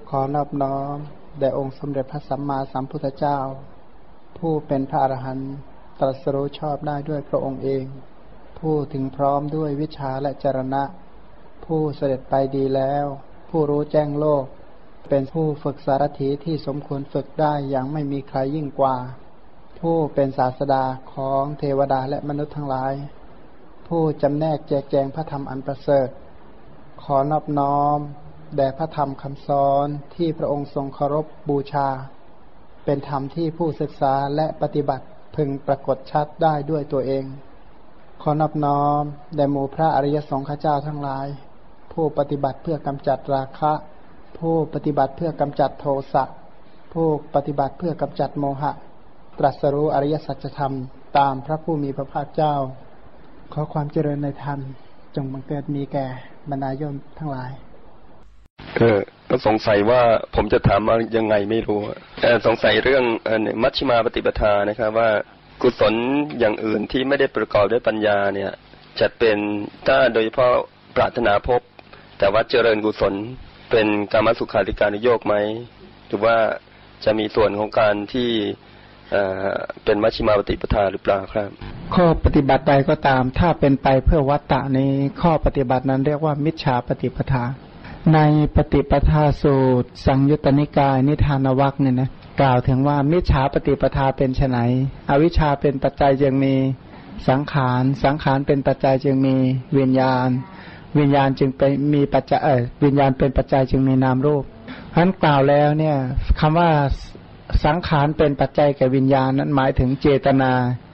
ขอนอบน้อมแด่องค์สมเด็จพระสัมมาสัมพุทธเจ้าผู้เป็นพระอรหันต์ตรัสรู้ชอบได้ด้วยพระองค์เองผู้ถึงพร้อมด้วยวิชาและจรณะผู้เสด็จไปดีแล้วผู้รู้แจ้งโลกเป็นผู้ฝึกสารถีที่สมควรฝึกได้อย่างไม่มีใครยิ่งกว่าผู้เป็นศาสดาของเทวดาและมนุษย์ทั้งหลายผู้จำแนกแจกแจงพระธรรมอันประเสริฐขอนอบน้อมแด่พระธรรมคำสอนที่พระองค์ทรงเคารพบูชาเป็นธรรมที่ผู้ศึกษาและปฏิบัติพึงปรากฏชัดได้ด้วยตัวเองขอนอบน้อมแด่หมู่พระอริยสงฆ์เจ้าทั้งหลายผู้ปฏิบัติเพื่อกำจัดราคะผู้ปฏิบัติเพื่อกำจัดโทสะผู้ปฏิบัติเพื่อกำจัดโมหะตรัสรู้อริยสัจธรรมตามพระผู้มีพระภาคเจ้าขอความเจริญในธรรมจงบังเกิดมีแก่บรรดาโยมทั้งหลายก็สงสัยว่าผมจะถามยังไงไม่รู้สงสัยเรื่องมัชฌิมาปฏิปทานะครับว่ากุศลอย่างอื่นที่ไม่ได้ประกอบด้วยปัญญาเนี่ยจัดเป็นถ้าโดยเฉพาะปรารถนาภพแต่ว่าเจริญกุศลเป็นกามสุขาริการุโยคไหมหรือว่าจะมีส่วนของการที่เป็นมัชฌิมาปฏิปทาหรือเปล่าครับข้อปฏิบัติใดก็ตามถ้าเป็นไปเพื่อวัตตะนี้ข้อปฏิบัตินั้นเรียกว่ามิจฉาปฏิปทาในปฏิปทาสูตรสังยุตตนิกายนิทานวรรคเนี่ยนะกล่าวถึงว่ามิจฉาปฏิปทาเป็นไฉนอวิชชาเป็นปัจจัยจึงมีสังขารสังขารเป็นปัจจัยจึงมีวิญญาณวิญญาณจึงเป็นมีปัจจัยวิญญาณเป็นปัจจัยจึงมีนามรูปฉะนั้นกล่าวแล้วเนี่ยคำว่าสังขารเป็นปัจจัยแก่วิญญาณนั้นหมายถึงเจตนา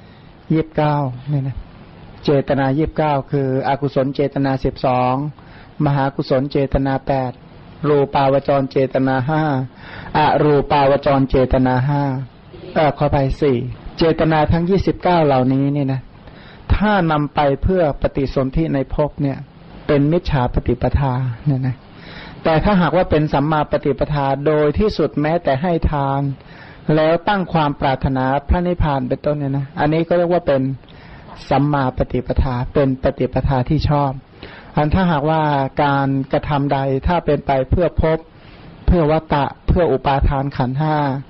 29เนี่ยนะเจตนา29คืออกุศลเจตนา12มหากุศลเจตนา8รูปาวจรเจตนา5อรูปาวจรเจตนา5ขอไป4เจตนาทั้ง29เหล่านี้นี่นะถ้านำไปเพื่อปฏิสนธิในภพเนี่ยเป็นมิจฉาปฏิปทาเนี่ยนะแต่ถ้าหากว่าเป็นสัมมาปฏิปทาโดยที่สุดแม้แต่ให้ทานแล้วตั้งความปรารถนาพระนิพพานเป็นต้นเนี่ยนะอันนี้ก็เรียกว่าเป็นสัมมาปฏิปทาเป็นปฏิปทาที่ชอบอันถ้าหากว่าการกระทำใดถ้าเป็นไปเพื่อภพเพื่อวัตตะเพื่ออุปาทานขันธ์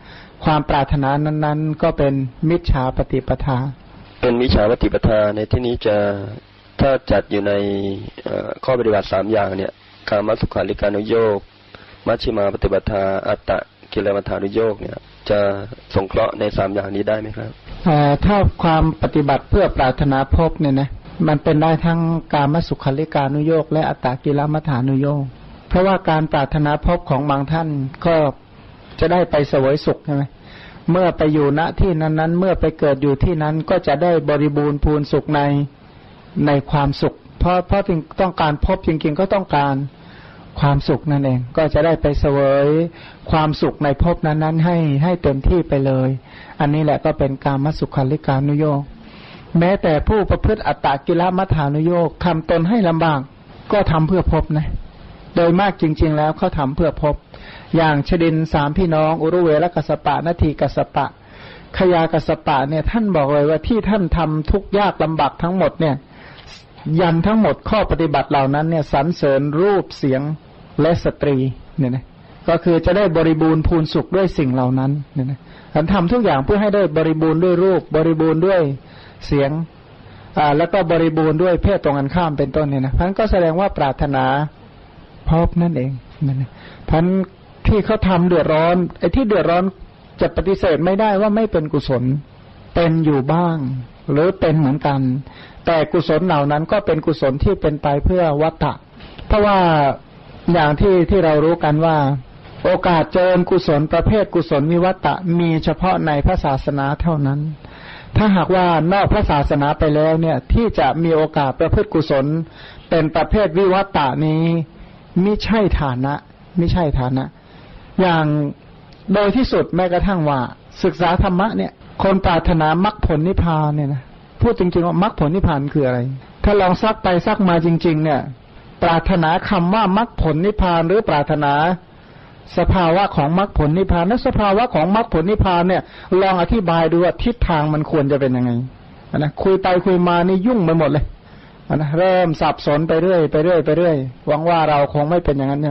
5ความปรารถนานั้นๆก็เป็นมิจฉาปฏิปทาเป็นมิจฉาปฏิปทาในที่นี้จะถ้าจัดอยู่ในข้อปฏิบัติ3อย่างเนี่ยกามสุขาริการุโยคมัชฌิมาปฏิปทาอัตตกิลมัฏฐานุโยคเนี่ยจะสงเคราะห์ใน3อย่างนี้ได้ไหมครับถ้าความปฏิบัติเพื่อปรารถนาภพเนี่ยนะมันเป็นได้ทั้งกามสุขาริการุโยคและอัตตกิลมัฏฐานุโยคเพราะว่าการปรารถนาภพของบางท่านก็จะได้ไปเสวยสุขใช่ไหมเมื่อไปอยู่ณที่นั้นๆเมื่อไปเกิดอยู่ที่นั้นก็จะได้บริบูรณ์พูนสุขในความสุขเพราะจึงต้องการภพจริงๆก็ต้องการความสุขนั่นเองก็จะได้ไปเสวยความสุขในภพนั้นๆให้เต็มที่ไปเลยอันนี้แหละก็เป็นกามสุขาริการุโยคแม้แต่ผู้ประพฤติอัตตกิลมัฏฐานุโยคทำตนให้ลำบากก็ทำเพื่อภพนะโดยมากจริงๆแล้วเขาทำเพื่อภพอย่างชดิน3พี่น้องอุรุเวลกัสสปะนาทีกัสสปะขยากัสสปะเนี่ยท่านบอกเลยว่าที่ท่านทำทุกข์ยากลำบากทั้งหมดเนี่ยยันทั้งหมดข้อปฏิบัติเหล่านั้นเนี่ยสรรเสริญรูปเสียงและสตรีเนี่ยนะก็คือจะได้บริบูรณ์พูนสุขด้วยสิ่งเหล่านั้นเนี่ยนะท่านทำทุกอย่างเพื่อให้ได้บริบูรณ์ด้วยรูปบริบูรณ์ด้วยเสียงแล้วก็บริบูรณ์ด้วยเพศตรงกันข้ามเป็นต้นเนี่ยนะท่านก็แสดงว่าปรารถนาภพนั่นเองนั่นนะท่านที่เขาทำเดือดร้อนไอ้ที่เดือดร้อนจะปฏิเสธไม่ได้ว่าไม่เป็นกุศลเป็นอยู่บ้างหรือเป็นเหมือนกันแต่กุศลเหล่านั้นก็เป็นกุศลที่เป็นไปเพื่อวัตตะเพราะว่าอย่างที่เรารู้กันว่าโอกาสเจริญกุศลประเภทกุศลวิวัตตะมีเฉพาะในพระศาสนาเท่านั้นถ้าหากว่านอกพระศาสนาไปแล้วเนี่ยที่จะมีโอกาสประพฤติกุศลเป็นประเภทวิวัตตะนี้ไม่ใช่ฐานะอย่างโดยที่สุดแม้กระทั่งว่าศึกษาธรรมะเนี่ยคนปรารถนามรรคผลนิพพานเนี่ยนะพูดจริงๆว่ามรรคผลนิพพานคืออะไรถ้าลองซักไปซักมาจริงๆเนี่ยปรารถนาคำว่ามรรคผลนิพพานหรือปรารถนาสภาวะของมรรคผลนิพพานและสภาวะของมรรคผลนิพพานเนี่ยลองอธิบายดูว่าทิศทางมันควรจะเป็นยังไงนะคุยไปคุยมานี่ยุ่งไปหมดเลยนะเริ่มสับสนไปเรื่อยหวังว่าเราคงไม่เป็นอย่างนั้นใช่ไหม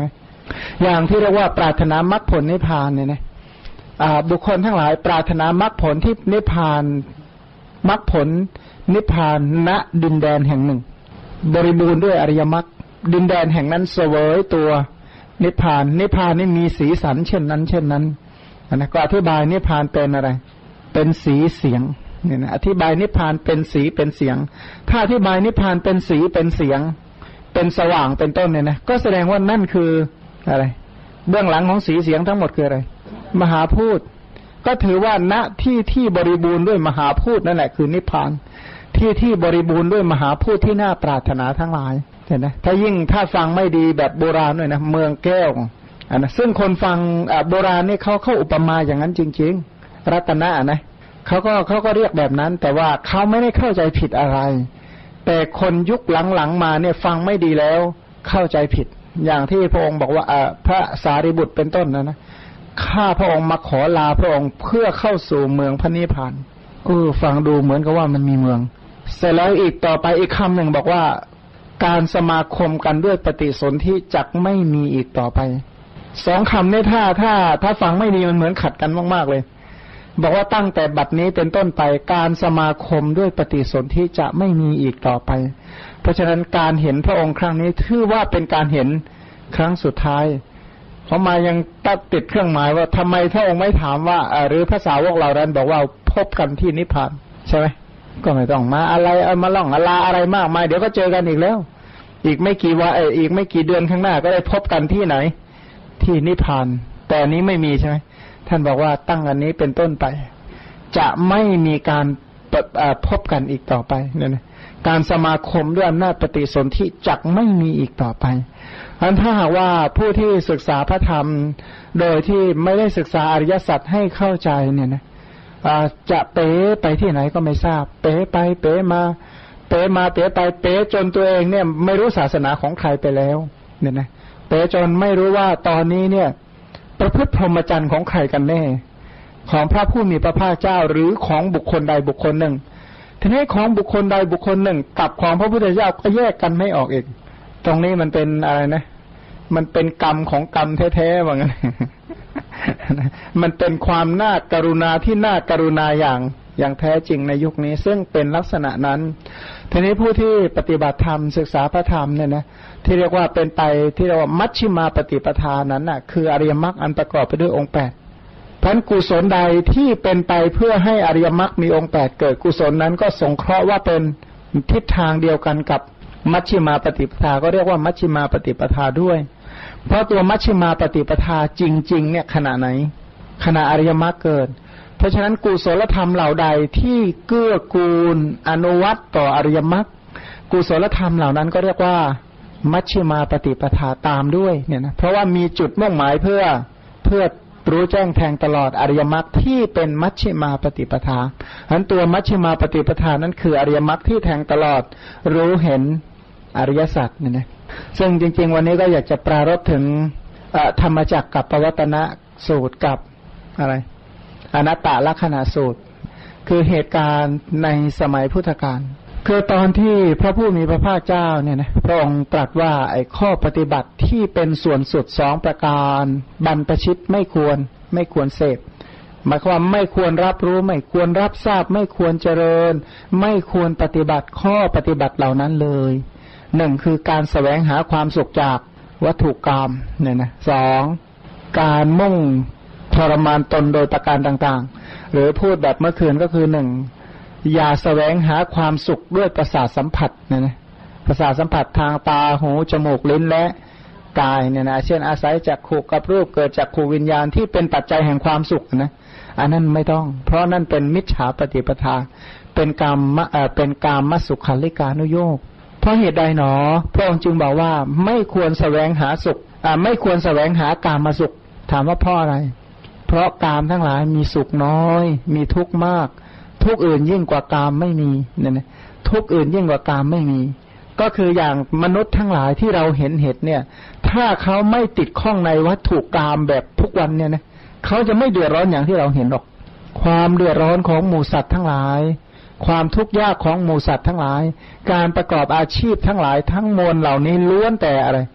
อย่างที่เรียกว่าปรารถนามรรคผลนิพพานเนี่ยนะบุคคลทั้งหลายปรารถนามรรคผลที่นิพพานมรรคผลนิพพานณดินแดนแห่งหนึ่งบริบูรณ์ด้วยอริยมรรคดินแดนแห่งนั้นเสวยตัวนิพพานนิพพานนี่มีสีสันเช่นนั้นเช่นนั้นนะก็อธิบายนิพพานเป็นอะไรเป็นสีเสียงเนี่ยนะอธิบายนิพพานเป็นสีเป็นเสียงถ้าอธิบายนิพพานเป็นสีเป็นเสียงเป็นสว่างเป็นต้นเนี่ยนะก็แสดงว่านั่นคืออะไรเบื้องหลังของสีเสียงทั้งหมดคืออะไรมหาพูดก็ถือว่าณที่บริบูรณ์ด้วยมหาพูดนั่นแหละคือนิพพานที่บริบูรณ์ด้วยมหาพูดที่น่าปรารถนาทั้งหลายเห็นไหมถ้าฟังไม่ดีแบบโบราณด้วยนะเมืองแก้วนะซึ่งคนฟังโบราณนี่เขาอุปมาอย่างนั้นจริงๆรัตนะนะเขาก็เรียกแบบนั้นแต่ว่าเขาไม่ได้เข้าใจผิดอะไรแต่คนยุคหลังๆมาเนี่ยฟังไม่ดีแล้วเข้าใจผิดอย่างที่พระองค์บอกว่าพระสารีบุตรเป็นต้นนะข้าพระองค์มาขอลาพระองค์เพื่อเข้าสู่เมืองพระนิพพานฟังดูเหมือนกับว่ามันมีเมืองเสร็จแล้วอีกต่อไปอีกคำหนึ่งบอกว่าการสมาคมกันด้วยปฏิสนธิจักไม่มีอีกต่อไปสองคำนี้ถ้าฟังไม่ดีมันเหมือนขัดกันมากๆเลยบอกว่าตั้งแต่บัดนี้เป็นต้นไปการสมาคมด้วยปฏิสนธิจะไม่มีอีกต่อไปเพราะฉะนั้นการเห็นพระองค์ครั้งนี้ถือว่าเป็นการเห็นครั้งสุดท้ายเขามายังตัดติดเครื่องหมายว่าทำไมพระองค์ไม่ถามว่าหรือภาษาวกเรานั้นบอกว่าพบกันที่นิพพานใช่ไหมก็ไม่ต้องมาอะไรมาล่องอะไรมากมายเดี๋ยวก็เจอกันอีกแล้วอีกไม่กี่วันอีกไม่กี่เดือนข้างหน้าก็ได้พบกันที่ไหนที่นิพพานแต่อันนี้ไม่มีใช่ไหมท่านบอกว่าตั้งอันนี้เป็นต้นไปจะไม่มีการพบกันอีกต่อไปเนี่ยนะการสมาคมด้วยอำนาจปฏิสนธิจักไม่มีอีกต่อไปอันถ้าหากว่าผู้ที่ศึกษาพระธรรมโดยที่ไม่ได้ศึกษาอริยสัจให้เข้าใจเนี่ยนะจะเป๋ไปที่ไหนก็ไม่ทราบเป๋ไปเป๋มาเป๋มาเป๋ไปเป๋จนตัวเองเนี่ยไม่รู้ศาสนาของใครไปแล้วเนี่ยนะเป๋จนไม่รู้ว่าตอนนี้เนี่ยประพฤติพรหมจรรย์ของใครกันแน่ของพระผู้มีพระภาคเจ้าหรือของบุคคลใดบุคคลหนึ่งทีนี้ของบุคคลใดบุคคลหนึ่งกับของพระพุทธเจ้าก็แยกกันไม่ออกอีกตรงนี้มันเป็นอะไรนะมันเป็นกรรมของกรรมแท้ๆว่างั้น มันเป็นความน่ากรุณาที่น่ากรุณาอย่างแท้จริงในยุคนี้ซึ่งเป็นลักษณะนั้นทีนี้ผู้ที่ปฏิบัติธรรมศึกษาพระธรรมเนี่ยนะที่เรียกว่าเป็นไปที่เรียกว่ามัชฌิมาปฏิปทานั้นน่ะคืออริยมรรคอันประกอบไปด้วยองค์8พันกุศลใดที่เป็นไปเพื่อให้อริยมรรคมีองค์8เกิดกุศลนั้นก็สงเคราะห์ว่าเป็นทิศทางเดียวกันกับมัชฌิมาปฏิปทาก็เรียกว่ามัชฌิมาปฏิปทาด้วยเพราะตัวมัชฌิมาปฏิปทาจริงๆเนี่ยขณะไหนขณะอริยมรรคเกิดเพราะฉะนั้นกุศลธรรมเหล่าใดที่เกื้อกูลอนุวัตต่ออริยมรรคกุศลธรรมเหล่านั้นก็เรียกว่ามัชฌิมาปฏิปทาตามด้วยเนี่ยนะเพราะว่ามีจุดมุ่งหมายเพื่อรู้แจ้งแทงตลอดอริยมรรคที่เป็นมัชฌิมาปฏิปทาฉะนั้นตัวมัชฌิมาปฏิปทานั้นคืออริยมรรคที่แทงตลอดรู้เห็นอริยสัจเนี่ยนะซึ่งจริงๆวันนี้ก็อยากจะปรารภถึงธรรมจักรกับปวัตตนสูตรกับอะไรอนัตตลักขณสูตรคือเหตุการณ์ในสมัยพุทธกาลคือตอนที่พระผู้มีพระภาคเจ้าเนี่ยนะพระองค์ตรัสว่าไอ้ข้อปฏิบัติที่เป็นส่วนสุด2ประการบรรพชิตไม่ควรเสพหมายความว่าไม่ควรรับรู้ไม่ควรรับทราบไม่ควรเจริญไม่ควรปฏิบัติข้อปฏิบัติเหล่านั้นเลย1คือการแสวงหาความสุขจากวัตถุกรรมเนี่ยนะ2การมุ่งทรมานตนโดยประการต่างๆหรือพูดแบบเมื่อคืนก็คือ1อย่าแสวงหาความสุขด้วยประสาทสัมผัสเนี่ยนะประสาทสัมผัสทางตาหูจมูกลิ้นและกายเนี่ยนะเช่นอาศัยจักขุกับรูปเกิดจากขูวิญญาณที่เป็นปัจจัยแห่งความสุขนะอันนั้นไม่ต้องเพราะนั่นเป็นมิจฉาปฏิปทาเป็นกามมสุขัลลิกานุโยคเพราะเหตุใดหนอพระองค์จึงบอกว่าไม่ควรแสวงหาสุขไม่ควรแสวงหากามสุขถามว่าเพราะอะไรเพราะกามทั้งหลายมีสุขน้อยมีทุกข์มากทุกข์อื่นยิ่งกว่ากามไม่มีเนี่ยนะทุกข์อื่นยิ่งกว่ากามไม่มีก็คืออย่างมนุษย์ทั้งหลายที่เราเห็นเนี่ยถ้าเขาไม่ติดข้องในวัตถุกามแบบทุกวันเนี่ยนะเขาจะไม่เดือดร้อนอย่างที่เราเห็นหรอกความเดือดร้อนของหมู่สัตว์ทั้งหลายความทุกข์ยากของหมู่สัตว์ทั้งหลายการประกอบอาชีพทั้งหลายทั้งมวลเหล่านี้ล้วนแต่อะไรเพ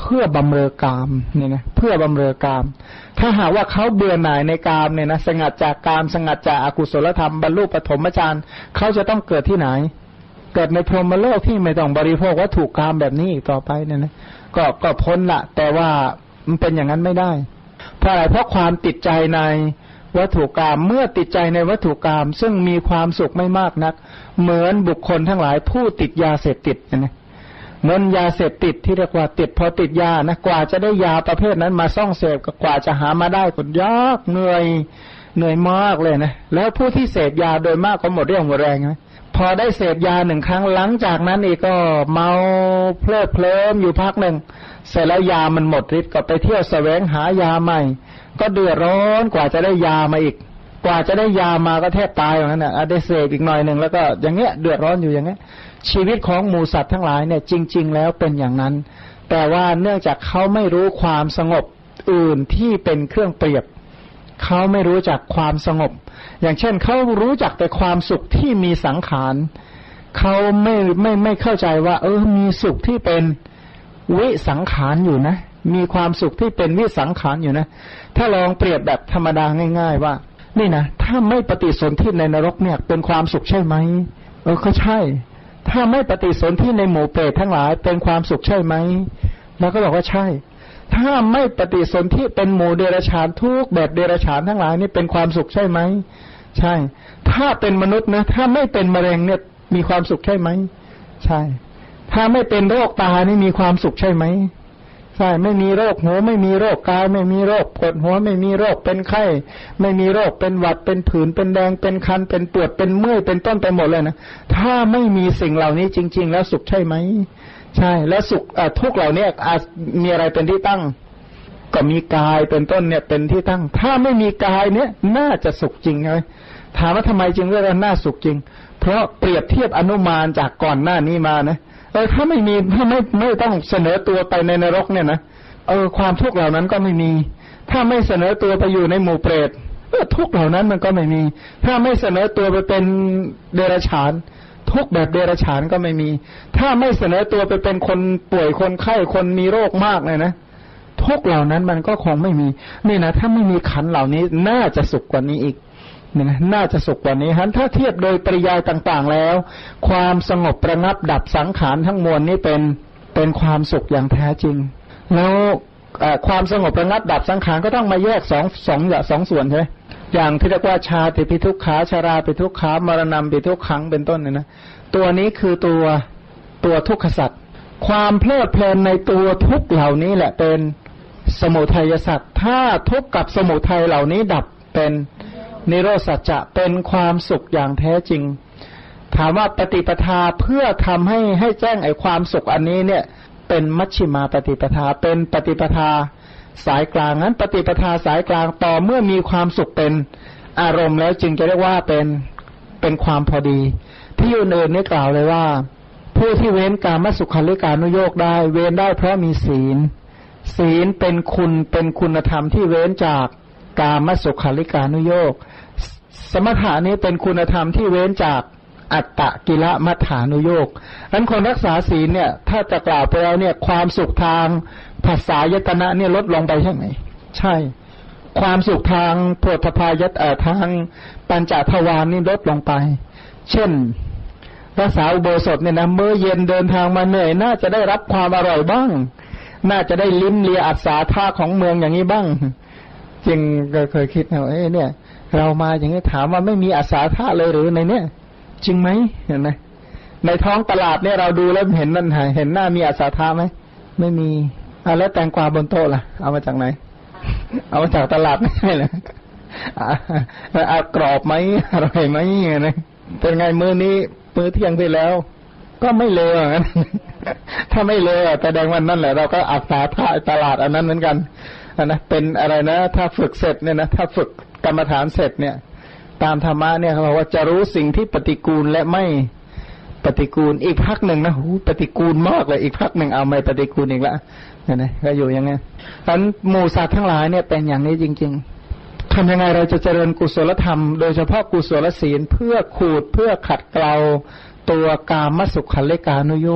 พื่อบำเรอกามเนี่ยนะเพื่อบำเรอกามถ้าหากว่าเขาเบื่อหน่ายในกามเนี่ยนะสงัดจากกามสงัดจากอกุศลธรรมบรรลุปฐมฌานเขาจะต้องเกิดที่ไหนเกิดในพรหมโลกที่ไม่ต้องบริโภควัตถุกามแบบนี้อีกต่อไปเนี่ยนะก็พ้นละแต่ว่ามันเป็นอย่างนั้นไม่ได้เพราะอะไรเพราะความติดใจในวัตถุกรรมเมื่อติดใจในวัตถุกรรมซึ่งมีความสุขไม่มากนักเหมือนบุคคลทั้งหลายผู้ติดยาเสพติดนะเหมือนยาเสพติดที่เรียกว่าติดพอติดยานะกว่าจะได้ยาประเภทนั้นมาซ่องเสพกว่าจะหามาได้ก็ยากเหนื่อยมากเลยนะแล้วผู้ที่เสพยาโดยมากก็หมดเรี่ยวหมดแรงนะพอได้เสพยาหนึ่งครั้งหลังจากนั้นอีกก็เมาเพลิดเพลินอยู่พักหนึ่งเสร็จแล้วยามันหมดฤทธิ์ก็ไปเที่ยวแสวงหายาใหม่ก็เดือดร้อนกว่าจะได้ยามาอีกกว่าจะได้ยามาก็แทบตายอย่างนั้นน่ะได้เสพอีกหน่อยหนึ่งแล้วก็อย่างเงี้ยเดือดร้อนอยู่อย่างเงี้ยชีวิตของหมูสัตว์ทั้งหลายเนี่ยจริงๆแล้วเป็นอย่างนั้นแต่ว่าเนื่องจากเขาไม่รู้ความสงบอื่นที่เป็นเครื่องเปรียบเขาไม่รู้จักความสงบอย่างเช่นเขารู้จักแต่ความสุขที่มีสังขารเขาไม่เข้าใจว่ามีสุขที่เป็นวิสังขารอยู่นะมีความสุขที่เป็นวิสังขารอยู่นะถ้าลองเปรียบแบบธรรมดาง่ายๆว่านี่นะถ้าไม่ปฏิสนธิในนรกเนี่ยเป็นความสุขใช่ไหมก็ใช่ถ้าไม่ปฏิสนธิในหมู่เปรตทั้งหลายเป็นความสุขใช่ไหมแล้วก็บอกว่าใช่ถ้าไม่ปฏิสนธิเป็นหมู่เดรัจฉานทุกแบบเดรัจฉานทั้งหลายนี่เป็นความสุขใช่ไหมใช่ถ้าเป็นมนุษย์นะถ้าไม่เป็นมะเร็งเนี่ยมีความสุขใช่ไหมใช่ถ้าไม่เป็นโรคตานี่มีความสุขใช่ไหมใช่ไม่มีโรคหูไม่มีโรคกายไม่มีโรคปวดหัวไม่มีโรคเป็นไข้ไม่มีโรคเป็นหวัดเป็นผื่นเป็นแดงเป็นคันเป็นปวดเป็นเมื่อยเป็นต้นไปหมดเลยนะถ้าไม่มีสิ่งเหล่านี้จริงๆแล้วสุขใช่ไหมใช่แล้วสุขทุกเหล่านี้มีอะไรเป็นที่ตั้งก็มีกายเป็นต้นเนี่ยเป็นที่ตั้งถ้าไม่มีกายเนี่ยน่าจะสุขจริงไหมถามว่าทำไมจึงเรียกว่าน่าสุขจริงเพราะเปรียบเทียบอนุมานจากก่อนหน้านี้มานะถ้าไม่ต้องเสนอตัวไปในนรกเนี่ยนะความทุกข์เหล่านั้นก็ไม่มีถ้าไม่เสนอตัวไปอยู่ในหมู่เปรตทุกข์เหล่านั้นมันก็ไม่มีถ้าไม่เสนอตัวไปเป็นเดรัจฉานทุกแบบเดรัจฉานก็ไม่มีถ้าไม่เสนอตัวไปเป็นคนป่วยคนไข้คนมีโรคมากเลยนะทุกเหล่านั้นมันก็คงไม่มีนี่นะถ้าไม่มีขันธ์เหล่านี้น่าจะสุขกว่านี้อีกเนี่ยนะน่าจะสุขกว่านี้ฮะถ้าเทียบโดยปริยายต่างๆแล้วความสงบระงับดับสังขารทั้งมวลนี้เป็นความสุขอย่างแท้จริงแล้วความสงบระงับดับสังขารก็ต้องมาแยกสองส่วนใช่ไหมอย่างที่เรียกว่าชาติปิทุกขาชาราปิทุกขามรณะปิทุกขังเป็นต้นเนี่ยนะตัวนี้คือตัวทุกขสัตว์ความเพลิดเพลินในตัวทุกเหล่านี้แหละเป็นสมุทัยสัตว์ถ้าทุกข์กับสมุทัยเหล่านี้ดับเป็นนิโรธสัจจะเป็นความสุขอย่างแท้จริงถามว่าปฏิปทาเพื่อทำให้แจ้งไอ้ความสุขอันนี้เนี่ยเป็นมัชฌิมาปฏิปทาเป็นปฏิปทาสายกลางนั้นปฏิปทาสายกลางต่อเมื่อมีความสุขเป็นอารมณ์แล้วจึงจะเรียกว่าเป็นความพอดีที่อื่นๆนี่กล่าวเลยว่าผู้ที่เว้นกามสุขัลลิกานุโยคได้เว้นได้เพราะมีศีลเป็นคุณธรรมที่เว้นจากกามสุขัลลิกานุโยคสมถะนี้เป็นคุณธรรมที่เว้นจากอัตตกิลมัฏฐานุโยคนั้นคนรักษาศีลเนี่ยถ้าจะกล่าวไปแล้วเนี่ยความสุขทางภาษายตนะเนี่ยลดลงไปใช่ไหมใช่ความสุขทางโผฏฐัพพายตทางปัญจทวารนี่ลดลงไปเช่นรักษาอุโบสถเนี่ยนะเมื่อเย็นเดินทางมาเหนื่อยน่าจะได้รับความอร่อยบ้างน่าจะได้ลิ้มเลียอัศธาของเมืองอย่างนี้บ้างจริงก็เคยคิดว่าเนี่ยเรามาอย่างนี้ถามว่าไม่มีอัศธาเลยหรือในเนี่ยจริงไหมเห็นไหมในท้องตลาดเนี่ยเราดูแล้วเห็นนั่นเห็นหน้ามีอัศธาไหมไม่มีแล้วแตงกวาบนโต๊ะล่ะเอามาจากไหนเอามาจากตลาดไม่ใช่เหรอกรอบไหมอร่อยไหมนะเป็นไงมื้อนี้มื้อเที่ยงไปแล้วก็ไม่เลวงั้นถ้าไม่เลวแต่แดงวันนั้นแหละเราก็อัศธาตลาดอันนั้นเหมือนกันนะเป็นอะไรนะถ้าฝึกเสร็จเนี่ยนะถ้าฝึกกรรมฐานเสร็จเนี่ยตามธรรมะเนี่ยเขาบอกว่าจะรู้สิ่งที่ปฏิกูลและไม่ปฏิกูลอีกพักหนึ่งนะปฏิกูลมากเลยอีกพักหนึ่งเอาไม่ปฏิกูลอีกแล้วนะก็อยู่อย่างนี้ฉะนั้นหมู่สัตว์ทั้งหลายเนี่ยเป็นอย่างนี้จริงๆทำยังไงเราจะเจริญกุศลธรรมโดยเฉพาะกุศลศีลเพื่อขูดเพื่อขัดเกลาตัวกามสุขัลลิกานุโยค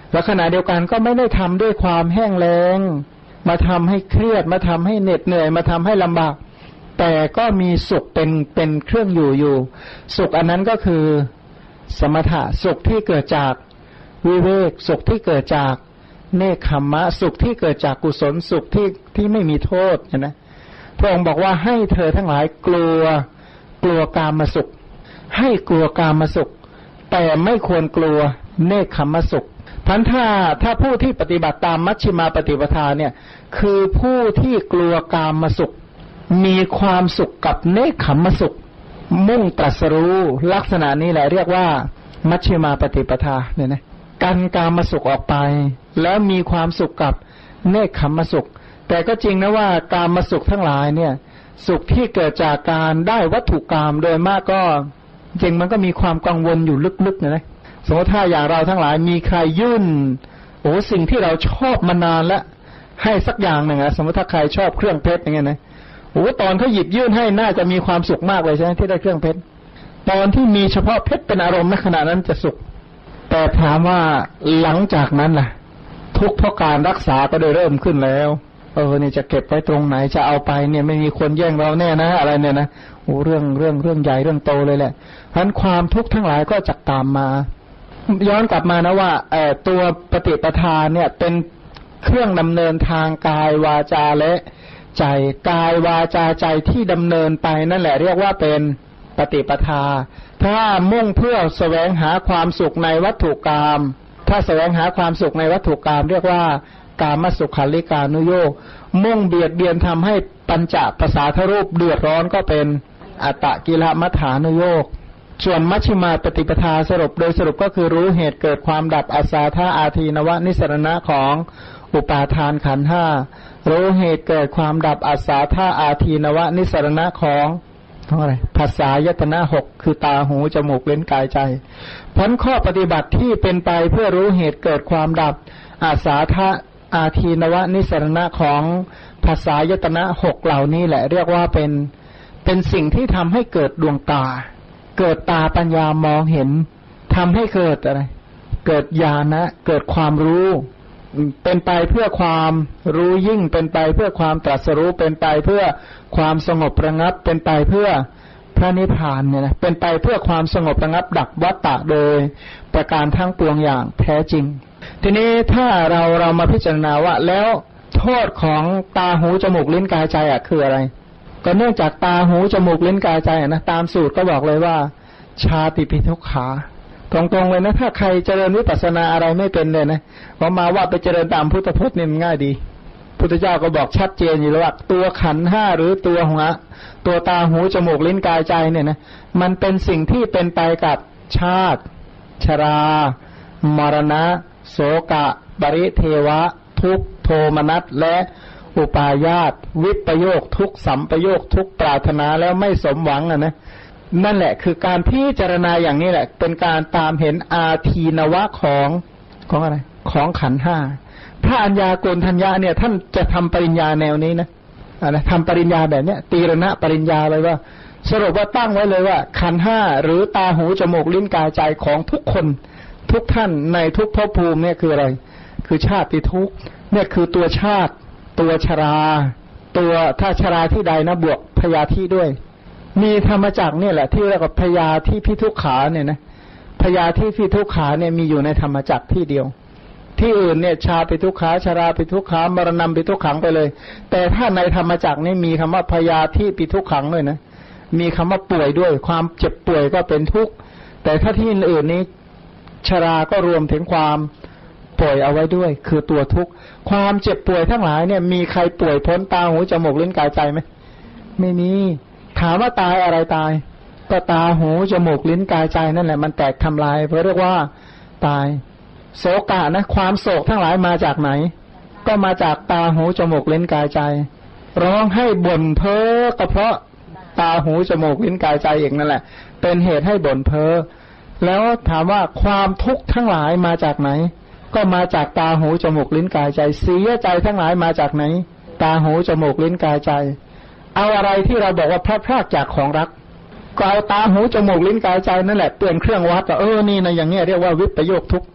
แล้วขณะเดียวกันก็ไม่ได้ทำด้วยความแห้งแล้งมาทำให้เครียดมาทำให้เหน็ดเหนื่อยมาทำให้ลำบากแต่ก็มีสุขเป็นเครื่องอยู่สุขอันนั้นก็คือสมถะสุขที่เกิดจากวิเวกสุขที่เกิดจากเนคขมมะสุขที่เกิดจากกุศลสุขที่ไม่มีโทษนะพระองค์บอกว่าให้เธอทั้งหลายกลัวกามสุขให้กลัวกามสุขแต่ไม่ควรกลัวเนคขมมะสุขพันถ้าผู้ที่ปฏิบัติตามมัชฌิมาปฏิปทาเนี่ยคือผู้ที่กลัวกามสุขมีความสุขกับเนคขมมะสุขมุ่งตรัสรู้ลักษณะนี้แหละเรียกว่ามัชฌิมาปฏิปทาเนี่ยนะกันกามสุขออกไปแล้วมีความสุขกับเนคขมมะสุขแต่ก็จริงนะว่ากามสุขทั้งหลายเนี่ยสุขที่เกิดจากการได้วัตถุกรรมโดยมากก็จริงมันก็มีความกังวลอยู่ลึกๆนะสมมติถ้าอย่างเราทั้งหลายมีใครยื่นสิ่งที่เราชอบมานานแล้วให้สักอย่างหนึ่งสมมติถ้าใครชอบเครื่องเพชรอย่างเงี้ยนะตอนเขาหยิบยื่นให้น่าจะมีความสุขมากเลยใช่ไหมที่ได้เครื่องเพชรตอนที่มีเฉพาะเพชรเป็นอารมณ์ในขณะนั้นจะสุขแต่ถามว่าหลังจากนั้นล่ะทุกข์เพราะการรักษาก็ได้เริ่มขึ้นแล้วนี่จะเก็บไว้ตรงไหนจะเอาไปเนี่ยไม่มีคนแย่งเราแน่นะอะไรเนี่ยนะเรื่องใหญ่เรื่องโตเลยแหละเพราะฉะนั้นความทุกข์ทั้งหลายก็จะตามมาย้อนกลับมานะว่าตัวปฏิปทาเนี่ยเป็นเครื่องดำเนินทางกายวาจาและใจกายวาจาใจที่ดำเนินไปนั่นแหละเรียกว่าเป็นปฏิปทาถ้ามุ่งเพื่อแสวงหาความสุขในวัตถุกรรมถ้าแสวงหาความสุขในวัตถุกรรมเรียกว่ากามสุขัลลิกานุโยคมุ่งเบียดเบียนทำให้ปัญจประสาทรูปเดือดร้อนก็เป็นอัตตกิลมัฏฐานุโยคส่วนมัชฌิมาปฏิปทาสรุปโดยสรุปก็คือรู้เหตุเกิดความดับอาสาธาอาทีนวนิสรณะของอุปาทานขันธ์ห้ารู้เหตุเกิดความดับอาสาธาอาทีนวนิสรณะของอะไรภาษายตนะหกคือตาหูจมูกลิ้นกายใจผลข้อปฏิบัติที่เป็นไปเพื่อรู้เหตุเกิดความดับอาสาธาอาทีนวนิสรณะของภาษายตนะหกเหล่านี้แหละเรียกว่าเป็นสิ่งที่ทำให้เกิดดวงตาเกิดตาปัญญามองเห็นทำให้เกิดอะไรเกิดญาณะเกิดความรู้เป็นไปเพื่อความรู้ยิ่งเป็นไปเพื่อความตรัสรู้เป็นไปเพื่อความสงบระงับเป็นไปเพื่อพระนิพพานเนี่ยนะเป็นไปเพื่อความสงบระงับดับวัฏฏะโดยประการทั้งปวงอย่างแท้จริงทีนี้ถ้าเรามาพิจารณาว่าแล้วโทษของตาหูจมูกลิ้นกายใจคืออะไรก็เนื่องจากตาหูจมูกลิ้นกายใจนะตามสูตรก็บอกเลยว่าชาติปิทุกขาตรงๆเลยนะถ้าใครเจริญวิปัสสนาอะไรไม่เป็นเลยนะพอมาว่าไปเจริญตามพุทธพจน์นี่มันง่ายดีพุทธเจ้าก็บอกชัดเจนอยู่แล้วว่าตัวขันธ์ห้าหรือตัวหัวตัวตาหูจมูกลิ้นกายใจเนี่ยนะมันเป็นสิ่งที่เป็นไปกับชาติชรามรณะโสกะปริเทวะทุกข์โทมนัสและอุปาญาตวิปโยคทุกสัมปโยคทุกปรารถนาแล้วไม่สมหวังนะนั่นแหละคือการพิจารณาอย่างนี้แหละเป็นการตามเห็นอาทีนวะของอะไรของขันธ์ห้าพระอัญญาโกณฑัญญะเนี่ยท่านจะทำปริญญาแนวนี้นะทำปริญญาแบบเนี้ยตีรณะปริญญาเลยว่าสรุปว่าตั้งไว้เลยว่าขันธ์ห้าหรือตาหูจมูกลิ้นกายใจของทุกคนทุกท่านในทุกภพภูมิเนี่ยคืออะไรคือชาติทุกข์เนี่ยคือตัวชาติตัวชราตัวถ้าชราที่ใดนะบวกพยาธิด้วยมีธรรมจักรเนี่ยแหละที่เรียกว่าพยาธิพิทุกขาเนี่ยนะพยาธิพิทุกขาเนี่ยมีอยู่ในธรรมจักรที่เดียวที่อื่นเนี่ยชาปิทุกขาชราปิทุกขามรณะปิทุกขังไปเลยแต่ถ้าในธรรมจักรนี่มีคำว่าพยาธิปิทุกขังด้วยนะมีคำว่าป่วยด้วยความเจ็บป่วยก็เป็นทุกข์แต่ถ้าที่อื่นนี้ชราก็รวมถึงความป่วยเอาไว้ด้วยคือตัวทุกข์ความเจ็บป่วยทั้งหลายเนี่ยมีใครป่วยพ้นตาหูจมูกลิ้นกายใจไหมไม่มีถามว่าตายอะไรตายก็ตาหูจมูกลิ้นกายใจนั่นแหละมันแตกทำลายเพราะเรียกว่าตายโศกะนะความโศกทั้งหลายมาจากไหนก็มาจากตาหูจมูกลิ้นกายใจร้องให้บ่นเพ้อก็เพราะตาหูจมูกลิ้นกายใจเองนั่นแหละเป็นเหตุให้บ่นเพ้อแล้วถามว่าความทุกข์ทั้งหลายมาจากไหนก็มาจากตาหูจมูกลิ้นกายใจเสียใจทั้งหลายมาจากไหนตาหูจมูกลิ้นกายใจเอาอะไรที่เราบอกว่าพลาดพลาดจากของรักก็เอาตาหูจมูกลิ้นกายใจนั่นแหละเปลี่ยนเครื่องวัดว่านี่นะอย่างเงี้ยเรียกว่าวิปโยคทุกข์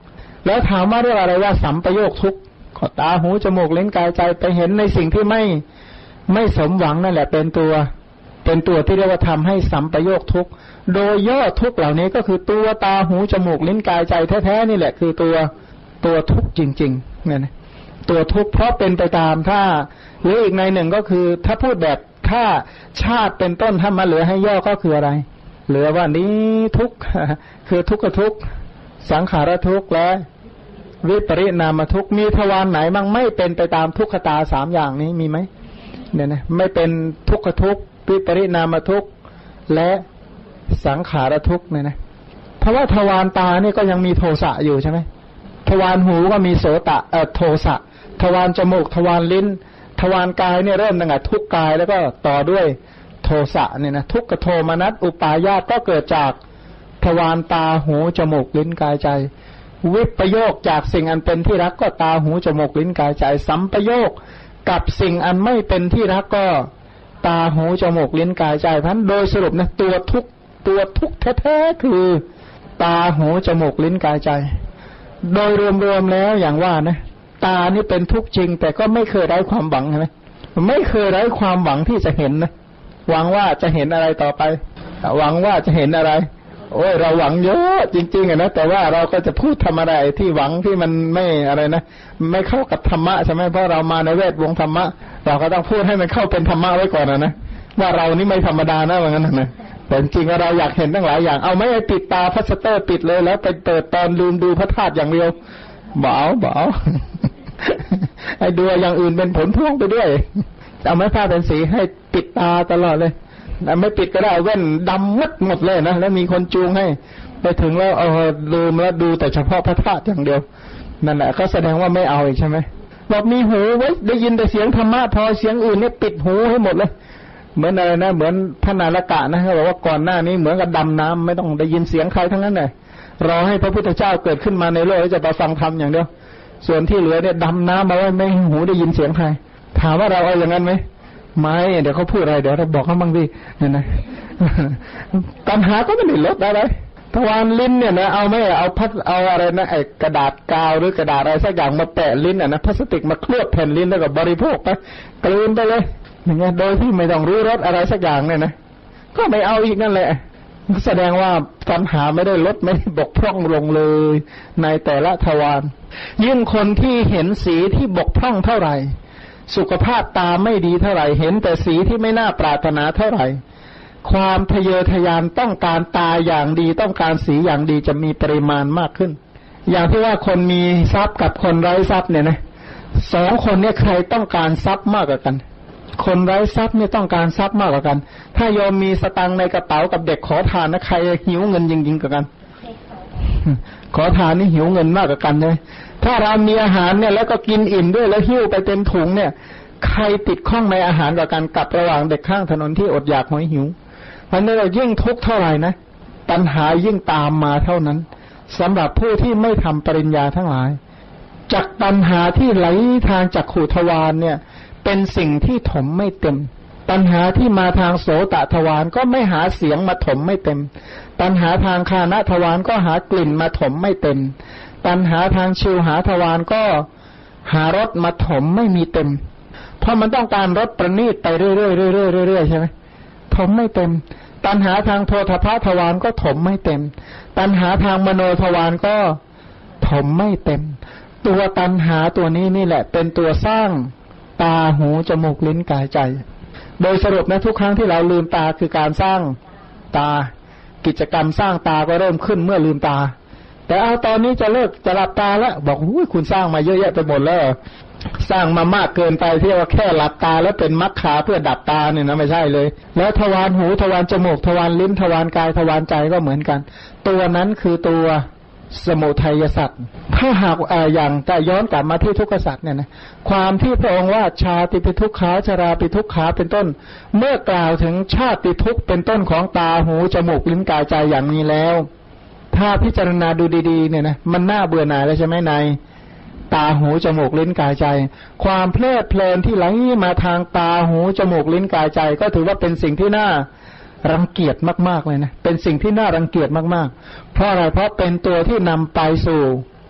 แล้วถามว่าเรียกอะไรว่าสัมปโยคทุกข์ก็ตาหูจมูกลิ้นกายใจไปเห็นในสิ่งที่ไม่สมหวังนั่นแหละเป็นตัวที่เรียกว่าทำให้สัมปโยคทุกข์โดยย่อทุกข์เหล่านี้ก็คือตัวตาหูจมูกลิ้นกายใจแท้ๆนี่แหละคือตัวทุกข์จริงๆเนี่ยนะตัวทุกข์เพราะเป็นไปตามถ้าหรืออีกในหนึ่งก็คือถ้าพูดแบบถ้าชาติเป็นต้นถ้ามาเหลือให้ย่อก็คืออะไรเหลือว่านี้ทุกข์คือทุกขทุกข์สังขารทุกข์และวิปริณามทุกข์มีทวารไหนบ้างไม่เป็นไปตามทุกขตาสามอย่างนี้มีไหมเนี่ยนะไม่เป็นทุกขทุกข์วิปริณามทุกข์และสังขารทุกข์เนี่ยนะเพราะว่าทวารตานี่ก็ยังมีโทสะอยู่ใช่ไหมทวารหูก็มีโสตะโทสะทวารจมูกทวารลิ้นทวารกายเนี่ยเริ่มตั้งแต่ทุกกายแล้วก็ต่อด้วยโทสะเนี่ยนะทุกขโทมนัสอุปาญาตก็เกิดจากทวารตาหูจมูกลิ้นกายใจวิปโยคจากสิ่งอันเป็นที่รักก็ตาหูจมูกลิ้นกายใจสัมปโยคกับสิ่งอันไม่เป็นที่รักก็ตาหูจมูกลิ้นกายใจเพราะฉะนั้นโดยสรุปนะตัวทุกแท้ๆคือตาหูจมูกลิ้นกายใจโดยรวมๆแล้วอย่างว่านะตานี่เป็นทุกข์จริงแต่ก็ไม่เคยไร้ความหวังใช่ไหมไม่เคยไร้ความหวังที่จะเห็นนะหวังว่าจะเห็นอะไรต่อไปหวังว่าจะเห็นอะไรโอ้ยเราหวังเยอะจริงๆนะแต่ว่าเราก็จะพูดทำอะไรที่หวังที่มันไม่อะไรนะไม่เข้ากับธรรมะใช่ไหมเพราะเรามาในแวดวงธรรมะเราก็ต้องพูดให้มันเข้าเป็นธรรมะไว้ก่อนนะว่าเรานี่ไม่ธรรมดานะว่างั้นนะแต่จริงๆเราอยากเห็นตั้งหลายอย่างเอาไม่ให้ปิดตาพลาสเตอร์ปิดเลยแล้วไปเปิดตอนลืมดูพระธาตุอย่างเดียวบ่เอาไอ้ดูอย่างอื่นเป็นผลพ่วงไปด้วยเอาไม้ผ้าเป็นสีให้ปิดตาตลอดเลยไม่ปิดก็ได้เอาแว่นดำมัดหมดเลยนะแล้วมีคนจูงให้ไปถึงแล้วลืมแล้วดูแต่เฉพาะพระธาตุอย่างเดียวนั่นแหละก็แสดงว่าไม่เอาอีกใช่ไหมบอกมีหูไว้ได้ยินแต่เสียงธรรมะพอเสียงอื่นเนี่ยปิดหูให้หมดเลยเหมือนอะไรนะเหมือนพระนารกะนะเขาบอกว่าก่อนหน้านี้เหมือนกับดำน้ำไม่ต้องได้ยินเสียงใครทั้งนั้นเลยรอให้พระพุทธเจ้าเกิดขึ้นมาในโลกแล้วจะไปฟังธรรมอย่างเดียวส่วนที่เหลือเนี่ยดำน้ำมาไว้ไม่หูได้ยินเสียงใครถามว่าเราเอาอย่างนั้นไหมไม่เดี๋ยวเขาพูดอะไรเดี๋ยวเราบอกเขาบ้างดิเนี่ยนะปัญหาก็ไม่ได้ลดอะไรทวารลิ้นเนี่ยนะเอาไม่เอาอะไรนะไอ้กระดาษกาวหรือกระดาษอะไรสักอย่างมาแปะลิ้นนะพลาสติกมาเคลือบแผ่นลิ้นแล้วก็บริโภคไปกลืนไปเลยอย่างเงี้ยโดยที่ไม่ต้องรู้รสอะไรสักอย่างเนี่ยนะก็ไม่เอาอีกนั่นแหละแสดงว่าปัญหาไม่ได้ลดไม่ได้บกพร่องลงเลยในแต่ละทวารยิ่งคนที่เห็นสีที่บกพร่องเท่าไหร่สุขภาพตาไม่ดีเท่าไหร่เห็นแต่สีที่ไม่น่าปรารถนาเท่าไหร่ความทะเยอทะยานต้องการตาอย่างดีต้องการสีอย่างดีจะมีปริมาณมากขึ้นอย่างที่ว่าคนมีทรัพย์กับคนไร้ทรัพย์เนี่ยนะสองคนเนี่ยใครต้องการทรัพย์มากกว่ากันคนไร้ทรัพย์เนี่ยต้องการทรัพย์มากกว่ากันถ้าโยมมีสตังค์ในกระเป๋ากับเด็กขอทานนะใครหิวเงินยิ่งกว่ากันขอทานนี่หิวเงินมากกว่ากันเลยถ้าเรามีอาหารเนี่ยแล้วก็กินอิ่มด้วยแล้วหิ้วไปเต็มถุงเนี่ยใครติดข้องในอาหารกว่ากันกับระหว่างเด็กข้างถนนที่อดอยากหอยหิวเพราะนั้นเรายิ่งทุกข์เท่าไหร่นะปัญหายิ่งตามมาเท่านั้นสำหรับผู้ที่ไม่ทำปริญญาทั้งหลายจากปัญหาที่ไหลทางจักขุทวารเนี่ยเป็นสิ่งที่ถมไม่เต็มปัญหาที่มาทางโสตทวารก็ไม่หาเสียงมาถมไม่เต็มปัญหาทางคานะทวารก็หากลิ่นมาถมไม่เต็มปัญหาทางชิวหาทวารก็หารสมาถมไม่มีเต็มเพราะมันต้องการรสประณีตไปเรื่อยๆใช่ไหมถมไม่เต็มปัญหาทางโพธพทวารก็ถมไม่เต็มปัญหาทางมโนทวารก็ถมไม่เต็มตัวตัณหาตัวนี้นี่แหละเป็นตัวสร้างตาหูจมูกลิ้นกายใจโดยสรุปนะทุกครั้งที่เราลืมตาคือการสร้างตากิจกรรมสร้างตาก็เริ่มขึ้นเมื่อลืมตาแต่เอาตอนนี้จะเลิกจะหลับตาแล้วบอกคุณสร้างมาเยอะแยะไปหมดแล้วสร้างมามากเกินไปที่ว่าแค่หลับตาแล้วเป็นมรรคาเพื่อดับตาเนี่ยนะไม่ใช่เลยแล้วทวารหูทวารจมูกทวารลิ้นทวารกายทวารใจก็เหมือนกันตัวนั้นคือตัวสมุทัยสัตว์ถ้าหากอย่างแต่ย้อนกลับมาที่ทุกขสัตว์เนี่ยนะความที่พระองค์ว่าชาติปิทุกขาชราปิทุกขาเป็นต้นเมื่อกล่าวถึงชาติทุกข์เป็นต้นของตาหูจมูกลิ้นกายใจอย่างนี้แล้วถ้าพิจารณาดูดีๆเนี่ยนะมันน่าเบื่อหน่ายแล้วใช่ไหมในตาหูจมูกลิ้นกายใจความเพลิดเพลินที่ไหลมาทางตาหูจมูกลิ้นกายใจก็ถือว่าเป็นสิ่งที่น่ารังเกียจมากๆเลยนะเป็นสิ่งที่น่ารังเกียจมากๆเพราะอะไรเพราะเป็นตัวที่นำไปสู่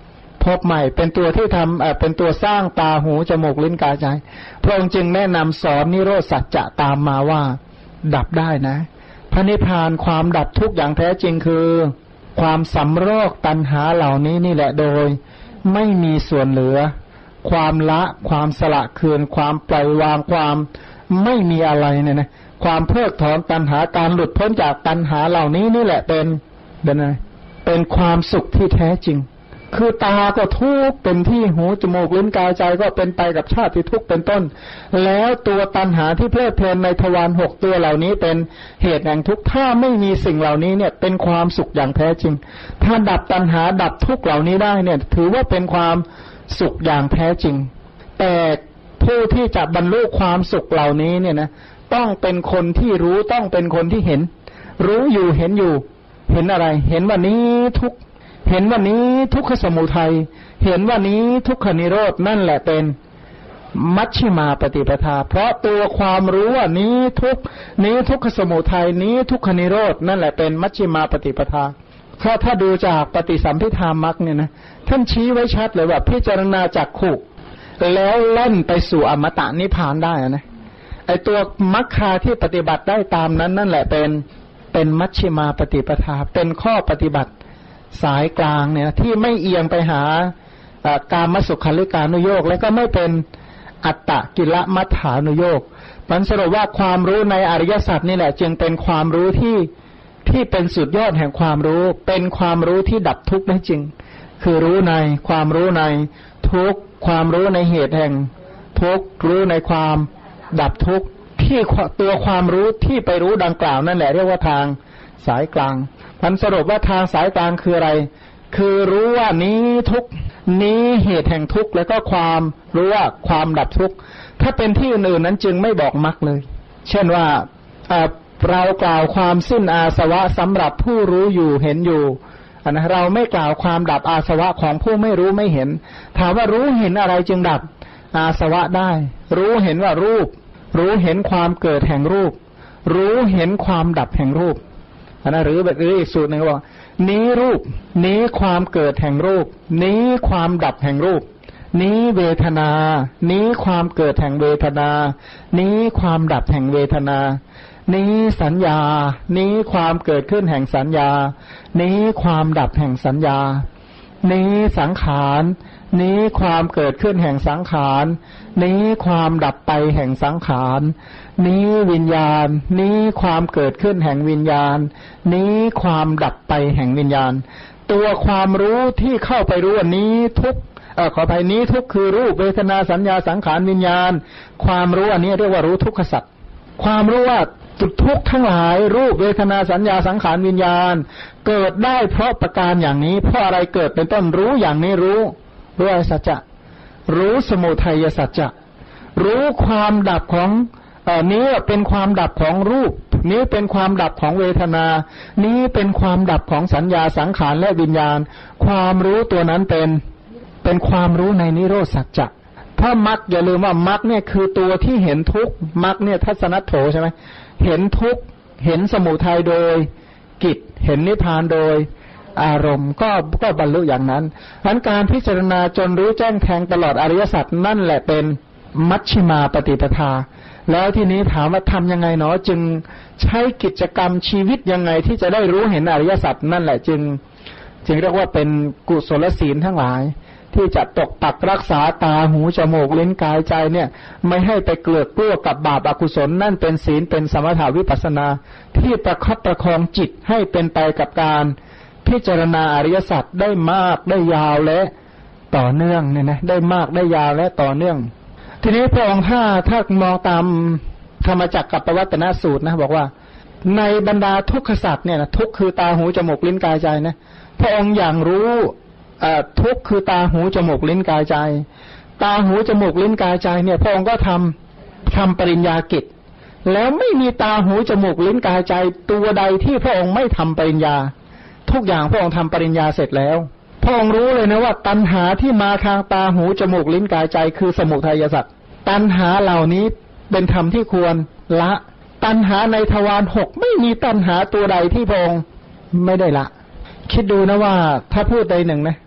ภพใหม่เป็นตัวที่ทำเป็นตัวสร้างตาหูจมูกลิ้นกายใจพระองค์จึงแนะนำสอนนิโรธสัจจะตามมาว่าดับได้นะพระนิพพานความดับทุกข์อย่างแท้จริงคือความสำรอกตัณหาเหล่านี้นี่แหละโดยไม่มีส่วนเหลือความละความสละคืนความปล่อยวางความไม่มีอะไรเนี่ยนะความเพิกถอนตัณหาการหลุดพ้นจากตัณหาเหล่านี้นี่แหละเป็นอะไรเป็นความสุขที่แท้จริงคือตาก็ทุกข์เป็นที่หูจมูกลิ้นกายใจก็เป็นไปกับชาติทุกข์เป็นต้นแล้วตัวตัณหาที่เพลิดเพลินในทวารหกตัวเหล่านี้เป็นเหตุแห่งทุกข์ถ้าไม่มีสิ่งเหล่านี้เนี่ยเป็นความสุขอย่างแท้จริงถ้าดับตัณหาดับทุกข์เหล่านี้ได้เนี่ยถือว่าเป็นความสุขอย่างแท้จริงแต่ผู้ที่จะบรรลุความสุขเหล่านี้เนี่ยนะต้องเป็นคนที่รู้ต้องเป็นคนที่เห็นรู้อยู่เห็นอยู่เห็นอะไรเห็นว่านี้ทุกข์เห็นว่านี้ทุกขสมุทัยเห็นว่านี้ทุกขนิโรธนั่นแหละเป็นมัชฌิมาปฏิปทาเพราะตัวความรู้ว่านี้ทุกนี้ทุกขสมุทัยนี้ทุกขนิโรธนั่นแหละเป็นมัชฌิมาปฏิปทาถ้าดูจากปฏิสัมภิธามรรคเนี่ยนะท่านชี้ไว้ชัดเลยว่าพิจารณาจักขุแล้วเล่นไปสู่อมตะนิพพานได้นะไอตัวมรรคาที่ปฏิบัติได้ตามนั้นนั่นแหละเป็นมัชฌิมาปฏิปทาเป็นข้อปฏิบัติสายกลางเนี่ยที่ไม่เอียงไปหากามสุขัลลิกานุโยคและก็ไม่เป็นอัตตกิลมัฏฐานุโยคมันสรุปว่าความรู้ในอริยสัจนี่แหละจึงเป็นความรู้ที่เป็นสุดยอดแห่งความรู้เป็นความรู้ที่ดับทุกข์ได้จริงคือรู้ในความรู้ในทุกข์ความรู้ในเหตุแห่งทุกข์รู้ในความดับทุกข์ที่ตัวความรู้ที่ไปรู้ดังกล่าวนั่นแหละเรียกว่าทางสายกลางมันสรุปว่าทางสายกลางคืออะไรคือรู้ว่านี้ทุกข์นี้เหตุแห่งทุกข์แล้วก็ความรู้ว่าความดับทุกข์ถ้าเป็นที่อื่นๆนั้นจึงไม่บอกมรรคเลยเช่นว่าเรากล่าวความสิ้นอาสวะสำหรับผู้รู้อยู่เห็นอยู่นะเราไม่กล่าวความดับอาสวะของผู้ไม่รู้ไม่เห็นถามว่ารู้เห็นอะไรจึงดับอาสวะได้รู้เห็นว่ารูปรู้เห็นความเกิดแห่งรูปรู้เห็นความดับแห่งรูปหรืออีกสูตรหนึ่งว่านี้รูปนี้ความเกิดแห่งรูปนี้ความดับแห่งรูปนี้เวทนานี้ความเกิดแห่งเวทนานี้ความดับแห่งเวทนานี้สัญญานี้ความเกิดขึ้นแห่งสัญญานี้ความดับแห่งสัญญานี้สังขารนี้ความเกิดขึ้นแห่งสังขารนี้ความดับไปแห่งสังขารนี้วิญญาณนี้ความเกิดขึ้นแห่งวิญญาณนี้ความดับไปแห่งวิญญาณตัวความรู้ที่เข้าไปรู้อันนี้ทุกขออภัยนี้ทุกคือรูปเวทนาสัญญาสังขารวิญญาณความรู้อันนี้เรียกว่ารู้ทุกขสัจความรู้ว่าทุกทั้งหลายรูปเวทนาสัญญาสังขารวิญญาณเกิดได้เพราะประการอย่างนี้เพราะอะไรเกิดเป็นต้นรู้อย่างนี้รู้อะไรสัจจะรู้สมุทัยสัจจะรู้ความดับของนี้เป็นความดับของรูปนี้เป็นความดับของเวทนานี้เป็นความดับของสัญญาสังขารและวิญญาณความรู้ตัวนั้นเป็นความรู้ในนิโรธสัจจะถ้ามรรคอย่าลืมว่ามรรคเนี่ยคือตัวที่เห็นทุกข์มรรคเนี่ยทัศนัตโถใช่ไหมเห็นทุกข์เห็นสมุทัยโดยกิจเห็นนิพพานโดยอารมณ์ก็บรรลุอย่างนั้นเพราะการพิจารณาจนรู้แจ้งแทงตลอดอริยสัจนั่นแหละเป็นมัชฌิมาปฏิปทาแล้วทีนี้ถามว่าทำยังไงเนาะจึงใช้กิจกรรมชีวิตยังไงที่จะได้รู้เห็นอริยสัจนั่นแหละจึงเรียกว่าเป็นกุศลศีลทั้งหลายที่จะปกปักรักษาตาหูจมูกลิ้นกายใจเนี่ยไม่ให้ไปเกลือกกลัวกับบาปอกุศลนั่นเป็นศีลเป็นสมถาวิปัสสนาที่ประคับประคองจิตให้เป็นไปกับการพิจารณาอริยสัจได้มากได้ยาวและต่อเนื่องเนี่ยนะได้มากได้ยาวและต่อเนื่องทีนี้พระองค์ถ้ามองตามธรรมจักรกับปวัตตนสูตรนะบอกว่าในบรรดาทุกขสัจเนี่ยนะทุกคือตาหูจมูกลิ้นกายใจนะพระองค์อย่างรู้ทุกคือตาหูจมูกลิ้นกายใจตาหูจมูกลิ้นกายใจเนี่ยพระองค์ก็ทำปริญญากิจแล้วไม่มีตาหูจมูกลิ้นกายใจตัวใดที่พระองค์ไม่ทำปริญญาทุกอย่างพระองค์ทำปริญญาเสร็จแล้วพระองค์รู้เลยนะว่าตัณหาที่มาทางตาหูจมูกลิ้นกายใจคือสมุทัยสัจตัณหาเหล่านี้เป็นธรรมที่ควรละตัณหาในทวารหกไม่มีตัณหาตัวใดที่พระองค์ไม่ได้ละคิดดูนะว่าถ้าพูดใดหนึ่งนะ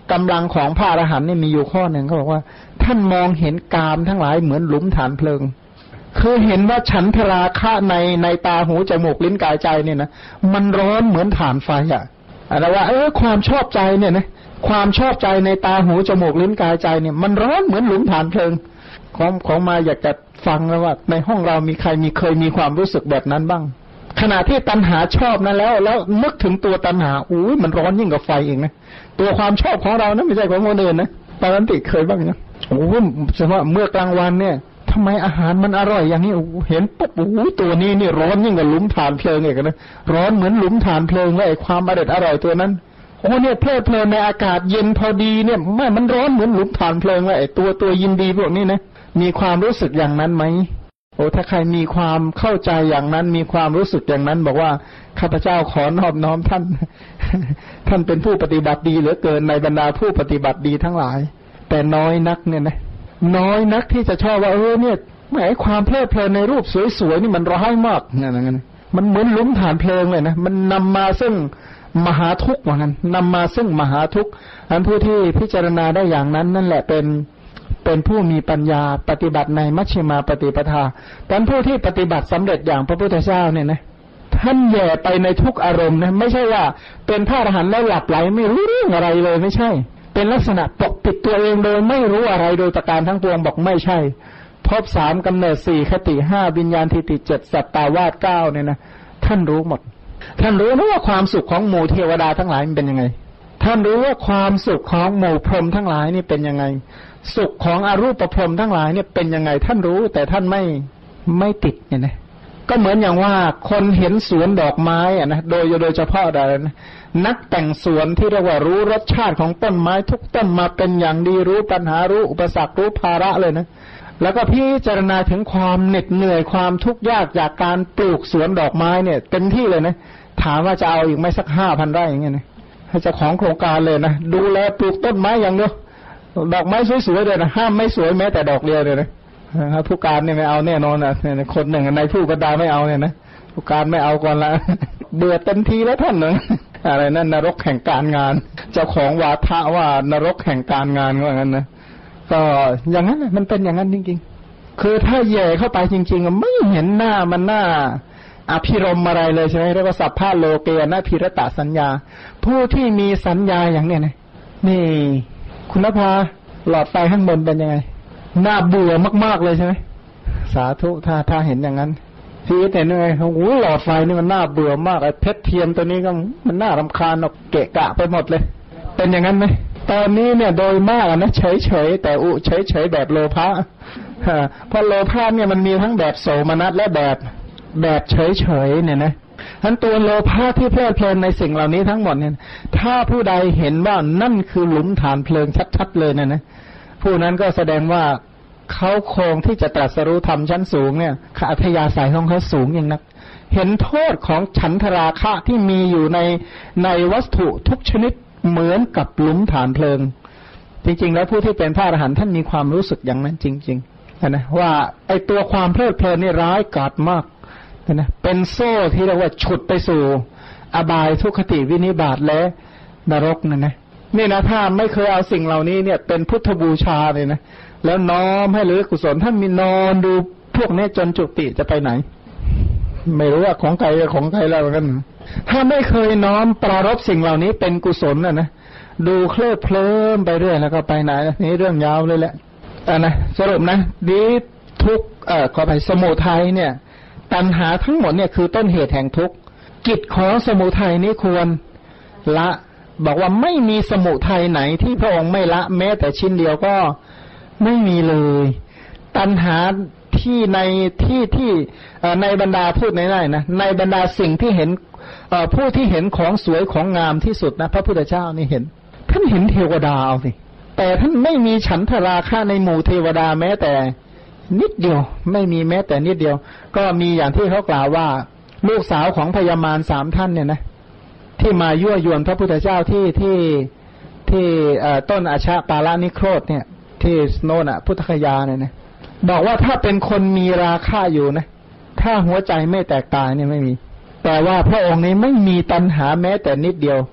กำลังของพระอรหันต์นี่มีอยู่ข้อหนึ่งเขาบอกว่าท่านมองเห็นกามทั้งหลายเหมือนหลุมฐานเพลิงคือเห็นว่าฉันทราคะในตาหูจมูกลิ้นกายใจเนี่ยนะมันร้อนเหมือนถ่านไฟอะไรว่าความชอบใจเนี่ยนะความชอบใจในตาหูจมูกลิ้นกายใจเนี่ยมันร้อนเหมือนหลุมฐานเพลิงของมาอยากจะฟังแล้วว่าในห้องเรามีใครเคยมีความรู้สึกแบบนั้นบ้างขณะที่ตัณหาชอบนั้นแล้วนึกถึงตัวตัณหามันร้อนยิ่งกว่าไฟเองนะตัวความชอบของเรานะไม่ใช่ของคนอื่นนะปานติเคยบ้างนะเฉพาะเมื่อกลางวันเนี่ยทำไมอาหารมันอร่อยอย่างนี้เห็นปุ๊บตัวนี้นี่ร้อนยิ่งกว่าหลุมฐานเพลิงอีกนะร้อนเหมือนหลุมฐานเพลิงและไอ้ความอร่อยตัวนั้นเนี่ยเพลิดเพลินในอากาศเย็นพอดีเนี่ยมันร้อนเหมือนหลุมฐานเพลิงและไอ้ตัวยินดีพวกนี้นะมีความรู้สึกอย่างนั้นไหมถ้าใครมีความเข้าใจอย่างนั้นมีความรู้สึกอย่างนั้นบอกว่าข้าพเจ้าขอนอบน้อมท่าน ท่านเป็นผู้ปฏิบัติดีเหลือเกินในบรรดาผู้ปฏิบัติดีทั้งหลายแต่น้อยนักเนี่ยนะน้อยนักที่จะชอบว่าเนี่ยหมายความเพลิดเพลินในรูปสวยๆนี่มันร้ายมากนั่นมันเหมือนหลุมฐานเพลิงเลยนะมันนำมาซึ่งมหาทุกข์ว่างั้นนำมาซึ่งมหาทุกข์อันผู้ที่พิจารณาได้อย่างนั้นนั่นแหละเป็นผู้มีปัญญาปฏิบัติในมัชฌิมาปฏิปทาแต่ผู้ที่ปฏิบัติสำเร็จอย่างพระพุทธเจ้าเนี่ยนะท่านแย่ไปในทุกอารมณ์นะไม่ใช่ว่าเป็นพระอรหันต์แล้วหลับไหลไม่รู้เรื่องอะไรเลยไม่ใช่เป็นลักษณะปกปิดตัวเองโดยไม่รู้อะไรโดยประการทั้งปวงบอกไม่ใช่ภพ3กำเนิด4คติ5วิญญาณทิฏฐิ7สัตตาวาส9เนี่ยนะท่านรู้หมดท่านรู้นะว่าความสุขของหมู่เทวดาทั้งหลายมันเป็นยังไงท่านรู้ว่าความสุขของหมู่พรหมทั้งหลายนี่เป็นยังไงสุขของอรูปพรหมทั้งหลายเนี่ยเป็นยังไงท่านรู้แต่ท่านไม่ติดเนี่ยนะก็เหมือนอย่างว่าคนเห็นสวนดอกไม้อ่ะนะโดยเฉพาะอะไรนะนักแต่งสวนที่เรียกว่ารู้รสชาติของต้นไม้ทุกต้นมาเป็นอย่างดีรู้ปัญหารู้อุปสรรครู้ภาระเลยนะแล้วก็พิจารณาถึงความเหน็ดเหนื่อยความทุกข์ยากจากการปลูกสวนดอกไม้เนี่ยเต็มที่เลยนะถามว่าจะเอาอีกไม่สัก 5,000 ไร่อย่างเงี้ยนะให้เจ้าของโครงการเลยนะดูแลปลูกต้นไม้อย่างเดียวดอกไม้สวยๆเลยนะห้ามไม่สวยแม้แต่ดอกเดียวเลยนะครับผู้การเนี่ยไม่เอาแน่นอนนะคนหนึ่งในผู้กระดาไม่เอาเนี่ยนะผู้การไม่เอาก่อนละเบื่อเต็มทีแล้วท่านเนอะอะไรนั่นนรกแห่งการงานเจ้าของวาทะว่านรกแห่งการงานว่างั้นนะก็อย่างนั้นมันเป็นอย่างนั้นจริงๆคือถ้าแย่เข้าไปจริงๆไม่เห็นหน้ามันหน้าอภิรมอะไรเลยใช่ไหมเรียกว่าสัพพะโลเกนะภิรตะสัญญาผู้ที่มีสัญญาอย่างเนี้ยนะนี่คุณภาหลอดไฟข้างบนเป็นยังไงน่าเบื่อมากๆเลยใช่ไหมสาธุถ้าเห็นอย่างนั้นพี่เห็นยังไงโอ้โหหลอดไฟนี่มันน่าเบื่อมากไอ้เพชรเทียมตัวนี้ก็มันน่ารำคาญออกเกะกะไปหมดเลยเป็นอย่างนั้นไหมตอนนี้เนี่ยโดยมากนะเฉยๆแต่เฉยๆแบบโลภะเพราะโลภะเนี่ยมันมีทั้งแบบโสมนัสและแบบเฉยๆเนี่ยนะทั้นตัวโลภะที่เพลิดเพลินในสิ่งเหล่านี้ทั้งหมดเนี่ยถ้าผู้ใดเห็นว่านั่นคือหลุมฐานเพลิงชัดๆเลยนะผู้นั้นก็แสดงว่าเขาคงที่จะตรัสรู้ธรรมชั้นสูงเนี่ยอัธยาศัยของเขาสูงอย่างนักเห็นโทษของฉันทราคะที่มีอยู่ในวัตถุทุกชนิดเหมือนกับหลุมฐานเพลิงจริงๆแล้วผู้ที่เป็นพระอรหันต์ท่านมีความรู้สึกอย่างนั้นจริงๆนะว่าไอตัวความเพลิดเพลินนี่ร้ายกาจมากนะเป็นโซ่ที่เรียกว่าฉุดไปสู่อบายทุกขติวินิบาตและนรกนั่นนะนี่นะถ้าไม่เคยเอาสิ่งเหล่านี้เนี่ยเป็นพุทธบูชาเลยนะแล้วน้อมให้หรือกุศลท่านมีนอนดูพวกนี้จนจุติจะไปไหนไม่รู้ว่าของใครแล้วกันถ้าไม่เคยน้อมปรารภสิ่งเหล่านี้เป็นกุศลนะดูเคลิบเคลิ้มไปเรื่อยแล้วก็ไปไหนนี่เรื่องยาวเลยแหละนะสรุปนะดีทุกขอไปสมุทัยเนี่ยตัณหาทั้งหมดเนี่ยคือต้นเหตุแห่งทุกข์กิจของสมุทัยนี้ควรละบอกว่าไม่มีสมุทัยไหนที่พระองค์ไม่ละแม้แต่ชิ้นเดียวก็ไม่มีเลยตัณหาที่ในบรรดาพูดง่ายๆนะในบรรดาสิ่งที่เห็นผู้ที่เห็นของสวยของงามที่สุดนะพระพุทธเจ้านี่เห็นท่านเห็นเทวดาเอาสิแต่ท่านไม่มีฉันทราคะในหมู่เทวดาแม้แต่นิดเดียวไม่มีแม้แต่นิดเดียวก็มีอย่างที่เขากล่าวว่าลูกสาวของพญามาร3ท่านเนี่ยนะที่มายั่วยวนพระพุทธเจ้าที่ต้นอาชาปาลานิโครธเนี่ยที่โน่นพุทธคยาเนี่ยนะบอกว่าถ้าเป็นคนมีราคะอยู่นะถ้าหัวใจไม่แตกตายเนี่ยไม่มีแต่ว่าพระองค์นี้ไม่มีตัณหาแม้แต่นิดเดียวพ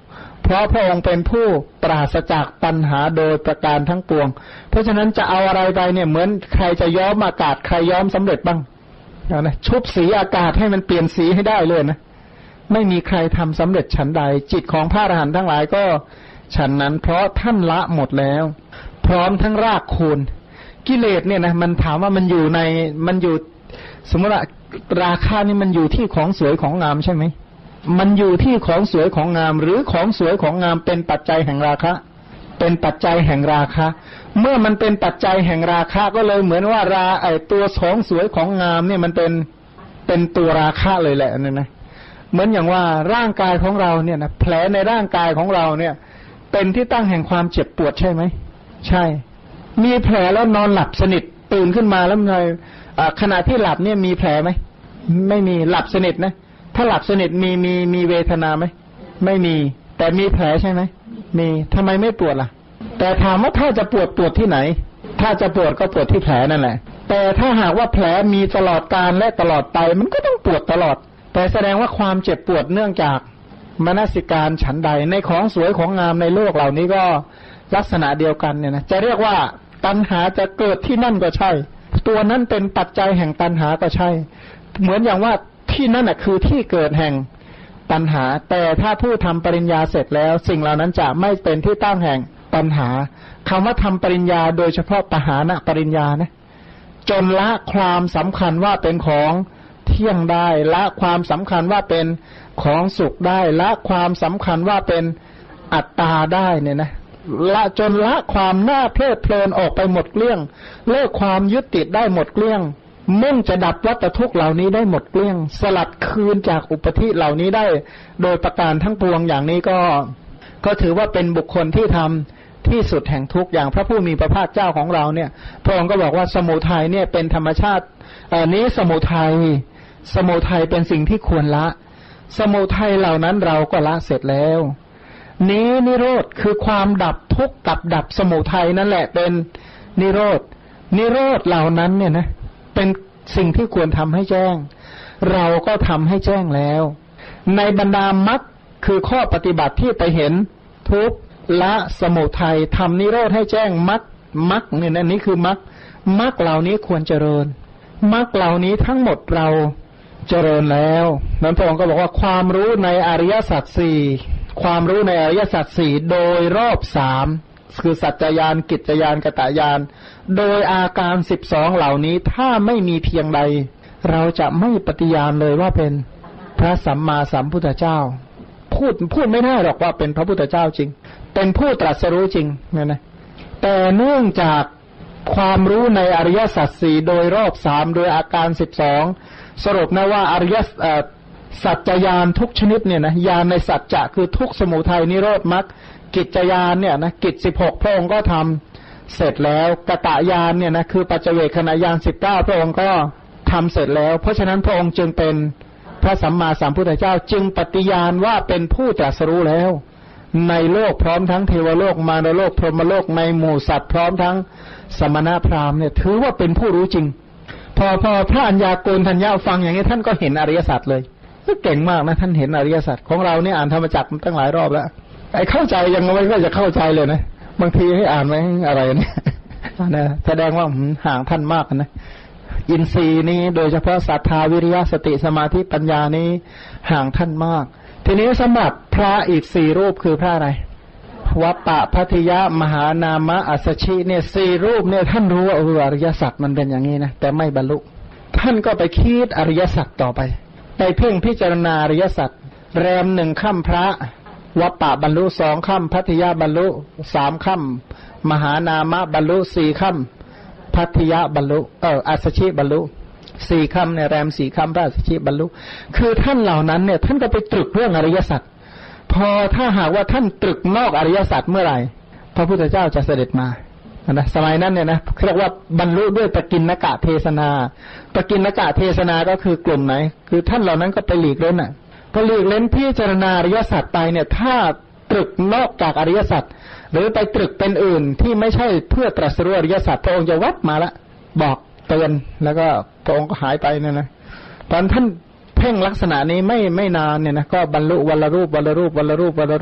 เพราะพระองค์เป็นผู้ปราศจากปัญหาโดยประการทั้งปวงเพราะฉะนั้นจะเอาอะไรไปเนี่ยเหมือนใครจะย้อมอากาศใครย้อมสำเร็จบ้างนะชุบสีอากาศให้มันเปลี่ยนสีให้ได้เลยนะไม่มีใครทำสำเร็จฉันใดจิตของพระอรหันต์ทั้งหลายก็ฉันนั้นเพราะท่านละหมดแล้วพร้อมทั้งรากโคนกิเลสเนี่ยนะมันถามว่ามันอยู่สมมติว่าราคานี่มันอยู่ที่ของสวยของงามใช่ไหมมันอยู่ที่ของสวยของงามหรือของสวยของงามเป็นปัจจัยแห่งราคะเป็นปัจจัยแห่งราคะเมื่อมันเป็นปัจจัยแห่งราคะก็เลยเหมือนว่าตัวของสวยของงามเนี่ยมันเป็นตัวราคะเลยแหละเนี่ยนะเหมือนอย่างว่าร่างกายของเราเนี่ยนะแผลในร่างกายของเราเนี่ยเป็นที่ตั้งแห่งความเจ็บปวดใช่ไหมใช่มีแผลแล้วนอนหลับสนิทตื่นขึ้นมาแล้วในขณะที่หลับเนี่ยมีแผลไหมไม่มีหลับสนิทนะถ้าหลับสนิทมีเวทนาไหมไม่มีแต่มีแผลใช่ไหมมีทำไมไม่ปวดล่ะแต่ถามว่าถ้าจะปวดที่ไหนถ้าจะปวดก็ปวดที่แผลนั่นแหละแต่ถ้าหากว่าแผลมีตลอดกาลและตลอดไปมันก็ต้องปวดตลอดแต่แสดงว่าความเจ็บปวดเนื่องจากมนสิการฉันใดในของสวยของงามในโลกเหล่านี้ก็ลักษณะเดียวกันเนี่ยนะจะเรียกว่าตัณหาจะเกิดที่นั่นก็ใช่ตัวนั้นเป็นปัจจัยแห่งตัณหาก็ใช่เหมือนอย่างว่าที่นั่นน่ะคือที่เกิดแห่งตัณหาแต่ถ้าผู้ทำปริญญาเสร็จแล้วสิ่งเหล่านั้นจะไม่เป็นที่ตั้งแห่งตัณหาคำว่าทำปริญญาโดยเฉพาะปหานะปริญญานะจนละความสำคัญว่าเป็นของเที่ยงได้ละความสำคัญว่าเป็นของสุขได้ละความสำคัญว่าเป็นอัตตาได้เนี่ยนะละจนละความน่าเพลิดเพลินออกไปหมดเกลี้ยงเลิกความยึดติดได้หมดเกลี้ยงมุ่งจะดับวัฏทุกข์เหล่านี้ได้หมดเกลี้ยงสลัดคืนจากอุปธิเหล่านี้ได้โดยประการทั้งปวงอย่างนี้ก็ถือว่าเป็นบุคคลที่ทำที่สุดแห่งทุกข์อย่างพระผู้มีพระภาคเจ้าของเราเนี่ยพระองค์ก็บอกว่าสมุทัยเนี่ยเป็นธรรมชาตินี้สมุทัยเป็นสิ่งที่ควรละสมุทัยเหล่านั้นเราก็ละเสร็จแล้วนี้นิโรธคือความดับทุกข์กับดับสมุทัยนั่นแหละเป็นนิโรธเหล่านั้นเนี่ยนะเป็นสิ่งที่ควรทำให้แจ้งเราก็ทำให้แจ้งแล้วในบรรดามรรคคือข้อปฏิบัติที่ไปเห็นทุกข์ละสมุทัยทำนิโรธให้แจ้งมรรคเนี่ยนะนี่คือมรรคเหล่านี้ควรเจริญมรรคเหล่านี้ทั้งหมดเราเจริญแล้วนั้นพระองค์ก็บอกว่าความรู้ในอริยสัจสี่ความรู้ในอริยสัจสี่โดยรอบสามคือสัจจญาณกิจญาณกตญาณโดยอาการ12เหล่านี้ถ้าไม่มีเพียงใดเราจะไม่ปฏิญาณเลยว่าเป็นพระสัมมาสัมพุทธเจ้าพูดไม่ได้หรอกว่าเป็นพระพุทธเจ้าจริงเป็นผู้ตรัสรู้จริงนะแต่เนื่องจากความรู้ในอริยสัจสี่โดยรอบสามโดยอาการ12สรุปนะว่าอริยสัจจญาณทุกชนิดเนี่ยนะญาณในสัจจะคือทุกสมุทัยนิโรธมรรคกิจญาณเนี่ยนะกิจ16พระองค์ก็ทำเสร็จแล้วกตญาณเนี่ยนะคือปัจเจเวคขณะญาณ19พระองค์ก็ทำเสร็จแล้วเพราะฉะนั้นพระองค์จึงเป็นพระสัมมาสัมพุทธเจ้าจึงปฏิญาณว่าเป็นผู้ตรัสรู้แล้วในโลกพร้อมทั้งเทวโลกมารโลกพรหมโลกในหมู่สัตว์พร้อมทั้งสมณพราหมณ์เนี่ยถือว่าเป็นผู้รู้จริงพอพระอัญญาโกณทัญญาฟังอย่างนี้ท่านก็เห็นอริยสัจเลยเก่งมากนะท่านเห็นอริยสัจของเราเนี่ยอ่านธรรมจักรตั้งหลายรอบแล้วไอ้เข้าใจยังไม่ก็จะเข้าใจเลยนะบางทีให้อ่านไว้อะไรเนี่ยนะแสดงว่าห่างท่านมากนะอินทรีย์นี้โดยเฉพาะศรัทธาวิริยะสติสมาธิปัญญานี้ห่างท่านมากทีนี้สำหรับพระอีก4รูปคือพระอะไรวัปปะพัทธิยะมหานามะอัสสชิเนี่ย4รูปเนี่ยท่านรู้ว่าอริยสัจมันเป็นอย่างนี้นะแต่ไม่บรรลุท่านก็ไปคิดอริยสัจต่อไปเพ่งพิจารณาอริยสัจแรม1ค่ำพระวัปปะบรรลุ2ค่ำพัทธิยะบรรลุ3ค่ำมหานามะบรรลุ4ค่ำพัทธิยะบรรลุอัสสชิบรรลุ4ค่ำเนี่ยแรม4ค่ำพระอัสสชิบรรลุคือท่านเหล่านั้นเนี่ยท่านก็ไปตรึกเรื่องอริยสัจพอถ้าหากว่าท่านตรึกนอกอริยสัจเมื่อไหร่พระพุทธเจ้าจะเสด็จมานะสมัยนั้นเนี่ยนะเรียกว่าบรรลุด้วยปกิณณกะเทศนาปกิณณกะเทศนาก็คือกลุ่มไหนคือท่านเหล่านั้นก็ไปหลีกเล่นพอหลีกเล่นพิจารณาอริยสัจไปเนี่ยถ้าตรึกนอกจากอริยสัจหรือไปตรึกเป็นอื่นที่ไม่ใช่เพื่อตรัสรู้อริยสัจพระองค์จะวัดมาละบอกเตือนแล้วก็พระองค์ก็หายไปเนี่ยนะตอนท่านเพ่งลักษณะนี้ไม่นานเนี่ยนะก็บรรลุวันละรูป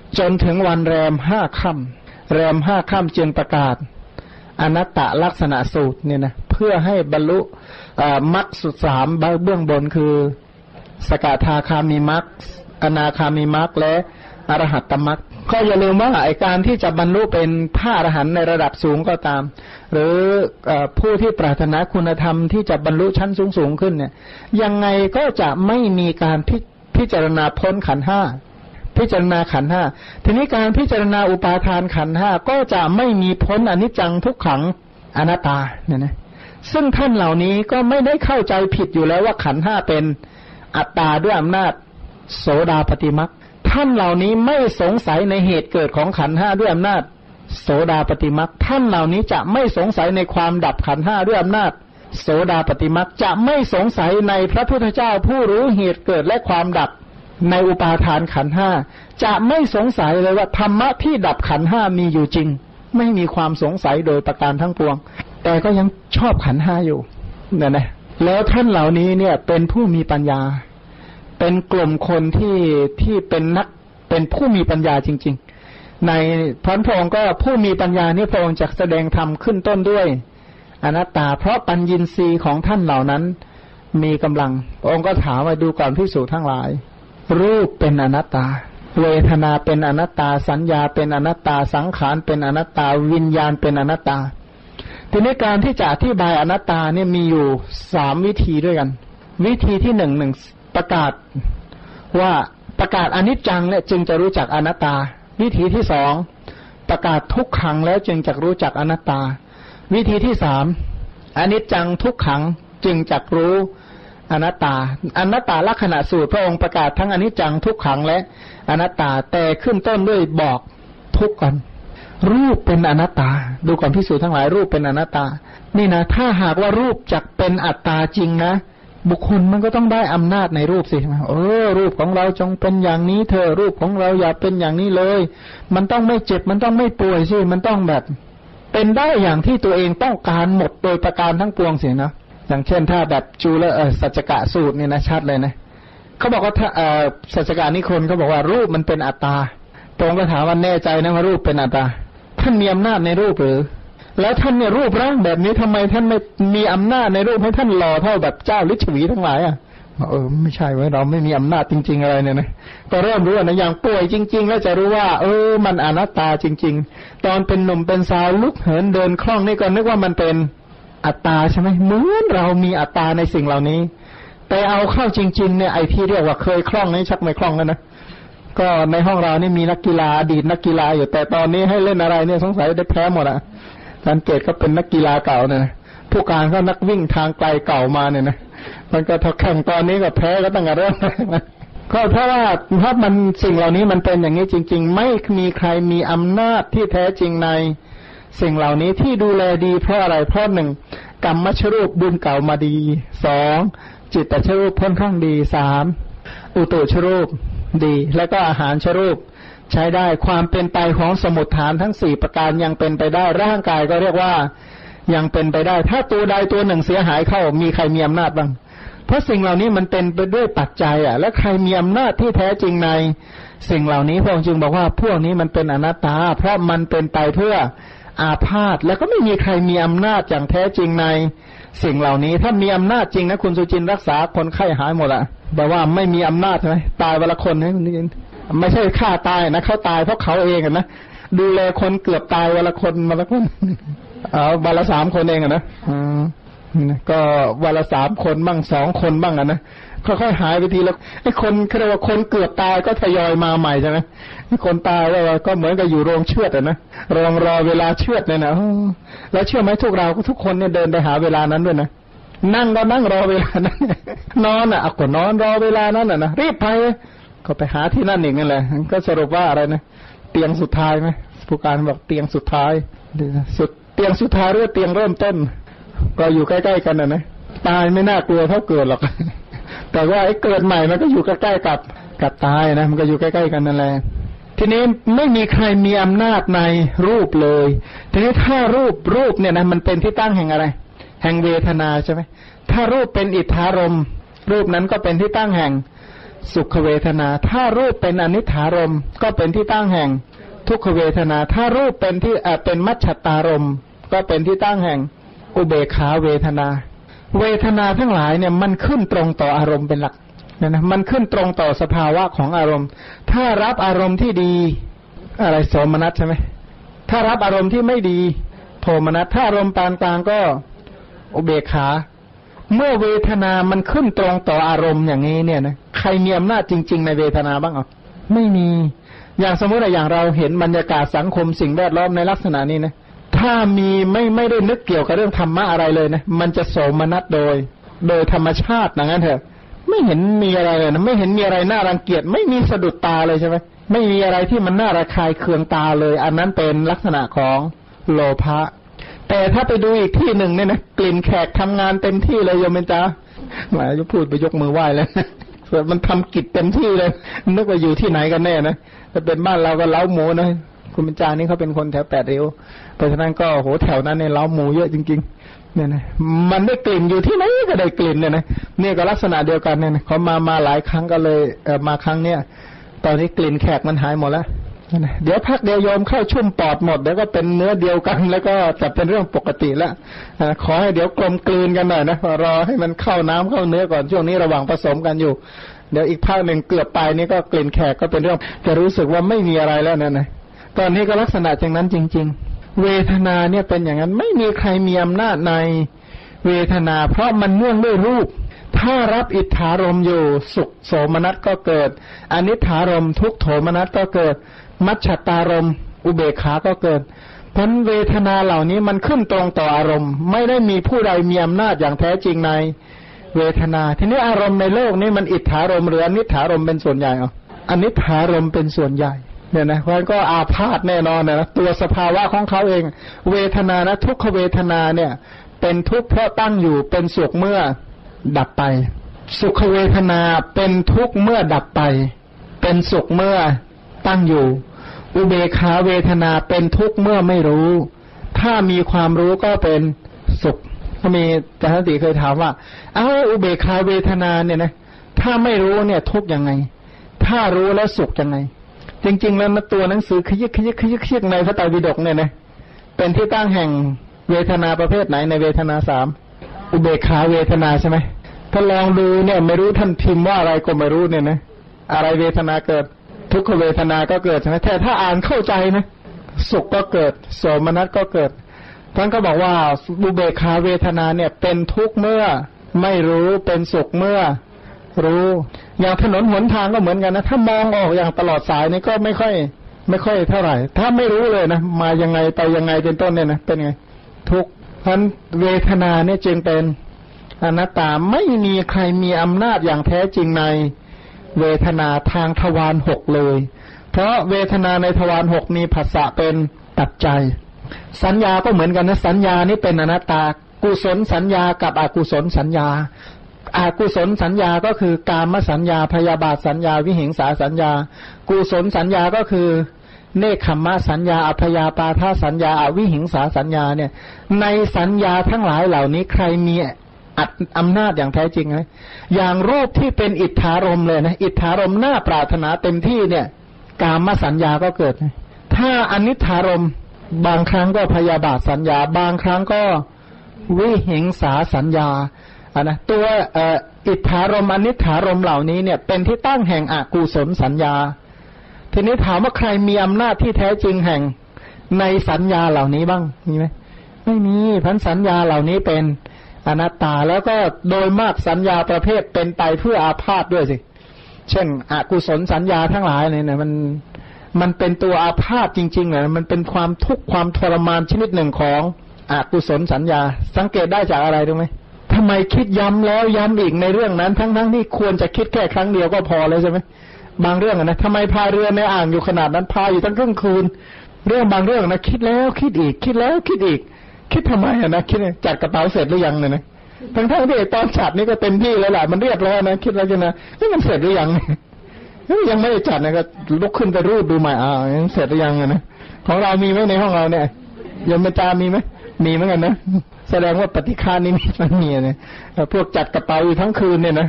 จนถึงวันแรม5 ค่ำแรม5 ค่ำจึงประกาศอนัตตลักษณะสูตรเนี่ยนะเพื่อให้บรรลุมรรคสุด3เบื้องบนคือสกทาคามีมรรคอนาคามีมรรคและอรหัตตมรรคก็อย่าลืมว่าไอ้การที่จะบรรลุเป็นพระอรหันต์ในระดับสูงก็ตามหรือผู้ที่ปรารถนาคุณธรรมที่จะบรรลุชั้นสูงขึ้นเนี่ยยังไงก็จะไม่มีการพิจารณาพ้นขันธ์ห้าพิจารณาขันธ์ห้าทีนี้การพิจารณาอุปาทานขันธ์ห้าก็จะไม่มีพ้นอนิจจังทุกขังอนัตตาเนี่ยนะซึ่งท่านเหล่านี้ก็ไม่ได้เข้าใจผิดอยู่แล้วว่าขันธ์ห้าเป็นอัตตาด้วยอำนาจโสดาปัตติมรรคท่านเหล่านี้ไม่สงสัยในเหตุเกิดของขันธ์ห้าด้วยอำนาจโสดาปัตติมรรคท่านเหล่านี้จะไม่สงสัยในความดับขันธ์ห้าด้วยอำนาจโสดาปัตติมรรคจะไม่สงสัยในพระพุทธเจ้าผู้รู้เหตุเกิดและความดับในอุปาทานขันธ์ห้าจะไม่สงสัยเลยว่าธรรมะที่ดับขันธ์ห้ามีอยู่จริงไม่มีความสงสัยโดยประการทั้งปวงแต่ก็ยังชอบขันธ์ห้าอยู่เนี่ยนะแล้วท่านเหล่านี้เนี่ยเป็นผู้มีปัญญาเป็นกลุ่มคนที่เป็นผู้มีปัญญาจริงๆในพระองค์ก็ผู้มีปัญญานี่พระองค์จะแสดงธรรมขึ้นต้นด้วยอนัตตาเพราะปัญญีสีของท่านเหล่านั้นมีกำลังพระองค์ก็ถามว่าดูก่อนภิกษุทั้งหลายรูปเป็นอนัตตาเวทนาเป็นอนัตตาสัญญาเป็นอนัตตาสังขารเป็นอนัตตาวิญญาณเป็นอนัตตาทีนี้การที่จะอธิบายอนัตตาเนี่ยมีอยู่3วิธีด้วยกันวิธีที่หนึ่งประกาศว่าประกาศอนิจจังและจึงจะรู้จักอนัตตาวิธีที่2ประกาศทุกขังแล้วจึงจะรู้จักอนัตตาวิธีที่3อนิจจังทุกขังจึงจะรู้อนัตตาอนัตตลักษณะสูตรพระองค์ประกาศทั้งอนิจจังทุกขังและอนัตตาแต่ขึ้นต้นด้วยบอกทุกข์ก่อนรูปเป็นอนัตตาดูก่อนภิกษุทั้งหลายรูปเป็นอนัตตานี่นะถ้าหากว่ารูปจักเป็นอัตตาจริงนะบุคคลมันก็ต้องได้อำนาจในรูปสิรูปของเราจงเป็นอย่างนี้เถอะรูปของเราอย่าเป็นอย่างนี้เลยมันต้องไม่เจ็บมันต้องไม่ป่วยสิมันต้องแบบเป็นได้อย่างที่ตัวเองต้องการหมดโดยประการทั้งปวงเสียนะอย่างเช่นถ้าแบบจุลสัจจกะสูตรเนี่ยนะชัดเลยนะเขาบอกว่าถ้าสัจจกะนิคนเขาบอกว่ารูปมันเป็นอัตตาตรงก็ถามว่าแน่ใจนะว่ารูปเป็นอัตตาท่านมีอำนาจในรูปหรือแล้วท่านเนี่ยรูปร่างแบบนี้ทำไมท่านไม่มีอำนาจในรูปให้ท่านหล่อเท่าแบบเจ้าฤาษีทั้งหลายอ่ะไม่ใช่ไว้เราไม่มีอำนาจจริงๆอะไรเนี่ยนะก็เริ่มรู้นะอย่างป่วยจริงๆแล้วจะรู้ว่ามันอนัตตาจริงๆตอนเป็นหนุ่มเป็นสาวลุกเหินเดินคล่องนี่ก็นึกว่ามันเป็นอัตตาใช่ไหมเหมือนเรามีอัตตาในสิ่งเหล่านี้แต่เอาเข้าจริงๆเนี่ยไอ้ที่เรียกว่าเคยคล่องนี่ชักไม่คล่องแล้วนะก็ในห้องเรานี่มีนักกีฬาอดีตนักกีฬาอยู่แต่ตอนนี้ให้เล่นอะไรเนี่ยสงสัยได้แพ้หมดอ่ะสังเกตก็เป็นนักกีฬาเก่าเนี่ยผู้การก็นักวิ่งทางไกลเก่ามาเนี่ยนะมันก็ถ้าแข่งตอนนี้ก็แพ้ก็ตั้งแต่เริ่มก็เพราะว่ามันสิ่งเหล่านี้มันเป็นอย่างนี้จริงๆไม่มีใครมีอำนาจที่แท้จริงในสิ่งเหล่านี้ที่ดูแลดีเพราะอะไรเพราะ1กรรมชรูปบุญเก่ามาดี2จิตตชรูปพ้นข้างดี3อุตุชรูปดีแล้วก็อาหารชรูปใช้ได้ความเป็นไปของสมุฏฐานทั้ง4ประการยังเป็นไปได้ร่างกายก็เรียกว่ายังเป็นไปได้ถ้าตัวใดตัวหนึ่งเสียหายเข้ามีใครมีอำนาจบ้างเพราะสิ่งเหล่านี้มันเป็นไปด้วยปัจจัยและใครมีอำนาจที่แท้จริงในสิ่งเหล่านี้พระองค์จึงบอกว่าพวกนี้มันเป็นอนัตตาเพราะมันเป็นไปเพื่ออาพาธแล้วก็ไม่มีใครมีอำนาจอย่างแท้จริงในสิ่งเหล่านี้ถ้ามีอำนาจจริงนะคุณสุจินรักษาคนไข้หายหมดอะแต่ว่าไม่มีอำนาจใช่ไหมตายวันละคนนะคุณสุจินไม่ใช่ฆ่าตายนะเขาตายเพราะเขาเองนะดูแลคนเกือบตายวันละคนวันละ3 คนเองนะก็วันละ3 คนบ้าง2 คนบ้างนะค่อยๆหายไปทีแล้วไอ้คนเรียกว่าคนเกือบตายก็ทยอยมาใหม่ใช่ไหมคนตายก็เหมือนกับอยู่โรงเชือดนะรอเวลาเชือดเนี่ยนะแล้วเชื่อไหมทุกคนเนี่ยเดินไปหาเวลานั้นด้วยนะนั่งก็นั่งรอเวลานั้นนอนก็นอนรอเวลานั้นนะรีบไปก็ไปหาที่นั่นอีกนั่นแหละก็สรุปว่าอะไรนะเตียงสุดท้ายไหมผู้การบอกเตียงสุดท้ายเตียงสุดท้ายหรือเตียงเริ่มต้นก็อยู่ใกล้ๆกันนะตายไม่น่ากลัวเท่าเกิดหรอกแต่ว่าไอ้เกิดใหม่มันก็อยู่ใกล้ๆกับตายนะมันก็อยู่ใกล้ๆกันนั่นแหละทีนี้ไม่มีใครมีอำนาจในรูปเลยทีนี้ถ้ารูปเนี่ยนะมันเป็นที่ตั้งแห่งอะไรแห่งเวทนาใช่ไหมถ้ารูปเป็นอิทธารมรูปนั้นก็เป็นที่ตั้งแห่งสุขเวทนาถ้ารูปเป็นอนิจฐารมณ์ก็เป็นที่ตั้งแห่งทุกขเวทนาถ้ารูปเป็นที่เป็นมัจฉตารมณ์ก็เป็นที่ตั้งแห่งอุเบกขาเวทนาเวทนาทั้งหลายเนี่ยมันขึ้นตรงต่ออารมณ์เป็นหลักนะมันขึ้นตรงต่อสภาวะของอารมณ์ถ้ารับอารมณ์ที่ดีอะไรโสมนัสใช่ไหมถ้ารับอารมณ์ที่ไม่ดีโทมนัสถ้าอารมณ์ปานกลางก็อุเบกขาเมื่อเวทนามันขึ้นตรงต่ออารมณ์อย่างนี้เนี่ยนะใครมีอำนาจจริงๆในเวทนาบ้างไม่มีอย่างสมมติอย่างเราเห็นบรรยากาศสังคมสิ่งแวดล้อมในลักษณะนี้นะถ้ามีไม่ได้นึกเกี่ยวกับเรื่องธรรมะอะไรเลยนะมันจะโสมนัสโดยธรรมชาติอย่างนั้นเถอะไม่เห็นมีอะไรเลยนะไม่เห็นมีอะไรน่ารังเกียจไม่มีสะดุดตาเลยใช่ไหมไม่มีอะไรที่มันน่าระคายเคืองตาเลยอันนั้นเป็นลักษณะของโลภะแต่ถ้าไปดูอีกที่หนึ่งเนี่ยนะกลิ่นแขกทำงานเต็มที่เลยโยมเบญจาหมายจะพูดไปยกมือไหว้แล้วมันทำกิจเต็มที่เลยนึกว่าอยู่ที่ไหนกันแน่นะถ้าเป็นบ้านเราก็เล้าหมูนะคุณเบญจานี่เขาเป็นคนแถวแปดริ้วเพราะฉะนั้นก็โหแถวนั้นเนี่ยเล้าหมูเยอะจริงๆเนี่ยนะมันได้กลิ่นอยู่ที่ไหนก็ได้กลิ่นเนี่ยนะนี่ก็ลักษณะเดียวกันเนี่ยนะเขามาหลายครั้งก็เลยมาครั้งเนี้ยตอนนี้กลิ่นแขกมันหายหมดแล้วเดี๋ยวพักเดียวโยมเข้าชุ่มปอดหมดเดี๋ยวก็เป็นเนื้อเดียวกันแล้วก็จะเป็นเรื่องปกติแล้วขอให้เดี๋ยวกลมกลืนกันหน่อยนะรอให้มันเข้าน้ำเข้าเนื้อก่อนช่วงนี้ระหว่างผสมกันอยู่เดี๋ยวอีกภาคหนึ่งเกือบไปนี่ก็กลิ่นแขกก็เป็นเรื่องจะรู้สึกว่าไม่มีอะไรแล้วนะตอนนี้ก็ลักษณะอย่างนั้นจริงๆเวทนาเนี่ยเป็นอย่างนั้นไม่มีใครมีอำนาจในเวทนาเพราะมันเนื่องด้วยรูปถ้ารับอิทธารมอยู่สุขโสมนัสก็เกิดอนิทธารมทุกโทมนัสก็เกิดมัจฉตารมอุเบกขาก็เกิดเพราะเวทนาเหล่านี้มันขึ้นตรงต่ออารมณ์ไม่ได้มีผู้ใดมีอำนาจอย่างแท้จริงในเวทนาทีนี้อารมณ์ในโลกนี้มันอิทธารมหรืออนิทธารมเป็นส่วนใหญ่อนิทธารมเป็นส่วนใหญ่เนี่ยนะเพราะงั้นก็อาพาธแน่นอนนะตัวสภาวะของเขาเองเวทนานะทุกขเวทนาเนี่ยเป็นทุกข์เพราะตั้งอยู่เป็นสุขเมื่อดับไปสุขเวทนาเป็นทุกข์เมื่อดับไปเป็นสุขเมื่อตั้งอยู่อุเบกขาเวทนาเป็นทุกข์เมื่อไม่รู้ถ้ามีความรู้ก็เป็นสุขก็มีอาจารย์ติเคยถามว่าอุเบกขาเวทนาเนี่ยนะถ้าไม่รู้เนี่ยทุกข์ยังไงถ้ารู้แล้วสุขยังไงจริงๆแล้วตัวหนังสือขยิกในพระไตรปิฎกเนี่ยนะเป็นที่ตั้งแห่งเวทนาประเภทไหนในเวทนาสามอุเบกขาเวทนาใช่ไหมถ้าลองดูเนี่ยไม่รู้ท่านพิมพ์ว่าอะไรก็ไม่รู้เนี่ยนะอะไรเวทนาเกิดทุกขเวทนาก็เกิดใช่ไหมแต่ถ้าอ่านเข้าใจนะสุขก็เกิดโสมนัสก็เกิดท่านก็บอกว่าอุเบกขาเวทนาเนี่ยเป็นทุกข์เมื่อไม่รู้เป็นสุขเมื่อรู้อย่างถนนหนทางก็เหมือนกันนะถ้ามองออกอย่างตลอดสายนี่ก็ไม่ค่อยเท่าไหร่ถ้าไม่รู้เลยนะมายังไงไปยังไงเป็นต้นเนี่ยนะเป็นไงทุกข์เพราะเวทนาเนี่ยจึงเป็นอนัตตาไม่มีใครมีอำนาจอย่างแท้จริงในเวทนาทางทวารหกเลยเพราะเวทนาในทวารหกมีผัสสะเป็นปัจจัยสัญญาก็เหมือนกันนะสัญญานี่เป็นอนัตตากุศลสัญญากับอกุศลสัญญาอกุศลสัญญาก็คือกามสัญญาพยาบาทสัญญาวิหิงสาสัญญากุศลสัญญาก็คือเนคขมมะสัญญาอภยาปาทสัญญาอวิหิงสาสัญญาเนี่ยในสัญญาทั้งหลายเหล่านี้ใครมีอำนาจอย่างแท้จริงไหมอย่างรูปที่เป็นอิทธารมเลยนะอิทธารมน่าปรารถนาเต็มที่เนี่ยกามสัญญาก็เกิดถ้าอนิทธารมบางครั้งก็พยาบาทสัญญาบางครั้งก็วิหิงสาสัญญานะตัวอิทธารมอนิทธารมเหล่านี้เนี่ยเป็นที่ตั้งแห่งอกุศลสัญญาทีนี้ถามว่าใครมีอำนาจที่แท้จริงแห่งในสัญญาเหล่านี้บ้างมีไหมไม่มีพันสัญญาเหล่านี้เป็นอนัตตาแล้วก็โดยมากสัญญาประเภทเป็นไปเพื่ออาพาธด้วยสิเช่นอกุศลสัญญาทั้งหลายเนี่ยมันเป็นตัวอาพาธจริงๆนะมันเป็นความทุกข์ความทรมานชนิดหนึ่งของอกุศลสัญญาสังเกตได้จากอะไรรู้ไหมทำไมคิดย้ำแล้วย้ำอีกในเรื่องนั้นทั้งที่ควรจะคิดแค่ครั้งเดียวก็พอเลยใช่ไหมบางเรื่องนะทำไมพายเรือในอ่างอยู่ขนาดนั้นพายอยู่ตั้งครึ่งคืนเรื่องบางเรื่องนะคิดแล้วคิดอีกคิดแล้วคิดอีกคิดทำไมนะคิดจัดกระเป๋าเสร็จหรือยังเนี่ยนะทั้งที่ตอนจัดนี่ก็เต็มที่แล้วแหละมันเรียบร้อยนะคิดแล้วจะนะนี่มันเสร็จหรือยังยังไม่ได้จัดนะก็ลุกขึ้นไปรูดดูใหม่ยังเสร็จหรือยังนะของเรามีไหมในห้องเราเนี่ยยมจามีไหมมีเหมือนกันนะแสดงว่าปฏิฆานิมิตมันมีเนี่ยพวกจัดกระเป๋าอยู่ทั้งคืนเนี่ยนะ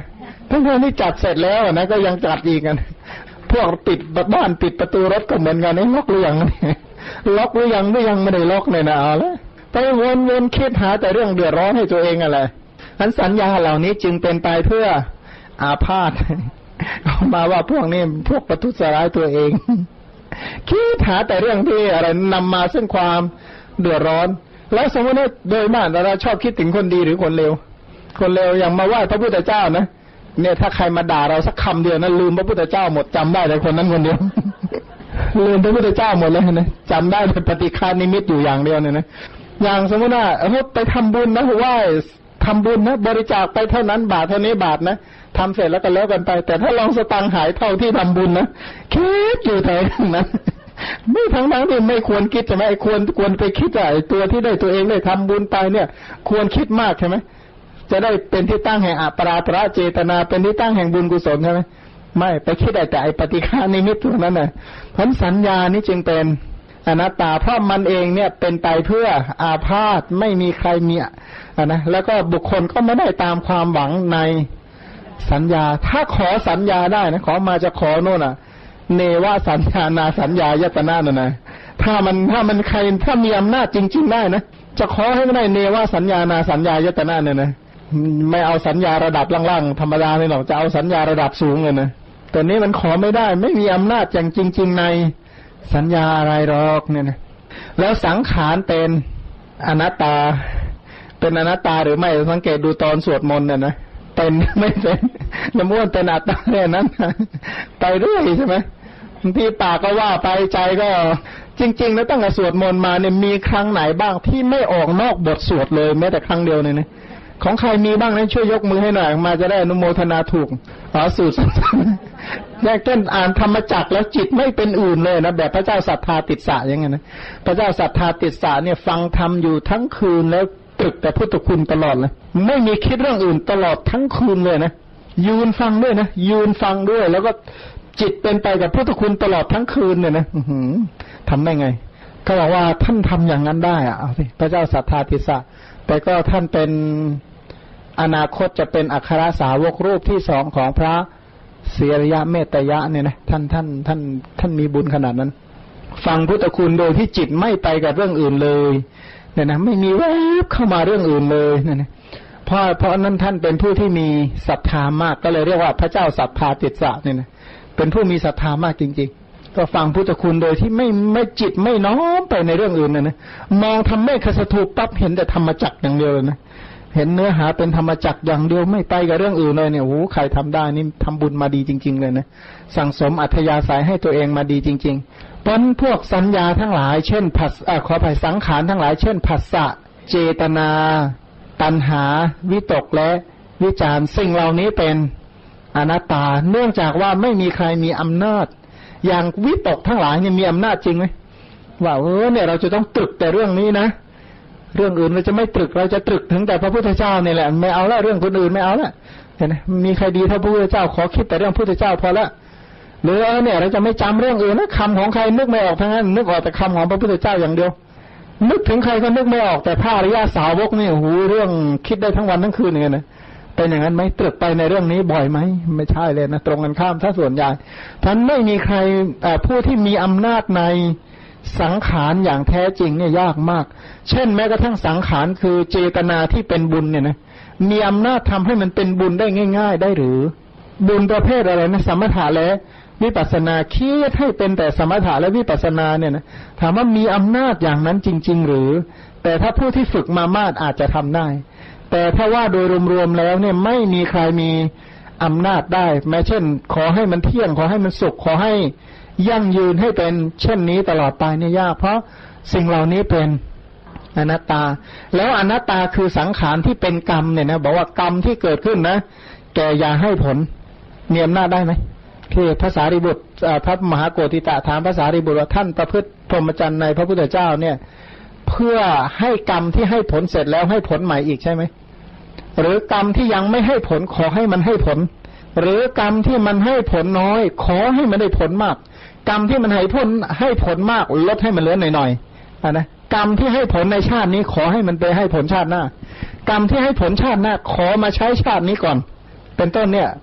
ทั้งที่จัดเสร็จแล้วนะก็ยังจัดอีกกันพวกปิดบ้านปิดประตูรถก็เหมือนกันล็อกหรือยังล็อกหรือยังไม่ได้ล็อกเลยนะเอาละไปวนคิดหาแต่เรื่องเดือดร้อนให้ตัวเองอะไรอันสัญญาเหล่านี้จึงเป็นไปเพื่ออาพาธเอามาว่าพวกนี้พวกประทุษร้ายตัวเองคิดหาแต่เรื่องที่อะไรนำมาซึ่งความเดือดร้อนแล้วสมมติว่าโดยมากเราชอบคิดถึงคนดีหรือคนเลวอย่างมาว่าพระพุทธเจ้านะเนี่ยถ้าใครมาด่าเราสักคำเดียวนะลืมพระพุทธเจ้าหมดจำได้แต่คนนั้นคนเดียวลืมพระพุทธเจ้าหมดเลยนะจำได้แต่ปฏิฆานิมิตอยู่อย่างเดียวเนี่ยนะอย่างสมมติว่าไปทำบุญนะไหว้ทำบุญนะบริจาคไปเท่านั้นบาทเท่านี้บาทนะทำเสร็จแล้วก็แล้วกันไปแต่ถ้าลองสตังค์หายเท่าที่ทำบุญนะคิดอยู่แต่นั้นไม่ทั้งที่ไม่ควรคิดใช่ไหมควรไปคิดไอ้ตัวที่ได้ตัวเองได้ทำบุญไปเนี่ยควรคิดมากใช่ไหมจะได้เป็นที่ตั้งแห่งอัปราตระเจตนาเป็นที่ตั้งแห่งบุญกุศลใช่ไหมไม่ไปคิดแต่ไอ้ปฏิฆานิมิตตัวนั้นน่ะผลสัญญานี้จึงเป็นอนัตตาเพราะมันเองเนี่ยเป็นไปเพื่ออาพาธไม่มีใครมีนะแล้วก็บุคคลก็ไม่ได้ตามความหวังในสัญญาถ้าขอสัญญาได้นะขอมาจะขอโน่นเนวสัญญานาสัญญายตนะน่ะนะถ้ามันใครถ้ามีอำนาจจริงๆได้นะจะขอให้ไม่ได้เนวสัญญานาสัญญายตนะเนี่ยนะไม่เอาสัญญาระดับล่างๆธรรมดาไม่หรอกจะเอาสัญญาระดับสูงเลยนะแต่นี้มันขอไม่ได้ไม่มีอำนาจอย่างจริงๆในสัญญาอะไรหรอกเนี่ยนะแล้วสังขารเป็นอนัตตาหรือไม่สังเกตดูตอนสวดมนต์เนี่ยนะเป็นไม่เป็นน้ำม้วนเป็นอัตตาแค่นั้นไปเรื่อยใช่ไหมบางทีปากก็ว่าไปใจก็จริงๆแล้วตั้งแต่สวดมนต์มาเนี่ยมีครั้งไหนบ้างที่ไม่ออกนอกบทสวดเลยแม้แต่ครั้งเดียวเนี่ยนะของใครมีบ้างนะช่วยยกมือให้หน่อยมาจะได้อนุโมทนาถูกสูตรแยกเต้นอ่านธรรมจักรแล้วจิตไม่เป็นอื่นเลยนะแบบพระเจ้าสัทธาติสสะอย่างเงี้ยนะพระเจ้าสัทธาติสสะเนี่ยฟังธรรมอยู่ทั้งคืนแล้วตรึกแต่พุทธคุณตลอดเลยไม่มีคิดเรื่องอื่นตลอดทั้งคืนเลยนะยืนฟังด้วยนะยืนฟังด้วยแล้วก็จิตเป็นไปกับพุทธคุณตลอดทั้งคืนเนี่ยนะทำได้ไงเขาบอกว่าท่านทำอย่างนั้นได้เอาสิพระเจ้าสัทธาติสสะแต่ก็ท่านเป็นอนาคตจะเป็นอัครสาวกรูปที่สองของพระเสียรยะเมตยะเนี่ยนะท่านมีบุญขนาดนั้นฟังพุทธคุณโดยที่จิตไม่ไปกับเรื่องอื่นเลยเนี่ยนะไม่มีแวบเข้ามาเรื่องอื่นเลยเนี่ยนะเพราะนั้นท่านเป็นผู้ที่มีศรัทธามากก็เลยเรียกว่าพระเจ้าสัทธาติสสะเนี่ยนะเป็นผู้มีศรัทธามากจริงๆก็ฟังพุทธคุณโดยที่ไม่จิตไม่น้อมไปในเรื่องอื่นนะมองทำเมฆขสถูปปั๊บเห็นแต่ธรรมจักรอย่างเดียวเลยนะเห็นเนื้อหาเป็นธรรมจักรอย่างเดียวไม่ไปกับเรื่องอื่นเลยเนี่ยโอ้ใครทำได้นี่ทำบุญมาดีจริงๆเลยนะสั่งสมอัธยาศัยให้ตัวเองมาดีจริงๆเพราะพวกสัญญาทั้งหลายเช่นขออภัยสังขารทั้งหลายเช่นผัสสะเจตนาตัณหาวิตกและวิจารสิ่งเหล่านี้เป็นอนัตตาเนื่องจากว่าไม่มีใครมีอำนาจอย่างวิตกทั้งหลายเนี่ยมีอำนาจจริงไหมว่าเนี่ยเราจะต้องตรึกแต่เรื่องนี้นะเรื่องอื่นเราจะไม่ตรึกเราจะตรึกถึงแต่พระพุทธเจ้านี่แหละไม่เอาละเรื่องคนอื่นไม่เอาละเห็นไหมมีใครดีเท่าพระพุทธเจ้าขอคิดแต่เรื่องพระพุทธเจ้าพอละหรือเนี่ยเราจะไม่จำเรื่องอื่นนะคำของใครนึกไม่ออกทั้งนั้นนึกออกแต่คำของพระพุทธเจ้าอย่างเดียวนึกถึงใครก็นึกไม่ออกแต่พระอริยสาวกนี่โอ้โหเรื่องคิดได้ทั้งวันทั้งคืนเนี่ยนะเป็นอย่างนั้นไหมตรึกไปในเรื่องนี้บ่อยไหมไม่ใช่เลยนะตรงกันข้ามถ้าส่วนใหญ่ท่านไม่มีใครผู้ที่มีอำนาจในสังขารอย่างแท้จริงเนี่ยยากมากเช่นแม้กระทั่งสังขารคือเจตนาที่เป็นบุญเนี่ยนะมีอำนาจทำให้มันเป็นบุญได้ง่ายๆได้หรือบุญประเภทอะไรนะสมถะและวิปัสสนาคิดให้เป็นแต่สมถะและวิปัสสนาเนี่ยนะถามว่ามีอำนาจอย่างนั้นจริงๆหรือแต่ถ้าผู้ที่ฝึกมามากอาจจะทำได้แต่ถ้าว่าโดยรวมๆแล้วเนี่ยไม่มีใครมีอำนาจได้แม้เช่นขอให้มันเที่ยงขอให้มันสุขขอให้ยั่งยืนให้เป็นเช่นนี้ตลอดไปเนี่ยยากเพราะสิ่งเหล่านี้เป็นอนัตตาแล้วอนัตตาคือสังขารที่เป็นกรรมเนี่ยนะบอกว่ากรรมที่เกิดขึ้นนะแกอย่าให้ผลมีอำนาจได้ไหมที่พระสารีบุตรพระมหาโกฏิตะถามพระสารีบุตรว่าท่านประพฤติพรหมจรรย์ในพระพุทธเจ้าเนี่ยเพื่อให้กรรมที่ให้ผลเสร็จแล้วให้ผลใหม่อีกใช่ไหมหรือกรรมที่ยังไม่ให้ผลขอให้มันให้ผลหรือกรรมที่มันให้ผลน้อยขอให้มันได้ผลมากกรรมที่มันให้ผลมากลดให้มันเหลือหน่อยๆนะกรรมที่ให้ผลในชาตินี้ขอให้มันไปให้ผลชาติหน้ากรรมที่ให้ผลชาติหน้าขอมาใช้ชาตินี้ก่อนเป็นต้นเนี่ย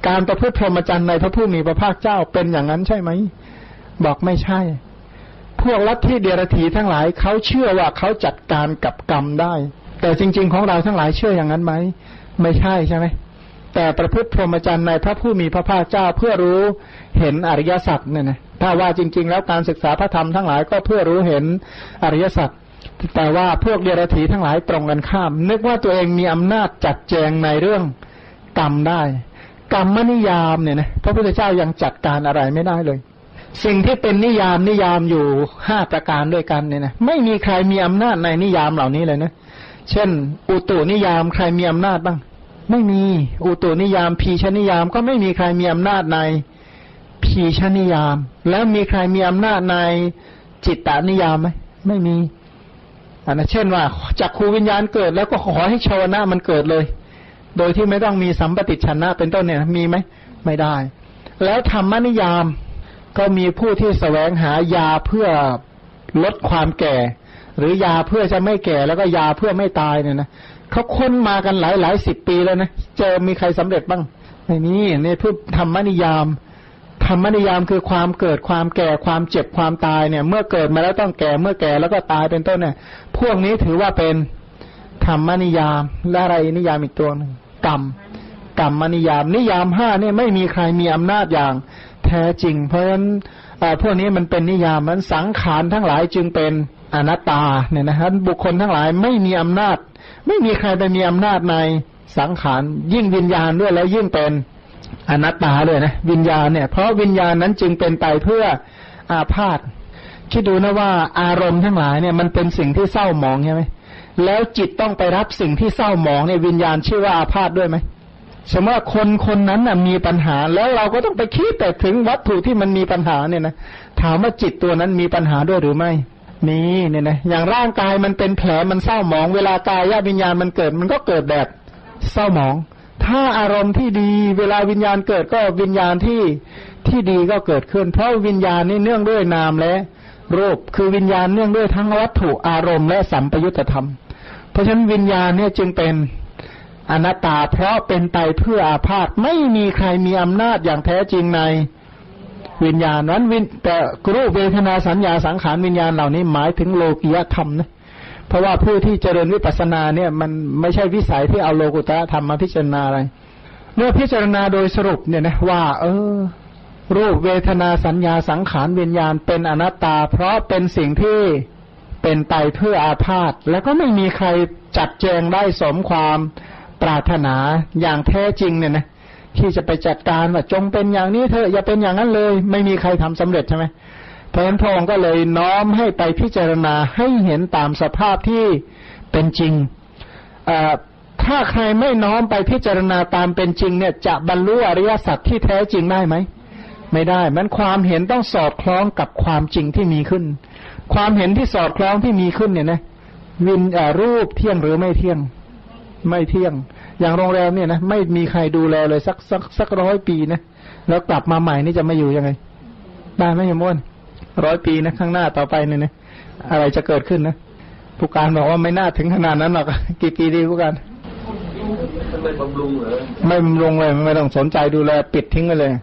การประพฤติพรหมจรรย์ในพระผู้มีพระภาคเจ้าเป็นอย่างนั้นใช่ไหมบอกไม่ใช่พวกลัทธิเดรัจฉีทั้งหลายเขาเชื่อว่าเขาจัดการกับกรรมได้แต่จริงๆของเราทั้งหลายเชื่ออย่างนั้นไหมไม่ใช่ใช่ไหมแต่ประพฤติพรหมจรรย์ในพระผู้มีพระภาคเจ้าเพื่อรู้เห็นอริยสัจเนี่ยนะถ้าว่าจริงๆแล้วการศึกษาพระธรรมทั้งหลายก็เพื่อรู้เห็นอริยสัจแต่ว่าพวกเดรัจฉีทั้งหลายตรงกันข้ามนึกว่าตัวเองมีอำนาจจัดแจงในเรื่องกรรมได้กรรมนิยามเนี่ยนะพระพุทธเจ้ายังจัดการอะไรไม่ได้เลยสิ่งที่เป็นนิยามอยู่5ประการด้วยกันเนี่ยนะไม่มีใครมีอำนาจในนิยามเหล่านี้เลยนะเช่นอุตุนิยามใครมีอำนาจบ้างไม่มีอุตุนิยามพีชนิยามก็ไม่มีใครมีอำนาจในพีชนิยามแล้วมีใครมีอำนาจในจิตตนิยามไหมไม่มีเช่นว่าจักขูวิญญาณเกิดแล้วก็ขอให้ชวนะมันเกิดเลยโดยที่ไม่ต้องมีสัมปติชนะเป็นต้นเนี่ยมีไหมไม่ได้แล้วธรรมนิยามก็มีผู้ที่แสวงหายาเพื่อลดความแก่หรือยาเพื่อจะไม่แก่แล้วก็ยาเพื่อไม่ตายเนี่ยนะเขาค้นมากันหลาย10 ปีแล้วนะเจอมีใครสำเร็จบ้างไม่มีนี่พูดธรรมนิยามธรรมนิยามคือความเกิดความแก่ความเจ็บความตายเนี่ยเมื่อเกิดมาแล้วต้องแก่เมื่อแก่แล้วก็ตายเป็นต้นเนี่ยพวกนี้ถือว่าเป็นธรรมนิยามและอะไรนิยามอีกตัวนึงกรรมนิยามนิยาม5เนี่ยไม่มีใครมีอำนาจอย่างแท้จริงเพราะฉะนั้นพวกนี้มันเป็นนิยามมันสังขารทั้งหลายจึงเป็นอนัตตาเนี่ยนะฮะบุคคลทั้งหลายไม่มีอำนาจไม่มีใครไปมีอำนาจในสังขารยิ่งวิญญาณด้วยแล้วยิ่งเป็นอนัตตาเลยนะวิญญาณเนี่ยเพราะวิญญาณนั้นจึงเป็นไปเพื่ออาพาธคิดดูนะว่าอารมณ์ทั้งหลายเนี่ยมันเป็นสิ่งที่เศร้าหมองใช่ไหมแล้วจิตต้องไปรับสิ่งที่เศร้าหมองเนี่ยวิญญาณชื่อว่าอาพาธด้วยไหมสมมติว่าคนนั้นน่ะมีปัญหาแล้วเราก็ต้องไปคิดแต่ถึงวัตถุที่มันมีปัญหาเนี่ยนะถามว่าจิตตัวนั้นมีปัญหาด้วยหรือไม่มีเนี่ยนะอย่างร่างกายมันเป็นแผลมันเศร้าหมองเวลากายวิญญาณมันเกิดมันก็เกิดแบบเศร้าหมองถ้าอารมณ์ที่ดีเวลาวิญญาณเกิดก็วิญญาณที่ดีก็เกิดขึ้นเพราะวิญญาณนี่เนื่องด้วยนามและรูปคือวิญญาณเนื่องด้วยทั้งวัตถุอารมณ์และสัมปยุตธรรมเพราะฉะนั้นวิญญาณเนี่ยจึงเป็นอนัตตาเพราะเป็นไปเพื่ออาพาธไม่มีใครมีอำนาจอย่างแท้จริงในวิญญาณนั้นแต่รูปเวทนาสัญญาสังขารวิญญาณเหล่านี้หมายถึงโลกิยธรรมนะเพราะว่าผู้ที่เจริญวิปัสสนาเนี่ยมันไม่ใช่วิสัยที่เอาโลกุตตรธรรมมาพิจารณาอะไรเมื่อพิจารณาโดยสรุปเนี่ยนะว่ารูปเวทนาสัญญาสังขารวิญญาณเป็นอนัตตาเพราะเป็นสิ่งที่เป็นไปเพื่ออาพาธแล้วก็ไม่มีใครจัดแจงได้สมความปรารถนาอย่างแท้จริงเนี่ยนะที่จะไปจัดการว่าจงเป็นอย่างนี้เถอะอย่าเป็นอย่างนั้นเลยไม่มีใครทำสำเร็จใช่ไหมเพราะฉะนั้นพระองค์ก็เลยน้อมให้ไปพิจารณาให้เห็นตามสภาพที่เป็นจริงถ้าใครไม่น้อมไปพิจารณาตามเป็นจริงเนี่ยจะบรรลุอริยสัจที่แท้จริงได้ไหมไม่ได้มันความเห็นต้องสอดคล้องกับความจริงที่มีขึ้นความเห็นที่สอดคล้องที่มีขึ้นเนี่ยนะรูปเที่ยงหรือไม่เที่ยงไม่เที่ยงอย่างโรงแรมเนี่ยนะไม่มีใครดูแลเลยสัก100 ปีนะแล้วกลับมาใหม่นี่จะมาอยู่ยังไงได้ไหมยมม่วน100 ปีนะข้างหน้าต่อไปเนี่ยนะอะไรจะเกิดขึ้นนะผู้การบอกว่าไม่น่าถึงขนาดนั้นหรอกกี่ปีดีผู้การไม่บำรุงเหรอไม่บำรุงเลยไม่ต้องสนใจดูแลปิดทิ้งไปเลย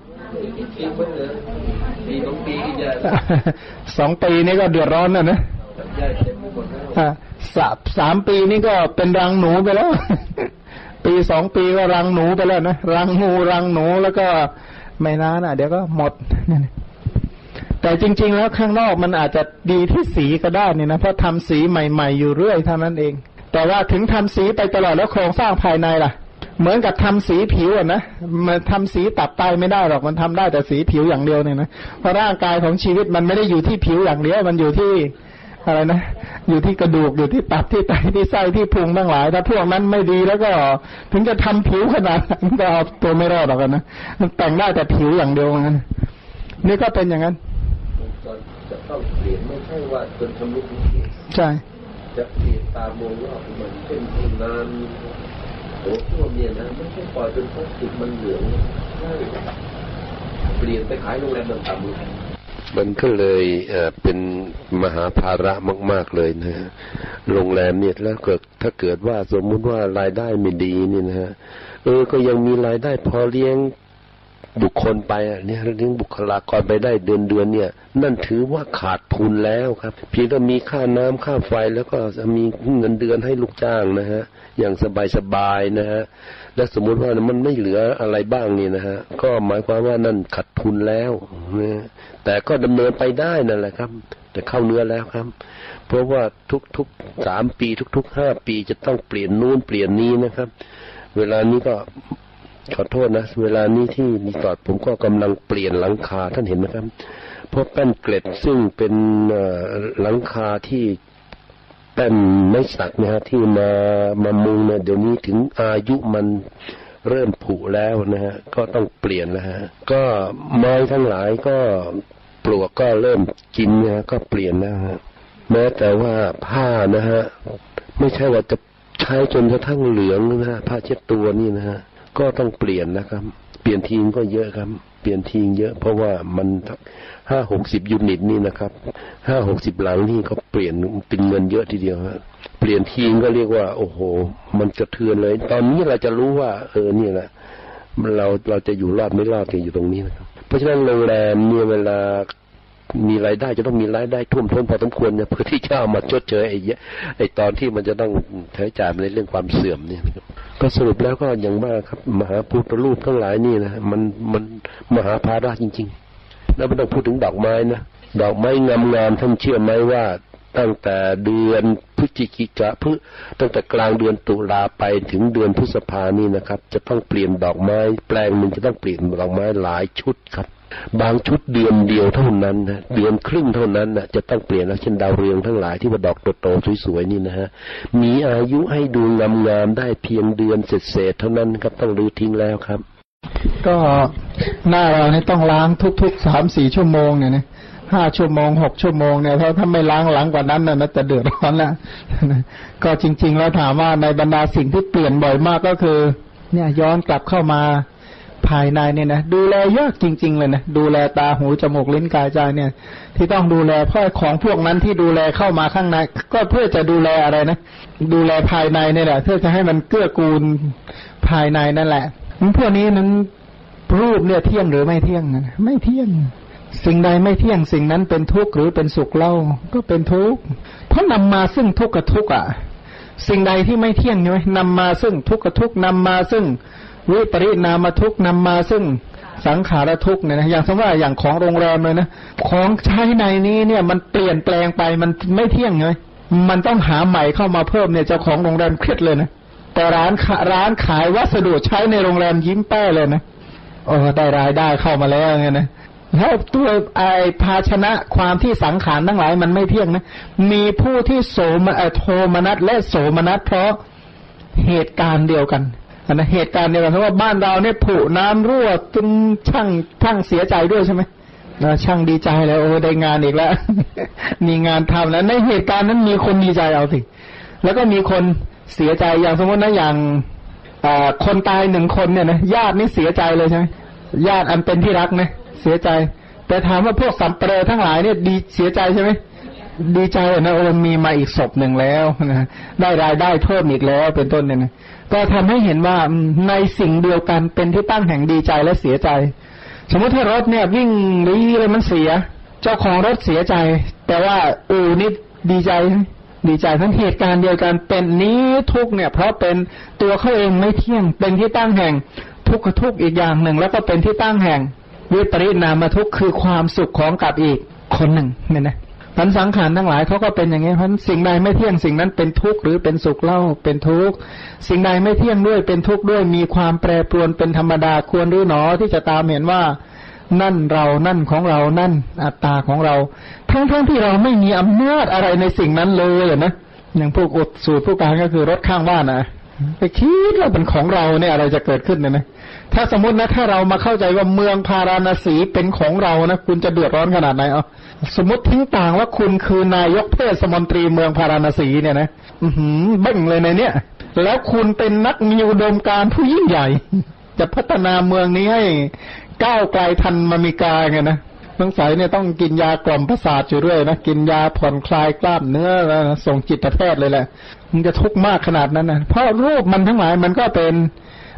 2 ปีนี่ก็เดือดร้อนนะ3 ปีนี่ก็เป็นรังหนูไปแล้วปี 2 ปีก็รังหนูไปแล้วนะรังงูรังหนูแล้วก็ไม่นานเดี๋ยวก็หมดแต่จริงๆแล้วข้างนอกมันอาจจะดีที่สีก็ได้นี่นะเพราะทำสีใหม่ๆอยู่เรื่อยเท่านั้นเองแต่ว่าถึงทำสีไปตลอดแล้วโครงสร้างภายในล่ะเหมือนกับทำสีผิวนะมันทำสีตับไตไม่ได้หรอกมันทำได้แต่สีผิวอย่างเดียวเนี่ยนะเพราะร่างกายของชีวิตมันไม่ได้อยู่ที่ผิวอย่างเดียวมันอยู่ที่อะไรนะอยู่ที่กระดูกอยู่ที่ตับที่ไตที่ไส้ที่พุงทั้งหลายถ้าพวกนั้นไม่ดีแล้วก็ถึงจะทำผิวขนาดนั้นก็เอาตัวไม่รอดหรอกนะมันแต่งได้แต่ผิวอย่างเดียวงั้นนี่ก็เป็นอย่างนั้นจะต้องเปลี่ยนไม่ใช่ว่าจนทำลุกใช่จะเปลี่ยนตามวงรอบมันเป็นงานโอ้พวกเนี่ยนะไม่ใช่ปล่อยเป็นพลาสติกมันเหลืองเปลี่ยนไปขายโรงแรมต่ำๆมันก็เลยเป็นมหาภาระมากๆเลยนะโรงแรมเนี่ยแล้วเกิดถ้าเกิดว่าสมมุติว่ารายได้ไม่ดีนี่นะฮะก็ยังมีรายได้พอเลี้ยงบุคคลไปเนี่ยเลี้ยงบุคลากรไปได้เดือนเนี่ยนั่นถือว่าขาดทุนแล้วครับเพียงแต่มีค่าน้ำค่าไฟแล้วก็มีเงินเดือนให้ลูกจ้างนะฮะอย่างสบายๆนะฮะและสมมุติว่ามันไม่เหลืออะไรบ้างนี่นะฮะก็หมายความว่านั่นขาดทุนแล้วนะแต่ก็ดำเนินไปได้นั่นแหละครับแต่เข้าเนื้อแล้วครับเพราะว่าทุก3 ปีทุก5 ปีจะต้องเปลี่ยนนู่นเปลี่ยนนี้นะครับเวลานี้ก็ขอโทษนะเวลานี้ที่รีสอร์ทผมก็กำลังเปลี่ยนหลังคาท่านเห็นไหมครับเพราะแป้นเกล็ดซึ่งเป็นหลังคาที่แป้นไม้สักนะฮะที่มามุงเนี่ยเดี๋ยวนี้ถึงอายุมันเริ่มผุแล้วนะฮะก็ต้องเปลี่ยนแล้วฮะก็ไม้ทั้งหลายก็ปลวกก็เริ่มกินนะก็เปลี่ยนแล้วฮะแม้แต่ว่าผ้านะฮะไม่ใช่ว่าจะใช้จนกระทั่งเหลืองนะฮะผ้าเช็ดตัวนี่นะฮะก็ต้องเปลี่ยนนะครับเปลี่ยนทีก็เยอะครับเปลี่ยนทีเยอะเพราะว่ามัน50-60 ยูนิตนี่นะครับ50-60 หลังนี่ก็เปลี่ยนเป็นเงินเยอะทีเดียวฮะเปลี่ยนทีก็เรียกว่าโอ้โหมันกระเทือนเลยตอนนี้เราจะรู้ว่านี่แหละเราจะอยู่รอดไม่รอดอยู่ตรงนี้นะครับเพราะฉะนั้นโรงแรมเนี่ยเวลามีรายได้จะต้องมีรายได้ท่วมท้นพอสมควรเนี่ยเพื่อที่จะเอามาชดเชยไอ้ตอนที่มันจะต้องใช้จ่ายในเรื่องความเสื่อมเนี่ยก็สรุปแล้วก็อย่างว่าครับมหาพุทธรูปทั้งหลายนี่นะมันมหาภาระจริงๆแล้วไม่ต้องพูดถึงดอกไม้นะดอกไม้งามๆท่านเชื่อไหมว่าตั้งแต่เดือนพฤศจิกาตั้งแต่กลางเดือนตุลาไปถึงเดือนพฤษภานี่นะครับจะต้องเปลี่ยนดอกไม้แปลงนึงจะต้องเปลี่ยนดอกไม้หลายชุดครับบางชุดเดือนเดียวเท่านั้นนะเดือนครึ่งเท่านั้นนะจะต้องเปลี่ยนแล้วเช่นดาวเรืองทั้งหลายที่ว่าดอกโตๆสวยๆนี่นะฮะมีอายุให้ดูงามๆได้เพียงเดือนเศษๆเท่านั้นครับต้องรื้อทิ้งแล้วครับก็หน้าเราเนี่ยต้องล้างทุกๆ 3-4 ชั่วโมงเนี่ยนะ5 ชั่วโมง 6 ชั่วโมงเนี่ยเพราะถ้าไม่ล้างหลังกว่านั้นน่ะจะเดือดร้อนแล้วก็จริงๆแล้วถามว่าในบรรดาสิ่งที่เปลี่ยนบ่อยมากก็คือเนี่ยย้อนกลับเข้ามาภายในเนี่ยนะดูแลยากจริงๆเลยนะดูแลตาหูจมูกลิ้นกายใจเนี่ยที่ต้องดูแลเพราะของพวกนั้นที่ดูแลเข้ามาข้างในก็เพื่อจะดูแลอะไรนะดูแลภายในเนี่ยแหละเพื่อจะให้มันเกื้อกูลภายในนั่นแหละพวกนี้นั้นรูปเนี่ยเที่ยงหรือไม่เที่ยงไม่เที่ยงสิ่งใดไม่เที่ยงสิ่งนั้นเป็นทุกข์หรือเป็นสุขเล่าก็เป็นทุกข์เพราะนำมาซึ่งทุกข์กับทุกข์อ่ะสิ่งใดที่ไม่เที่ยงเนี่ยนำมาซึ่งทุกข์กับทุกข์นำมาซึ่งวิปริณามทุกข์นำมาซึ่งสังขารทุกข์เนี่ยนะอย่างสมมติว่าอย่างของโรงแรมเลยนะของใช้ในนี้เนี่ยมันเปลี่ยนแปลงไปมันไม่เที่ยงเลยมันต้องหาใหม่เข้ามาเพิ่มเนี่ยเจ้าของโรงแรมเครียดเลยนะแต่ร้านขายวัสดุใช้ในโรงแรมยิ้มแป้เลยนะได้รายได้เข้ามาแล้วไงนะแล้วตัวภาชนะความที่สังขารทั้งหลายมันไม่เที่ยงนะมีผู้ที่โทมนัสและโสมนัสเพราะเหตุการณ์เดียวกันนะเหตุการณ์เดียวกันเพราะว่าบ้านเราเนี่ยผุน้ำรั่วจนช่างเสียใจด้วยใช่ไหมช่างดีใจแล้วได้งานอีกแล้ว มีงานทำแล้วในเหตุการณ์นั้นมีคนดีใจเอาสิแล้วก็มีคนเสียใจอย่างสมมตินะอย่างคนตาย1 คนเนี่ยนะญาตินี่เสียใจเลยใช่ไหมญาติอันเป็นที่รักนะเสียใจแต่ถามว่าพวกสัมเปรทั้งหลายเนี่ยดีเสียใจใช่ไหมดีใจนะมีมาอีกศพหนึ่งแล้วนะได้รายได้เพิ่มอีกแล้วเป็นต้นเนี่ยนะก็ทำให้เห็นว่าในสิ่งเดียวกันเป็นที่ตั้งแห่งดีใจและเสียใจสมมติถ้ารถเนี่ยวิ่งลีเลยมันเสียเจ้าของรถเสียใจแต่ว่านี่ดีใจดีใจทั้งเหตุการณ์เดียวกันเป็นนี้ทุกเนี่ยเพราะเป็นตัวเขาเองไม่เที่ยงเป็นที่ตั้งแห่งทุกข์ทุกข์อีกอย่างหนึ่งแล้วก็เป็นที่ตั้งแห่งวิปริณามทุกข์คือความสุขของกับอีกคนหนึ่งเนี่ยนะพันสังขารทั้งหลายเขาก็เป็นอย่างนี้เพราะสิ่งใดไม่เที่ยงสิ่งนั้นเป็นทุกข์หรือเป็นสุขเล่าเป็นทุกข์สิ่งใดไม่เที่ยงด้วยเป็นทุกข์ด้วยมีความแปรปรวนเป็นธรรมดาควรหรือหนอที่จะตามเห็นว่านั่นเรานั่นของเรานั่นอัตตาของเราทั้งที่เราไม่มีอำนาจอะไรในสิ่งนั้นเลยนะอย่างพวกอดสูตรผู้การก็คือรถข้างบ้านนะไปคิดว่าเป็นของเราเนี่ยอะไรจะเกิดขึ้นเนี่ยนะถ้าสมมตินะถ้าเรามาเข้าใจว่าเมืองพาราณสีเป็นของเรานะคุณจะเดือดร้อนขนาดไหนสมมติทิ้งต่างว่าคุณคือนายกเทศมนตรีเมืองพาราณสีเนี่ยนะเบ่งเลยในเนี้ยแล้วคุณเป็นนักมีอุดมการณ์ผู้ยิ่งใหญ่จะพัฒนาเมืองนี้ให้ก้าวไกลทันมามิกาไงนะสงสัยเนี่ยต้องกินยากล่อมประสาทอยู่เรื่อยนะกินยาผ่อนคลายกล้ามเนื้อส่งจิตแพทย์เลยแหละมันจะทุกข์มากขนาดนั้นนะเพราะรูปมันทั้งหลายมันก็เป็น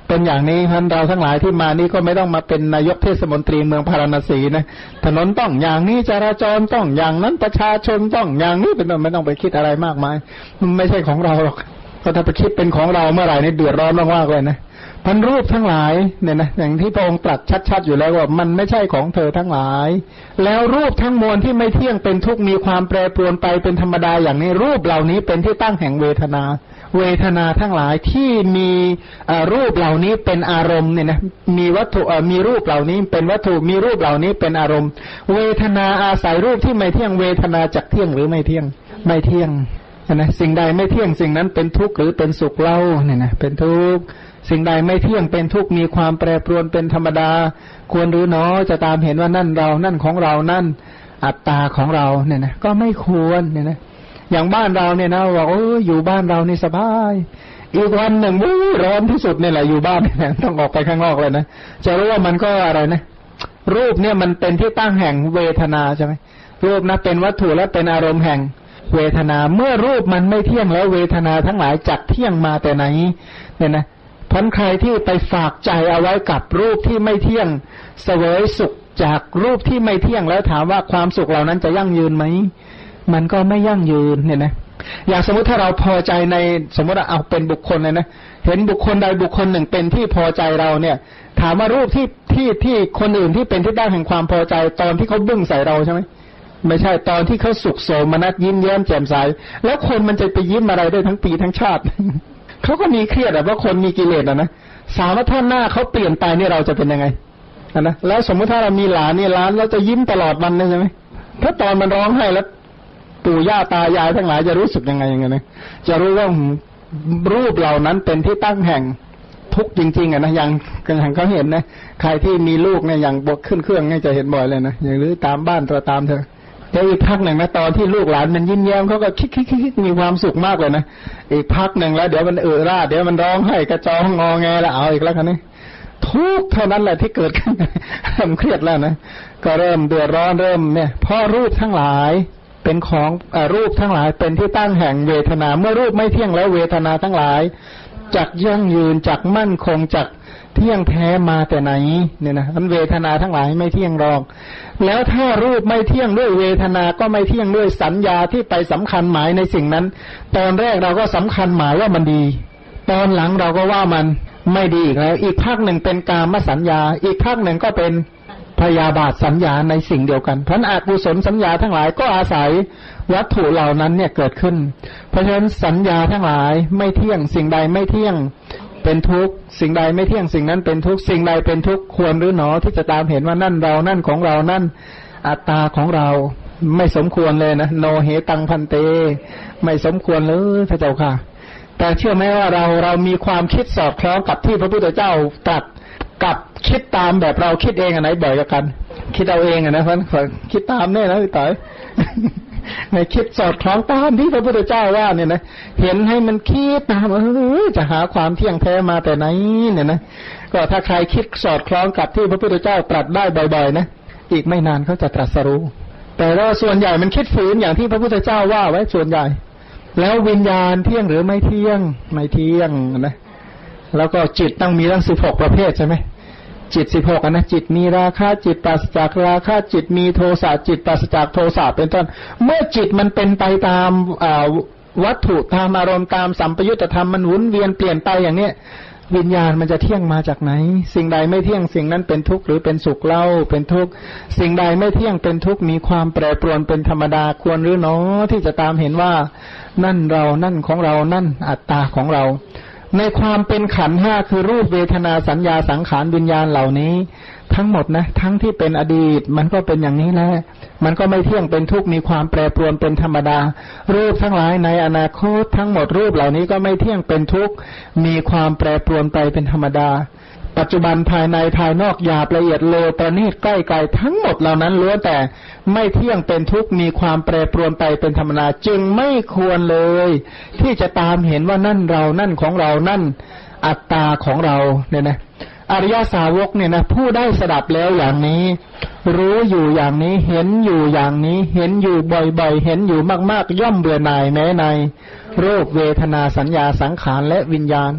เป็นอย่างนี้ท่านเราทั้งหลายที่มานี่ก็ไม่ต้องมาเป็นนายกเทศมนตรีเมืองพาราณสีนะถนนต้องอย่างนี้จราจรต้องอย่างนั้นประชาชนต้องอย่างนี้เป็นต้นไม่ต้องไปคิดอะไรมากมายมันไม่ใช่ของเราหรอกก็ถ้าไปคิดเป็นของเราเมื่อไหร่นี่เดือดร้อนมากๆเลยนะพันรูปทั้งหลายเนี่ยนะอย่างที่พระองค์ตรัสชัดๆอยู่แล้วว่ามันไม่ใช่ของเธอทั้งหลายแล้วรูปทั้งมวลที่ไม่เที่ยงเป็นทุกข์มีความแปรปรวนไปเป็นธรรมดาอย่างนี้รูปเหล่านี้เป็นที่ตั้งแห่งเวทนาเวทนาทั้งหลายที่มีรูปเหล่านี้เป็นอารมณ์เนี่ยนะมีวัตถุมีรูปเหล่านี้เป็นวัตถุมีรูปเหล่านี้เป็นอารมณ์เวทนาอาศัยรูปที่ไม่เที่ยงเวทนาจักเที่ยงหรือไม่เที่ยงไม่เที่ยงนะสิ่งใดไม่เที่ยงสิ่งนั้นเป็นทุกข์หรือเป็นสุขเล่าเนี่ยนะเป็นทุกข์สิ่งใดไม่เที่ยงเป็นทุกข์มีความแปรปรวนเป็นธรรมดาควรหรือเนาะจะตามเห็นว่านั่นเรานั่นของเรานั่นอัตตาของเราเนี่ยนะก็ไม่ควรเนี่ยนะอย่างบ้านเราเนี่ยนะว่าโอ้อยู่บ้านเรานี่สบายอีกวันหนึ่งร้อนที่สุดเนี่ยแหละอยู่บ้านเนี่ยต้องออกไปข้างนอกเลยนะจะรู้ว่ามันก็อะไรนะรูปเนี่ยมันเป็นที่ตั้งแห่งเวทนาใช่ไหมรูปนะเป็นวัตถุและเป็นอารมณ์แห่งเวทนาเมื่อรูปมันไม่เที่ยงแล้วเวทนาทั้งหลายจักเที่ยงมาแต่ไหนเนี่ยนะพ้นใครที่ไปฝากใจเอาไว้กับรูปที่ไม่เที่ยงเสวยสุขจากรูปที่ไม่เที่ยงแล้วถามว่าความสุขเหล่านั้นจะยั่งยืนไหมมันก็ไม่ยั่งยืนเนี่ยนะอย่างสมมุติถ้าเราพอใจในสมมติเอาเป็นบุคคลเลยนะเห็นบุคคลใดบุคคลหนึ่งเป็นที่พอใจเราเนี่ยถามว่ารูปที่คนอื่นที่เป็นที่ตั้งแห่งความพอใจตอนที่เขาบึ้งใส่เราใช่ไหมไม่ใช่ตอนที่เขาสุขโสมนัสยิ้มแย้มแจ่มใสแล้วคนมันจะไปยิ้มอะไรได้ทั้งปีทั้งชาติ เขาก็มีเครียดแบบว่าคนมีกิเลสนะสามารถท่านหน้าเขาเปลี่ยนไปนี่เราจะเป็นยังไงนะแล้วสมมติถ้าเรามีหลานนี่หลานเราจะยิ้มตลอดวันเลยใช่ไหมถ้าตอนมันร้องไห้แล้วปู่ย่าตายายทั้งหลายจะรู้สึกยังไงนะจะรู้ว่ารูปเหล่านั้นเป็นที่ตั้งแห่งทุกข์จริงๆนะอย่างเขาเห็นนะใครที่มีลูกเนี่ยอย่างบกขึ้นเครื่องเนี่ยจะเห็นบ่อยเลยนะอย่างหรือตามบ้านตัวตามเธอแต่อีกพักหนึ่งนะตอนที่ลูกหลานมันยิ้มแย้มเขาก็คิกมีความสุขมากเลยนะอีกพักหนึ่งแล้วเดี๋ยวมันร่าเดี๋ยวมันร้องไห้กระจองงอแงแล้วเอาอีกแล้วกันนี่ทุกเท่านั้นแหละที่เกิดขึ้นเริ่มเครียดแล้วนะก็เริ่มเดือดร้อนเริ่มเนี่ยเพราะรูปทั้งหลายเป็นของรูปทั้งหลายเป็นที่ตั้งแห่งเวทนาเมื่อรูปไม่เที่ยงแล้วเวทนาทั้งหลายจักยั่งยืนจักมั่นคงจักเที่ยงแท้มาแต่ไหนเนี่ยนะมันเวทนาทั้งหลายไม่เที่ยงหรอกแล้วถ้ารูปไม่เที่ยงด้วยเวทนาก็ไม่เที่ยงด้วยสัญญาที่ไปสำคัญหมายในสิ่งนั้นตอนแรกเราก็สำคัญหมายว่ามันดีตอนหลังเราก็ว่ามันไม่ดีอีกแล้วอีกภาคหนึ่งเป็นกามสัญญาอีกภาคหนึ่งก็เป็นพยาบาทสัญญาในสิ่งเดียวกันเพราะอกุศลสัญญาทั้งหลายก็อาศัยวัตถุเหล่านั้นเนี่ยเกิดขึ้นเพราะฉะนั้นสัญญาทั้งหลายไม่เที่ยงสิ่งใดไม่เที่ยงเป็นทุกข์สิ่งใดไม่เที่ยงสิ่งนั้นเป็นทุกข์สิ่งใดเป็นทุกข์ควรหรือหนอที่จะตามเห็นว่านั่นเรานั่นของเรานั่นอัตตาของเราไม่สมควรเลยนะโนเหตังพันเตไม่สมควรเลยพระเจ้าค่ะแต่เชื่อไหมว่าเรามีความคิดสอดคล้องกับที่พระพุทธเจ้าตรัสกับคิดตามแบบเราคิดเองอันไหนบ่อยกว่ากันคิดเอาเองนะเพื่อนคิดตามเนี่ยนะพี่ต่อยในคิดสอดคล้องตามที่พระพุทธเจ้าว่าเนี่ยนะเห็นให้มันคิดตามจะหาความเที่ยงแท้มาแต่ไหนเนี่ยนะก็ถ้าใครคิดสอดคล้องกับที่พระพุทธเจ้าตรัสได้บ่อยๆนะอีกไม่นานเขาจะตรัสรู้แต่ว่าส่วนใหญ่มันคิดฝืนอย่างที่พระพุทธเจ้าว่าไว้ส่วนใหญ่แล้ววิญญาณเที่ยงหรือไม่เที่ยงไม่เที่ยงนะแล้วก็จิตต้องมีทั้ง16ประเภทใช่ไหมจิต16นะจิตมีราคะจิตปราศจากราคะจิตมีโทสะจิตปราศจากโทสะเป็นต้นเมื่อจิตมันเป็นไปตามวัตถุตามอารมณ์ตามสัมปยุตธรรมมันหมุนเวียนเปลี่ยนไปอย่างเนี้ยวิญญาณมันจะเที่ยงมาจากไหนสิ่งใดไม่เที่ยงสิ่งนั้นเป็นทุกข์หรือเป็นสุขเล่าเป็นทุกข์สิ่งใดไม่เที่ยงเป็นทุกข์มีความแปรปรวนเป็นธรรมดาควรหรือเนาะที่จะตามเห็นว่านั่นเรานั่นของเรานั่นอัตตาของเราในความเป็นขันธ์ห้าคือรูปเวทนาสัญญาสังขารวิญญาณเหล่านี้ทั้งหมดนะทั้งที่เป็นอดีตมันก็เป็นอย่างนี้แหละมันก็ไม่เที่ยงเป็นทุกข์มีความแปรปรวนเป็นธรรมดารูปทั้งหลายในอนาคตทั้งหมดรูปเหล่านี้ก็ไม่เที่ยงเป็นทุกข์มีความแปรปรวนไปเป็นธรรมดาปัจจุบันภายในภายนอกหยาบละเอียดเลวประณีตใกล้ไกลทั้งหมดเหล่านั้นล้วนแต่ไม่เที่ยงเป็นทุกข์มีความแปรปรวนไปเป็นธรรมดาจึงไม่ควรเลยที่จะตามเห็นว่านั่นเรานั่นของเรานั่นอัตตาของเราเนี่ยนะอริยสาวกเนี่ยนะผู้ได้สดับแล้วอย่างนี้รู้อยู่อย่างนี้เห็นอยู่อย่างนี้เห็นอยู่บ่อยๆเห็นอยู่มากๆย่อมเบื่อหน่ายแม้ในรูปเวทนาสัญญาสังขารและวิญญาณ